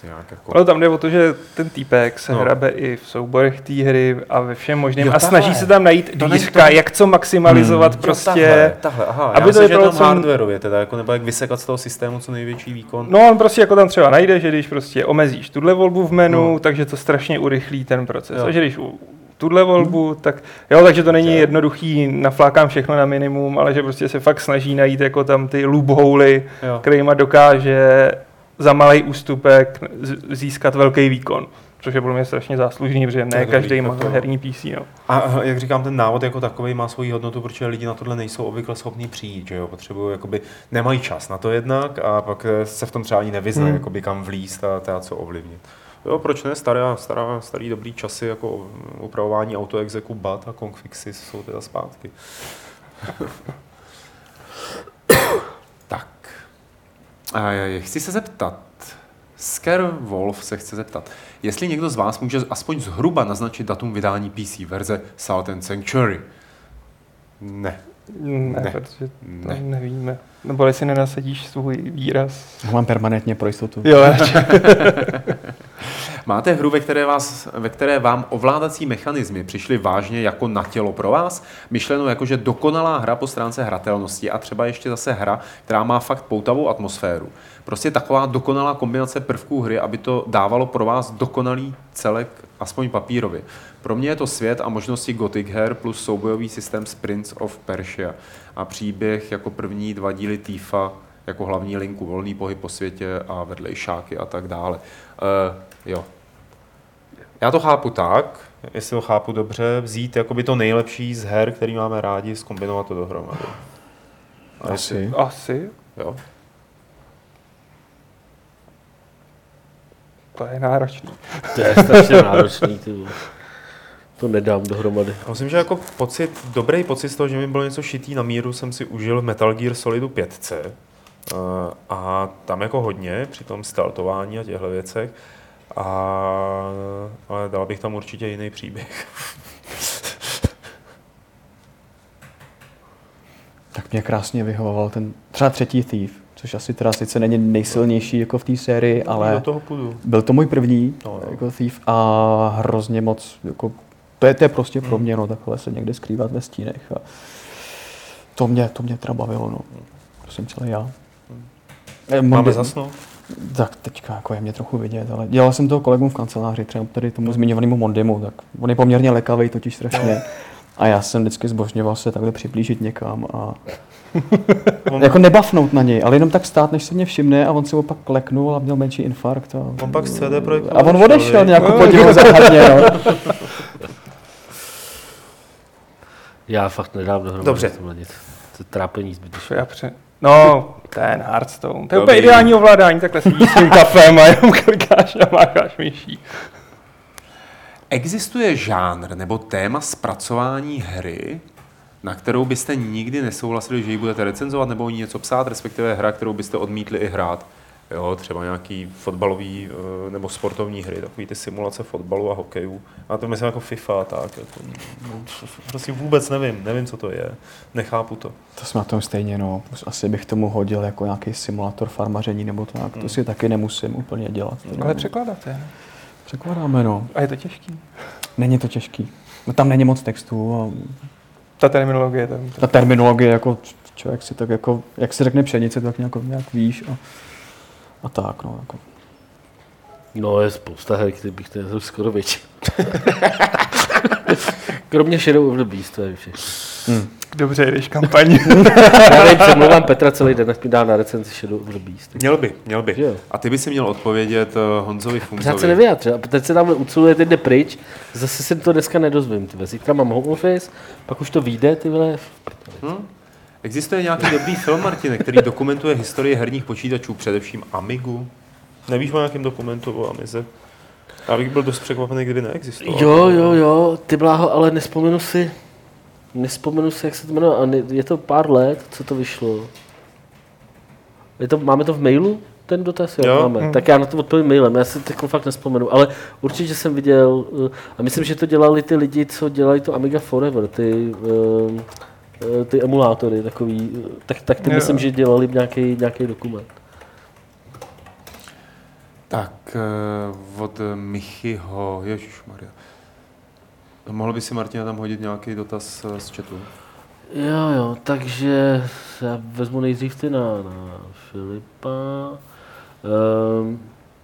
nějak jako... Ale tam jde o to, že ten týpek se No. hrabe i v souborech té hry a ve všem možném Jo, a snaží takhle. se tam najít To není dýřka, to- jak co maximalizovat Jo, prostě. takhle, takhle, aha, aby já to myslím, že vypadalo tam co- hardwareově teda, jako, nebo jak vysekat z toho systému co největší výkon. No on prostě jako tam třeba najde, že když prostě omezíš tuhle volbu v menu, No. takže to strašně urychlí ten proces. Jo. A že když u- tuhle volbu, tak jo, takže to není Jo. jednoduchý, naflákám všechno na minimum, ale že prostě se fakt snaží najít jako tam ty loopholy, Jo. kterýma dokáže za malý ústupek z- získat velký výkon. Což je podle mě strašně záslužný, protože To je ne dobrý, každý má tak to jo. herní P C. No. A a jak říkám, ten návod jako takový má svoji hodnotu, protože lidi na tohle nejsou obvykle schopní přijít, že jo, potřebují, jakoby, nemají čas na to jednak a pak eh, se v tom třeba ani nevyznají, Hmm. jakoby kam vlízt a teda co ovlivnit. Jo, proč ne, stará, stará, starý dobrý časy jako upravování autoexecu B A T a confixes jsou teda zpátky. Tak. A já chci se zeptat, Scare Wolf se chce zeptat, jestli někdo z vás může aspoň zhruba naznačit datum vydání P C verze Salt and Sanctuary. Ne. Ne, Ne. protože to Ne. nevíme. Nebo jestli nenasadíš svůj výraz. Ho mám permanentně pro jistotu. Jo, Máte hru, ve které, vás, ve které vám ovládací mechanismy přišly vážně jako na tělo pro vás? Myšleno jako, že dokonalá hra po stránce hratelnosti a třeba ještě zase hra, která má fakt poutavou atmosféru. Prostě taková dokonalá kombinace prvků hry, aby to dávalo pro vás dokonalý celek, aspoň papírově. Pro mě je to svět a možnosti Gothic her plus soubojový systém z Prince of Persia a příběh jako první dva díly Tifa jako hlavní linku, volný pohyb po světě a vedlejšáky a tak dále. Uh, jo. Já to chápu tak, jestli to chápu dobře, vzít jakoby to nejlepší z her, který máme rádi, zkombinovat to dohromady. A jestli- Asi. asi. Jo. To je náročný. To je strašně náročný, ty vole. To nedám dohromady. Já myslím, že jako pocit, dobrý pocit z toho, že mi bylo něco šitý na míru, jsem si užil v Metal Gear Solidu pět. Uh, a tam jako hodně při tom stealthování a těchto věcech. A, ale dal bych tam určitě jiný příběh. Tak mě krásně vyhovoval ten třeba třetí Thief, což asi teda sice není nejsilnější jako v té sérii, Do ale toho půjdu. byl to můj první No, no. jako Thief a hrozně moc, jako, to, je, to je prostě pro mě, no, takhle se někde skrývat ve stínech a to mě, to mě teda bavilo, no. To jsem celý já. Eh, Máme Monday- zasnout? Tak teďka jako je mě trochu vidět, ale dělal jsem toho kolegům v kanceláři, třeba tady tomu zmiňovanému Mondimu, tak on je poměrně lekavý totiž strašně. A já jsem vždycky zbožňoval se takhle přiblížit někam a On, jako nebafnout na něj, ale jenom tak stát, než se mě všimne a on se opak kleknul a měl menší infarkt. A, on pak z C D Projektu a on odešel viď? nějakou podívat záhadně, no. Já fakt nedám dohromady. Dobře. tohle nic. To je trápení zbytečné. Já pře... No, ten Hearthstone. To je Dobrý. úplně ideální ovládání, takhle sedíš s tím kafem a jenom klikáš a mácháš myší. Existuje žánr nebo téma zpracování hry, na kterou byste nikdy nesouhlasili, že ji budete recenzovat nebo o ní něco psát, respektive hra, kterou byste odmítli i hrát? Jo, třeba nějaký fotbalový eh, nebo sportovní hry, takový ty simulace fotbalu a hokejů. A to myslím jako FIFA a tak. Jako, no, prostě vůbec nevím, nevím, co to je. Nechápu to. To jsme na tom stejně, no. Plus asi bych tomu hodil jako nějaký simulátor farmaření nebo tak. To si taky nemusím úplně dělat. Teda, Ale no. překládáte. Překládáme, no. A je to těžký. Není to těžký. No, tam není moc textů a Ta terminologie tam. ta terminologie, jako člověk si tak jako, jak se řekne pšenice, tak nějak, nějak víš a, a tak, no. Jako. No, je spousta her, který bych to skoro větší. Kromě Shadow of the Beast, to je všechno. Hmm. Dobře, jdeš kampaň. Já tady přemlouvám Petra celý den, ať mi dá na recenzi Shadow of the Beast. Měl by, měl by. Že jo? A ty by si měl odpovědět uh, Honzovi Pořád se Funzovi. nevyjádřil. A teď se tamhle uculuje, teď jde pryč. Zase se to dneska nedozvím. Ty zítra mám home office, pak už to vyjde, ty vole. Hm? Existuje nějaký dobrý film, Martine, který dokumentuje historii herních počítačů, především Amigu? Nevíš o nějakém dokumentu o Amize? Já bych byl dost překvapený, kdyby neexistoval. Jo, jo, jo, ty bláho, ale nespomenu si, nespomenu si, jak se to jmenuje, a ne- je to pár let, co to vyšlo. Je to, máme to v mailu, ten dotaz? Jo, Jo. máme. Hmm. Tak já na to odpovím mailem, já si teď fakt nespomenu, ale určitě jsem viděl, eh, a myslím, že to dělali ty lidi, co dělají to Amiga Forever, ty, eh, eh, ty emulátory takový, eh, tak, tak ty Jo. myslím, že dělali nějaký, nějaký dokument. Tak od Michyho, ježišmarja. Mohl by si, Martina, tam hodit nějaký dotaz z chatu? Jo, jo, takže já vezmu nejdřív ty na, na Filipa. Um,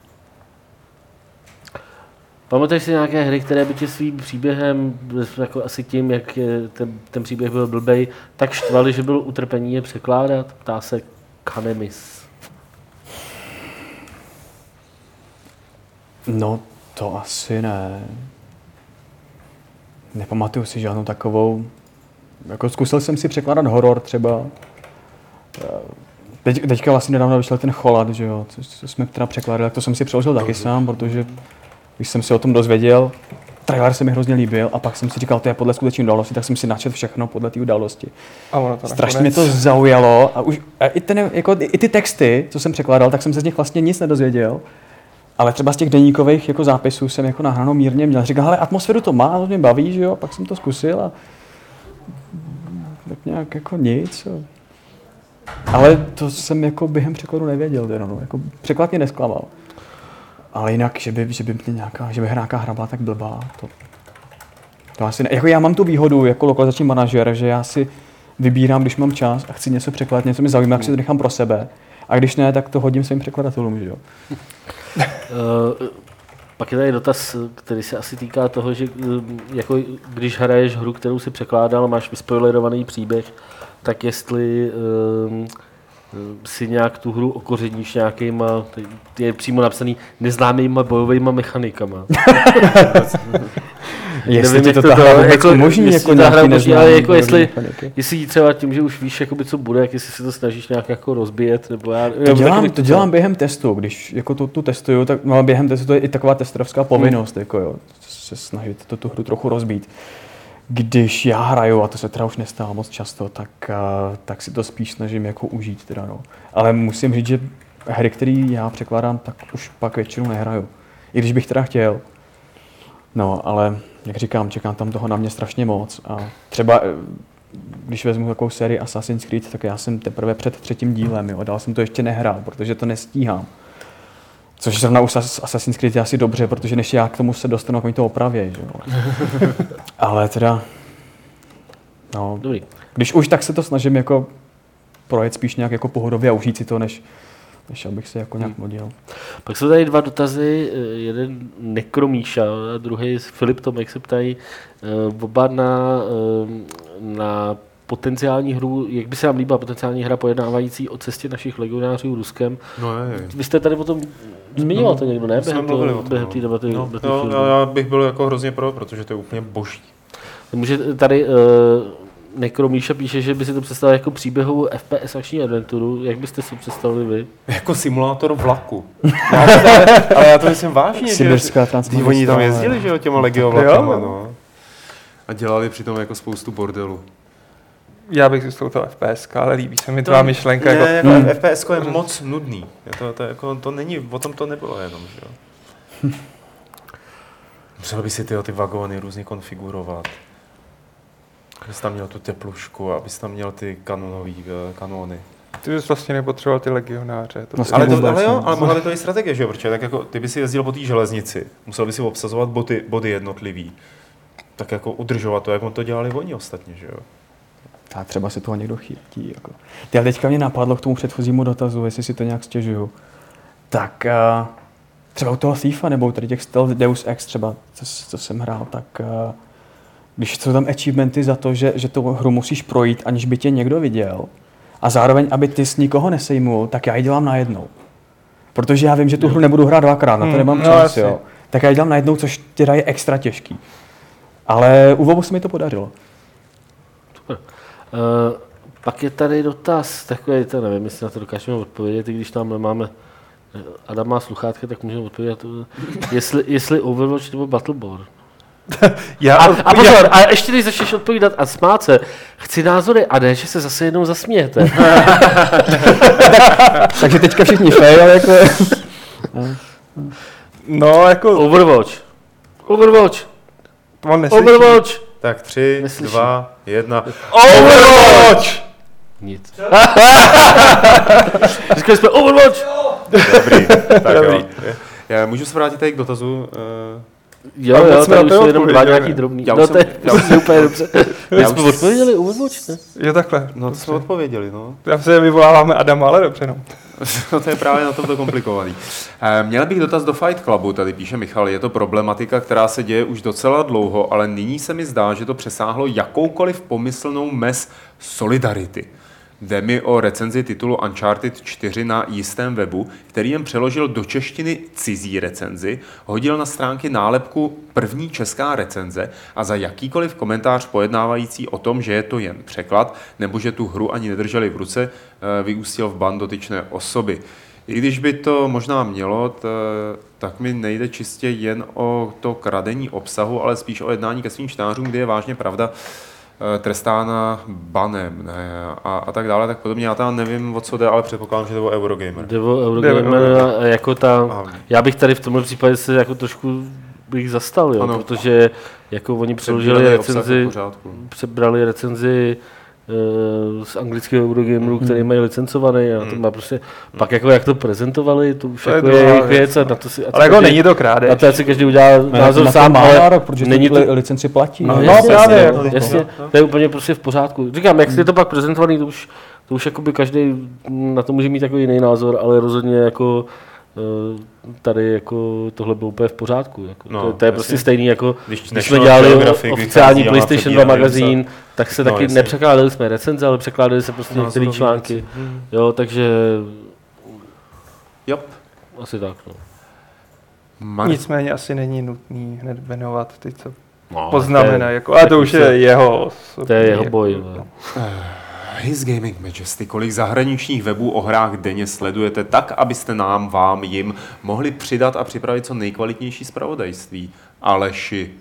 pamatuješ si nějaké hry, které by tě svým příběhem, jako asi tím, jak je ten, ten příběh byl blbej, tak štvali, že bylo utrpení je překládat? Ptá se Kanemis. No, to asi ne. Nepamatuju si žádnou takovou. Jako zkusil jsem si překládat horor třeba. Teď, teďka vlastně nedávno vyšel ten Cholat, že jo, co, co jsme teda překládali, tak to jsem si přeložil taky sám, protože když jsem si o tom dozvěděl, trailer se mi hrozně líbil a pak jsem si říkal, to je podle skutečné události, tak jsem si načetl všechno podle té události. A ono to strašně mě to zaujalo a už a i, ten, jako, i ty texty, co jsem překládal, tak jsem se z nich vlastně nic nedozvěděl. Ale třeba z těch deníkových jako zápisů jsem jako nahráno mírně měl. Říkal, hele, atmosféru to má, to mě baví, že jo, pak jsem to zkusil a tak nějak jako nic. Jo. Ale to jsem jako během překladu nevěděl, teda, no. Jako překlad mě nesklamal. Ale jinak, že by, že by mě nějaká, že by nějaká hra byla tak blbá, to, to asi ne. Jako já mám tu výhodu jako lokalizační manažer, že já si vybírám, když mám čas a chci něco překládat, něco mi zajímá, tak si to nechám pro sebe. A když ne, tak to hodím svým překladatelům, že jo. Uh, pak je tady dotaz, který se asi týká toho, že jako když hraješ hru, kterou si překládal, máš vyspoilerovaný příběh, tak jestli um, si nějak tu hru okořeníš nějakýma, je přímo napsaný neznámýma bojovýma mechanikama. Jestli Nevím, to, to ta hra vůbec jako, umožní, jako nějaký neznámý, ale jako jestli, jestli třeba tím, že už víš, jakoby, co bude, jak jestli si to snažíš nějak jako rozbíjet, nebo já... To dělám, to dělám během testu, když jako to, tu testuju, tak no, během testu to je i taková testerovská povinnost, hmm. jako jo, se snažit to, tu hru trochu rozbít. Když já hraju, a to se teda už nestává moc často, tak, uh, tak si to spíš snažím jako užít teda, no. Ale musím říct, že hry, které já překládám, tak už pak většinou nehraju. I když bych teda chtěl. No, ale jak říkám, čekám tam toho na mě strašně moc. A třeba, když vezmu takovou sérii Assassin's Creed, tak já jsem teprve před třetím dílem, jo, a dál jsem to ještě nehrál, protože to nestíhám. Což zrovna u Assassin's Creed je asi dobře, protože než já k tomu se dostanu, jak mi to opravěj, že jo. Ale teda, no, dobrý. Když už, tak se to snažím jako projet spíš nějak jako pohodově a užít si to, než, než abych se jako nějak modil. Pak jsou tady dva dotazy, jeden Nekromíša a druhý Filip Tomek se ptají, oba na, na potenciální hru, jak by se vám líbila potenciální hra pojednávající o cestě našich legionářů Ruskem. No je, je. Vy jste tady potom zmiňoval to někdo, ne? Během, to, během té debaty. No, no, já bych byl jako hrozně pro, protože to je úplně boží. Může tady uh, Nekromíša píše, že by si to představil jako příběhovou F P S akční adventuru. Jak byste si představili vy? Jako simulátor vlaku. Já to, ale, ale já to myslím vážně, Sibirská že oni tam jezdili, že jo, těma legio vlakama, no. A dělali přitom jako spoustu bordelu. Já bych zůstal to F P S, ale líbí se mi tvá myšlenka. Ne, jako, jako hmm. F P S je moc nudný. Je to, to, jako, to není, o tom to nebylo jenom, že jo. Musel by si ty, ty vagóny různě konfigurovat. Abys tam měl tu teplušku, abys tam měl ty kanonový kanóny. Ty bys vlastně nepotřeboval ty legionáře. To vlastně ale, to, vůbec, ale jo, ne. ale mohla by to i strategie, že jo, protože tak jako ty by si jezdil po té železnici, musel by si obsazovat body, body jednotlivý, tak jako udržovat to, jak on to dělali oni ostatně, že jo. Tak třeba si toho někdo chytí. Jako. Ty, ale teďka mě napadlo k tomu předchozímu dotazu, jestli si to nějak stěžuju. Tak uh, třeba u toho Thiefa nebo tady těch Stealth Deus Ex třeba, co, co jsem hrál, tak uh, když jsou tam achievementy za to, že, že tu hru musíš projít, aniž by tě někdo viděl a zároveň, aby ty s nikoho nesejmul, tak já ji dělám najednou. Protože já vím, že tu hru nebudu hrát dvakrát, na to nemám no, čas, jo. Tak já ji dělám najednou, což teda je extra těžký. Ale u Vovu se mi to podařilo. Super. Uh, pak je tady dotaz, takový, to nevím, jestli na to dokážeme odpovědět, i když tam máme Adam má sluchátka, tak můžeme odpovědět, jestli, jestli Overwatch nebo Battleborn. Já a, a pozor, a ještě když začneš odpovídat a smát se, chci názory a ne, že se zase jednou zasmějete. Takže teďka všichni fail, ale jako... No, jako... Overwatch. Overwatch. On neslyší. Overwatch. Tak tři, Neslyším. dva, jedna. Overwatch! Nic. Říkali jsme Overwatch! Dobrý, tak Dobrý. jo. Já můžu se vrátit tady k dotazu. Uh... Jo, Ale jo, moc jsme tady na už to jsou jenom dva odpověděli. nějaký drobný. Já už No jsem- to je já už- prostě úplně dobře. My já jsme už- odpověděli Overwatch, ne? Jo, takhle. No to jsme odpověděli, no. Já se vyvoláváme Adama, ale dobře, no. No to je právě na tomto komplikovaný. Eh, Měl bych dotaz do Fight Clubu, tady píše Michal, je to problematika, která se děje už docela dlouho, ale nyní se mi zdá, že to přesáhlo jakoukoliv pomyslnou mez solidarity. Jde mi o recenzi titulu Uncharted čtyři na jistém webu, který jen přeložil do češtiny cizí recenzi, hodil na stránky nálepku první česká recenze a za jakýkoliv komentář pojednávající o tom, že je to jen překlad, nebo že tu hru ani nedrželi v ruce, eh, vyústil v ban dotyčné osoby. I když by to možná mělo, t, tak mi nejde čistě jen o to kradení obsahu, ale spíš o jednání ke svým čtenářům, kdy je vážně pravda eh, trestána banem, ne, a, a tak dále, tak podobně. Já tam nevím, o co jde, ale předpokládám, že to byl Eurogamer. Devo Eurogamer, Devo- a jako ta, Aha. já bych tady v tomhle případě se jako trošku bych zastal, jo, Ano. protože jako oni přeložili Přebírali obsah recenzi, v pořádku. přebrali recenzi uh, z anglického Eurogameru, Hmm. který mají licencovaný a to Hmm. má prostě, pak jako jak to prezentovali, to už To je jako je druhá jejich věc, věc a no. na to si... a Ale jako každý- není to krádež. Na to ať si každý udělá názor na to sám, má ale nárok, protože není ty to... licenci platí. No, No, jasně, právě, jasně, jako- jasně, to je úplně prostě v pořádku. Říkám, jak je to pak prezentovaný, to už, to už jakoby každý na to může mít jako jiný názor, ale rozhodně jako eh, tady jako tohle bylo úplně v pořádku. Jako. No, to, to je jasně. prostě stejný, jako Když když National jsme dělali Geographic oficiální vychází a má PlayStation dva přebíraný magazín, tak se No, taky jasně. nepřekládali jsme recenze, ale překládali se prostě některé Názorový články. věci. Hmm. Jo, takže Yep. asi tak. No. Mar- Nicméně asi není nutný hned jmenovat ty, co No, poznamenají. Jako, ale to už je jeho. To je jeho jako- boj. no. His Gaming Majesty, kolik zahraničních webů o hrách denně sledujete tak, abyste nám, vám, jim mohli přidat a připravit co nejkvalitnější zpravodajství? Aleši.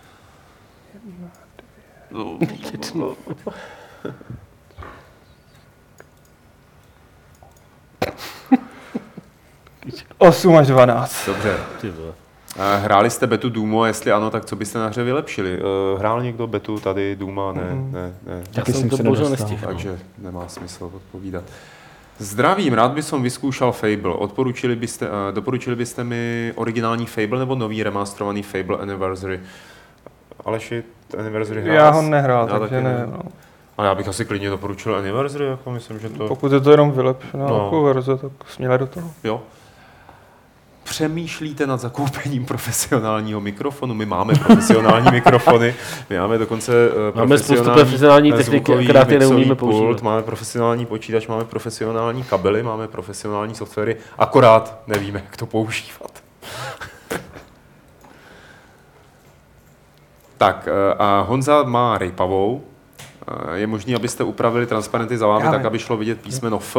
osm až dvanáct. Dobře. Ty vole. Eh, Hráli jste betu Doomu a jestli ano, tak co byste na hře vylepšili? Eh, Hrál někdo betu tady, Dooma? Ne, Mhm. ne, ne. Já Taky jsem jsem to se bohužel nedostal. nestihl. Takže nemá smysl odpovídat. Zdravím, rád bych som vyzkoušel Fable. Odporučili byste, uh, doporučili byste mi originální Fable nebo nový remasterovaný Fable Anniversary? Aleši, Anniversary hrál? Já ho nehrál, Já takže taky ne. nevím. No. Ale já bych asi klidně doporučil Anniversary, jako myslím, že to... Pokud je to jenom vylepšená No. no. verze, tak směle do toho. Jo. Přemýšlíte nad zakoupením profesionálního mikrofonu? My máme profesionální mikrofony, my máme dokonce uh, Máme spoustu profesionální techniky, zvukový akorát je mixový neumíme pult, používat. máme profesionální počítač, máme profesionální kabely, máme profesionální softwary, akorát nevíme, jak to používat. Tak eh, a Honza má rejpavou. Eh, Je možné, abyste upravili transparenty za vámi Já tak, vím. aby šlo vidět písmeno F?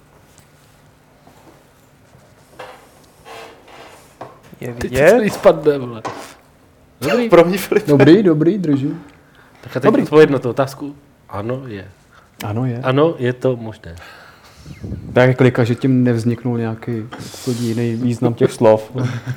Je Ty vidět? celý spadne, vole. Dobrý. Pro mě, Filip. Dobrý, dobrý, držím. Tak a teď odpověď na tu otázku. Ano, je. Ano, je. Ano, je to možné. Tak klika, že tím nevzniknul nějaký jako jiný význam těch slov.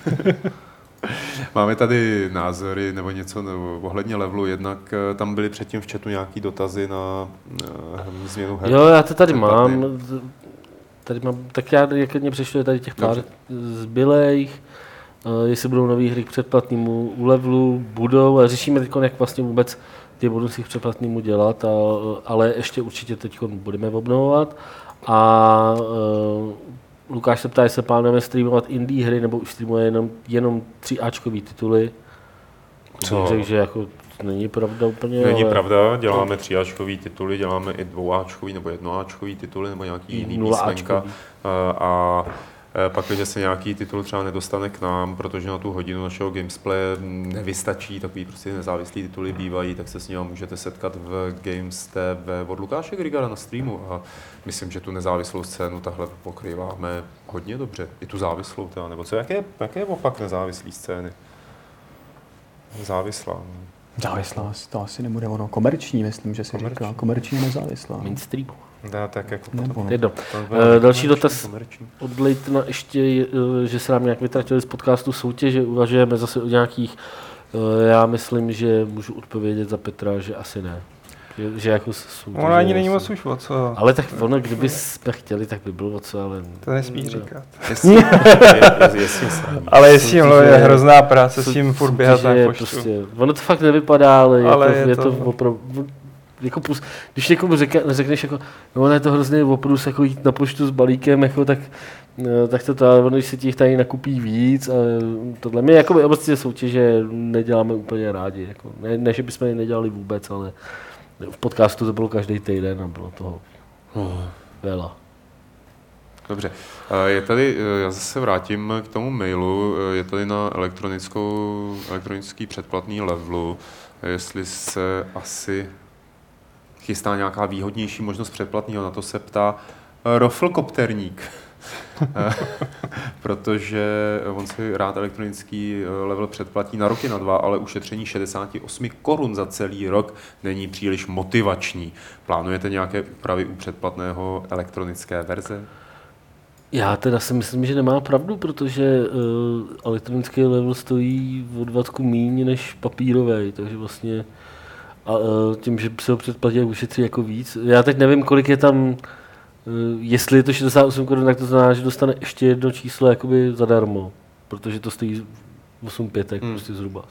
Máme tady názory nebo něco nebo ohledně levelu, jednak eh, tam byly předtím v chatu nějaký dotazy na eh, změnu her. Jo, já to tady Předplatný. mám. Tady mám, tak já jak mě přešli tady těch pár Dobře. zbylejch, uh, jestli budou nové hry k předplatnému u levelu, budou, a řešíme teď, jak vlastně vůbec ty bonusy k předplatnému dělat, a, ale ještě určitě teď budeme obnovovat. A uh, Lukáš se ptá, jestli plánujeme streamovat indie hry, nebo už streamuje jenom, jenom tři áčkový tituly. Co? Bych řekl, že jako není pravda úplně. Není ale... pravda, děláme tříáčkový tituly, děláme i dvouáčkový nebo jednoáčkový tituly nebo nějaký jiný Nuláčkový. písmenka. Eh, A eh, pak, když se nějaký titul třeba nedostane k nám, protože na tu hodinu našeho gamesplay nevystačí, takový prostě nezávislý tituly bývají, tak se s ním můžete setkat v Games T V od Lukáše Grigara na streamu a myslím, že tu nezávislou scénu tahle pokrýváme hodně dobře. I tu závislou teda, nebo co, jaké, jaké je opak nezávislé scény? Závislá. no. Závislá, to asi nebude ono. Komerční, myslím, že se Komerční. říká. Komerční a nezávislá. Mainstream. Dá, tak jako Nebo no. Jedno. to- Eh, další komerční, dotaz. komerční. Od Leitna ještě, eh, že se nám nějak vytratili z podcastu soutěže, uvažujeme zase o nějakých, eh, já myslím, že můžu odpovědět za Petra, že asi ne. Že, že jako soutěže, Ono ani není moc už o co. Ale tak ono, kdyby jsme chtěli, tak by bylo o co, ale... To nesmíš říkat. Jestli, je, je, jestli sami. Ale jestli jim Soutěže- je hrozná práce s tím furt běhat Soutěže na je poštu. prostě, ono to fakt nevypadá, ale, Ale je, to, je je to- to opravdu... Jako pus, když někomu řeka, řekneš jako, no ono je to hrozně oprus, jako jít na poštu s balíkem, jako tak, no, tak to to, ale ono, když se těch tady nakupí víc a tohle. My jako obecně soutěže neděláme úplně rádi, jako, ne, ne, že bychom je nedělali vůbec, ale v podcastu to bylo každý týden a bylo toho oh, vela. Dobře. Eh, Je tady, eh, já zase vrátím k tomu mailu, eh, je tady na elektronickou, elektronický předplatný levelu, jestli se asi chystá nějaká výhodnější možnost předplatného, na to se ptá eh, Roflkopterník. Eh, Protože on si rád elektronický eh, level předplatí na roky na dva, ale ušetření šedesát osm korun za celý rok není příliš motivační. Plánujete nějaké úpravy u předplatného elektronické verze? Já teda si myslím, že nemá pravdu, protože uh, elektronický level stojí o dvacku míň než papírový, takže vlastně a, uh, tím, že se ho předplatí, ušetří jako víc. Já teď nevím, kolik je tam, uh, jestli je to šedesát osm korun, tak to znamená, že dostane ještě jedno číslo jakoby zadarmo, protože to stojí osm pětek hmm. prostě zhruba.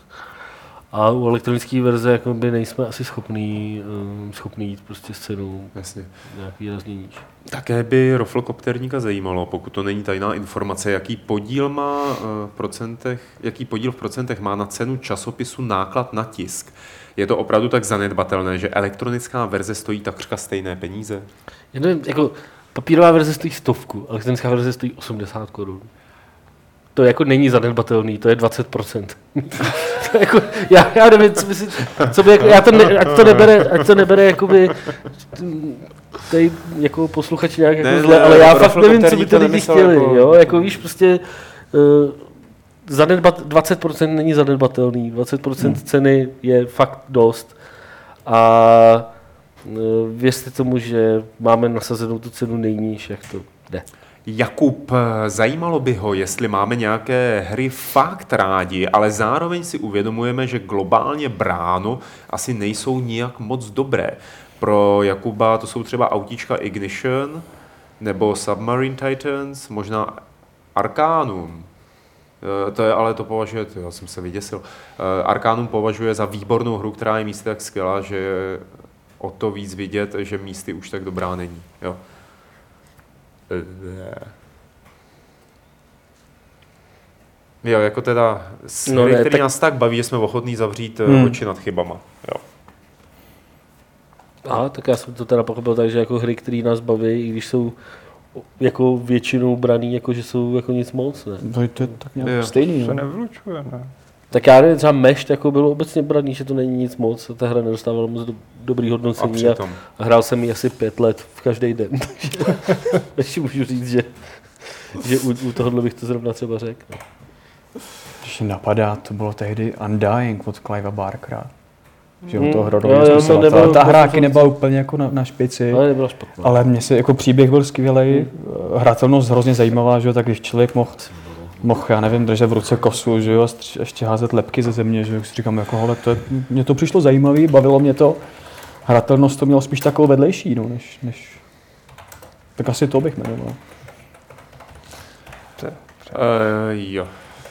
A u elektronické verze jakoby nejsme asi schopní, um, schopní jít prostě s cenou Jasně. nějak výrazně níž. Také by Roflkopterníka zajímalo, pokud to není tajná informace, jaký podíl má eh, v procentech, jaký podíl v procentech má na cenu časopisu náklad na tisk. Je to opravdu tak zanedbatelné, že elektronická verze stojí takřka stejné peníze? Já nevím, jako papírová verze stojí stovku, elektronická verze stojí osmdesát korun. To jako není zanedbatelný, to je dvacet procent. To jako, já, já nevím, co by si, co by jako, já to ne, ať to nebere, ať to nebere jakoby, tady jako posluchač nějak jako Ne, zle, ne, ale já Rofl fakt nevím, co by Kopterník ty to lidi nemyslel chtěli, jako- jo, jako víš, prostě uh, zanedbat, dvacet procent není zanedbatelný, dvacet procent hmm. ceny je fakt dost a uh, věřte tomu, že máme nasazenou tu cenu nejníž, jak to jde. Jakub, zajímalo by ho, jestli máme nějaké hry fakt rádi, ale zároveň si uvědomujeme, že globálně bráno asi nejsou nijak moc dobré. Pro Jakuba to jsou třeba autíčka Ignition, nebo Submarine Titans, možná Arcanum. E, To je, ale to považuje, já jsem se vyděsil, E, Arcanum považuje za výbornou hru, která je místy tak skvělá, že je o to víc vidět, že místy už tak dobrá není. Jo. Jo, jako teda hry, No ne, které tak- nás tak baví, že jsme ochotní zavřít Hmm. hmm. oči nad chybama. Jo. Aha, tak já jsem to teda pochopil tak, že jako hry, které nás baví, i když jsou jako většinou braný, jako že jsou jako nic moc, ne? To je, to je tak nějak Jo. stejný. To No. nevylučuje, ne? Tak já nevím, třeba Mešt jako bylo obecně braný, že to není nic moc, a ta hra nedostávala moc do, dobrý A hodnocení a, přitom. a hrál jsem ji asi pět let v každý den, takže, takže můžu říct, že, že u, u tohohle bych to zrovna třeba řekl. no. Když napadá, to bylo tehdy Undying od Clive'a Barkera. Že Hmm, hmm. to jo, hrodově jo, to spisovatel. nebylo- Ta hra to taky jsem- nebyla úplně jako na, na špici. Ale nebyla špatná. Ale mně se jako příběh byl skvělý, hratelnost hrozně zajímavá, že jo, tak když člověk mohl, mohl, já nevím, držet v ruce kosu, že jo, a stř- ještě házet lepky ze země, že jo, si říkám, jako, hele, to je, mně to přišlo zajímavý, bavilo mě to, hratelnost to mělo spíš takovou vedlejší, no, než, než, tak asi to bych jmenoval. To je- Uh, jo.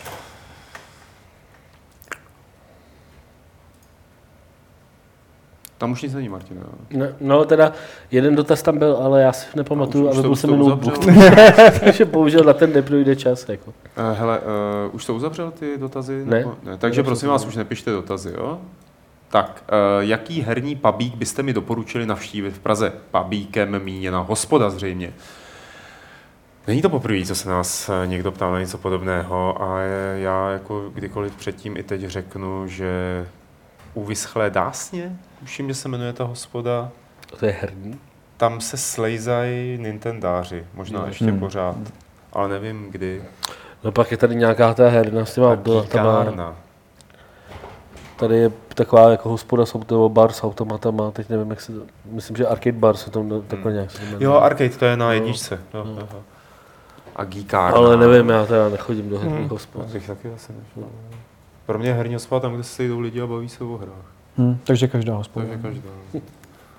Tam už nic není, Martina. Ne, no teda jeden dotaz tam byl, ale já si nepamatuju, Už- už ale to- byl už jsem to jenom uzavřel? takže bohužel na ten neprojde čas. Jako. Uh, hele, uh, už to uzavřel ty dotazy? Ne. Nebo- ne. Takže prosím vás, už nepište dotazy, jo? Tak, uh, jaký herní pubík byste mi doporučili navštívit v Praze? Pubíkem míněna hospoda zřejmě. Není to poprvé, co se nás eh, někdo ptá na něco podobného a je- já jako kdykoliv předtím i teď řeknu, že u Vyschlé dásně, tuším, že se jmenuje ta hospoda, To je herní. tam se slejzají nintendáři, možná Hmm. ještě Hmm. pořád, ale nevím kdy. No pak je tady nějaká ta herna s těma automatama. Geekárna. Tady je taková jako hospoda s auto, bar s automatama, teď nevím, jak se to, myslím, že arcade bar se tam takhle nějak se to jmenuje. Jo, arcade, to je na No. jedničce. Jo, No. jo. A Geekárna. Ale nevím, já teda nechodím do herních Hmm. hospod. Já bych taky asi nešel. Pro mě je herní hospoda tam, kde se sejdou lidi a baví se o hrách. Hm, takže každá hospoda. Takže každá.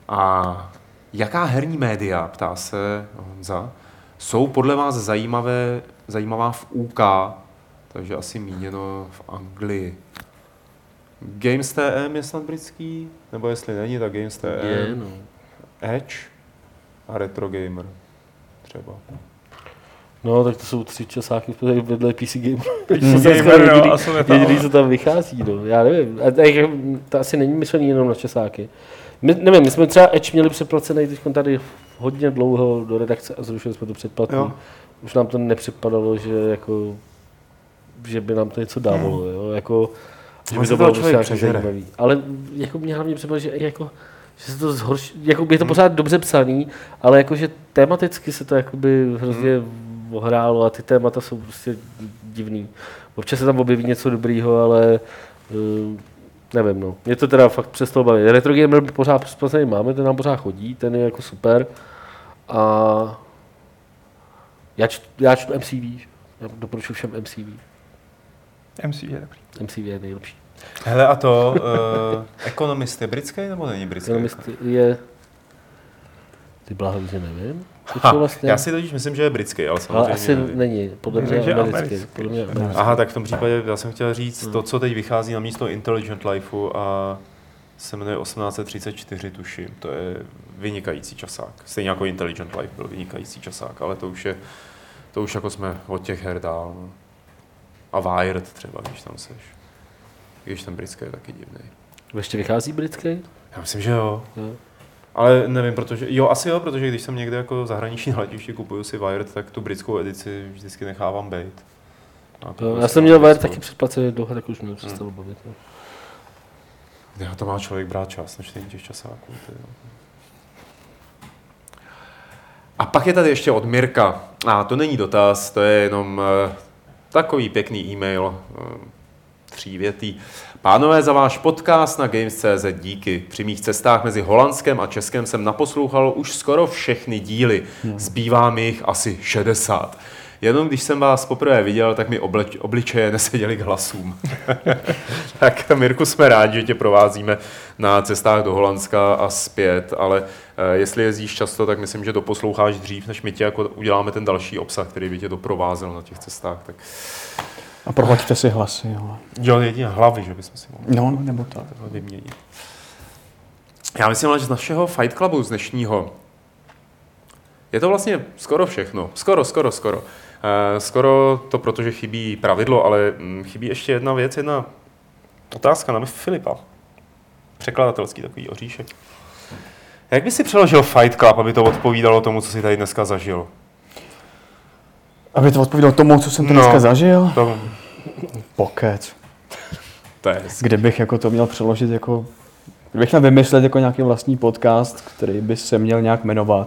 A jaká herní média, ptá se Honza, jsou podle vás zajímavé, zajímavá v U K, takže asi míněno v Anglii. Games T M je snad britský? Nebo jestli není, tak Games T M. Je, no. Edge a Retro Gamer třeba. No, tak to jsou tři časáky vedle P C Gamer. P C Gamer, no, a jsou jediný, co tam vychází, no. Já nevím. A tak, to asi není myšlený jenom na časáky. My, nevím, my jsme třeba Edge měli předplacený teď tady hodně dlouho do redakce a zrušili jsme to předplatný. Už nám to nepřipadalo, že jako, že by nám to něco dávalo, hmm. jo, jako, že by to bylo prostě zajímavý. Ale jako mě hlavně připadalo, že jako, že se to zhorší, jako je to pořád dobře psaný, ale jakože tematicky se to jakoby hrozně hmm. ohrálo a ty témata jsou prostě divný. Občas se tam objeví něco dobrýho, ale uh, nevím, no. Mě to teda fakt přestalo bavit. Retro Gamer pořád předplacený máme, ten nám pořád chodí, ten je jako super. A já čtu, já čtu M C V, já doporučuji všem M C V. M C V je dobrý. M C V je nejlepší. Hele, a to uh, Economist je britský nebo není britský? Economist je... Ty bláho, že nevím. Ha, vlastně... Já si totiž myslím, že je britský, ale samozřejmě... Ale asi není, podle mě je americký. Podle mě americký. Aha, tak v tom případě já jsem chtěl říct, hmm. to, co teď vychází na místo Intelligent Lifeu a se jmenuje osmnáct set třicet čtyři, tuším. To je vynikající časák. Stejně jako Intelligent Life byl vynikající časák, ale to už je, to už jako jsme od těch her dál. No. A Wired třeba, když tam seš. Když ten britský je taky divný. Ještě vychází britský? Já myslím, že jo. jo. Ale nevím, protože, jo, asi jo, protože když jsem někde jako zahraniční na letišti kupuju si Wired, tak tu britskou edici vždycky nechávám bejt. Jo, já jsem měl Wired taky předplacený dlouho, tak už mě přestalo bavit. No. Já to má člověk brát čas na čtení těch časáků. A pak je tady ještě od Mirka. A to není dotaz, to je jenom uh, takový pěkný e-mail, uh, třívětý. Pánové, za váš podcast na Games tečka cé zet díky. Při mých cestách mezi Holandskem a Českem jsem naposlouchal už skoro všechny díly. Zbývá mi jich asi šedesát. Jenom když jsem vás poprvé viděl, tak mi obleč, obličeje neseděly k hlasům. Tak Mirku, jsme rádi, že tě provázíme na cestách do Holandska a zpět, ale eh, jestli jezdíš často, tak myslím, že doposloucháš dřív, než my tě jako uděláme ten další obsah, který by tě doprovázel na těch cestách. Tak... A prohlaďte si hlasy, jo. Jo, jedině hlavy, že bychom si mohli. No, no, nebo tak. Vyměnit. Já myslím, že z našeho Fight Clubu, z dnešního, je to vlastně skoro všechno. Skoro, skoro, skoro. Uh, skoro to, protože chybí pravidlo, ale hm, chybí ještě jedna věc, jedna otázka na Filipa. Překladatelský takový oříšek. Jak by si přeložil Fight Club, aby to odpovídalo tomu, co jsi tady dneska zažil? Aby to odpovídalo tomu, co jsem tady no, dneska zažil? To... Pokec. To je Kdybych jako to měl přeložit jako... Kdybych měl vymyslet jako nějaký vlastní podcast, který by se měl nějak jmenovat,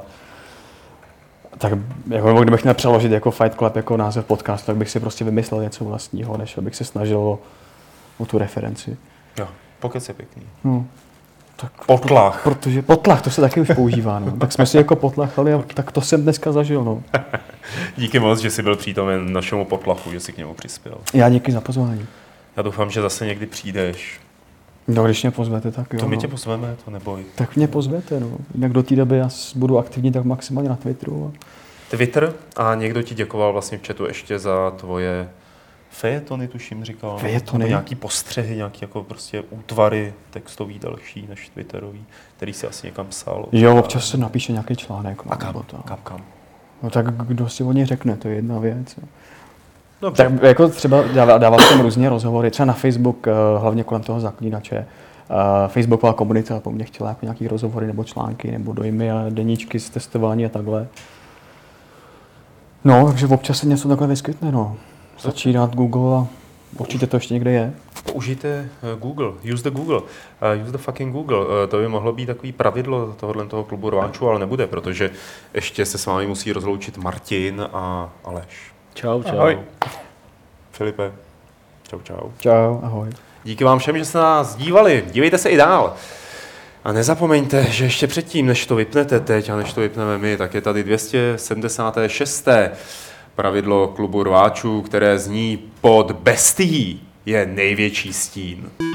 tak jako, kdybych měl přeložit jako Fight Club jako název podcastu, tak bych si prostě vymyslel něco vlastního, než abych se snažil o, o tu referenci. Jo, pokec je pěkný. No, tak potlach. Pro, protože potlach, to se taky už používá, no. Tak jsme si jako potlachali a tak to jsem dneska zažil, no. Díky moc, že jsi byl přítomen našemu potlachu, že jsi k němu přispěl. Já díky za pozvání. Já doufám, že zase někdy přijdeš. No, když mě pozvete, tak jo. To my no. tě pozveme, to neboj. Tak mě pozvete, no. Jinak do té doby já budu aktivní tak maximálně na Twitteru. A... Twitter a někdo ti děkoval vlastně v chatu ještě za tvoje fejetony, tuším, říkal. Fejetony? Nějaký postřehy, nějaký jako prostě útvary textový další než twitterový, který si asi někam psal. Jo, občas se napíše nějaký článek. A kam, kam, kam? No tak kdo si o něj řekne, to je jedna věc. Dobře. Tak jako třeba dává, dává jsem různě rozhovory, třeba na Facebook, hlavně kolem toho Zaklínače. Facebooková komunita po mně chtěla jako nějaký rozhovory nebo články nebo dojmy a deníčky z testování a takhle. No, takže občas se něco takhle vyskytne, no. Stačí dát Google a určitě to ještě někde je. Použijte Google, use the Google, uh, use the fucking Google. Uh, to by mohlo být takový pravidlo tohohle toho klubu Rváčů, ale nebude, protože ještě se s vámi musí rozloučit Martin a Aleš. Čau, čau. Ahoj. Filipe, čau, čau. Čau, ahoj. Díky vám všem, že jste nás dívali. Dívejte se i dál. A nezapomeňte, že ještě předtím, než to vypnete teď a než to vypneme my, tak je tady dvě stě sedmdesát šest. pravidlo klubu Rváčů, které zní: pod bestií je největší stín.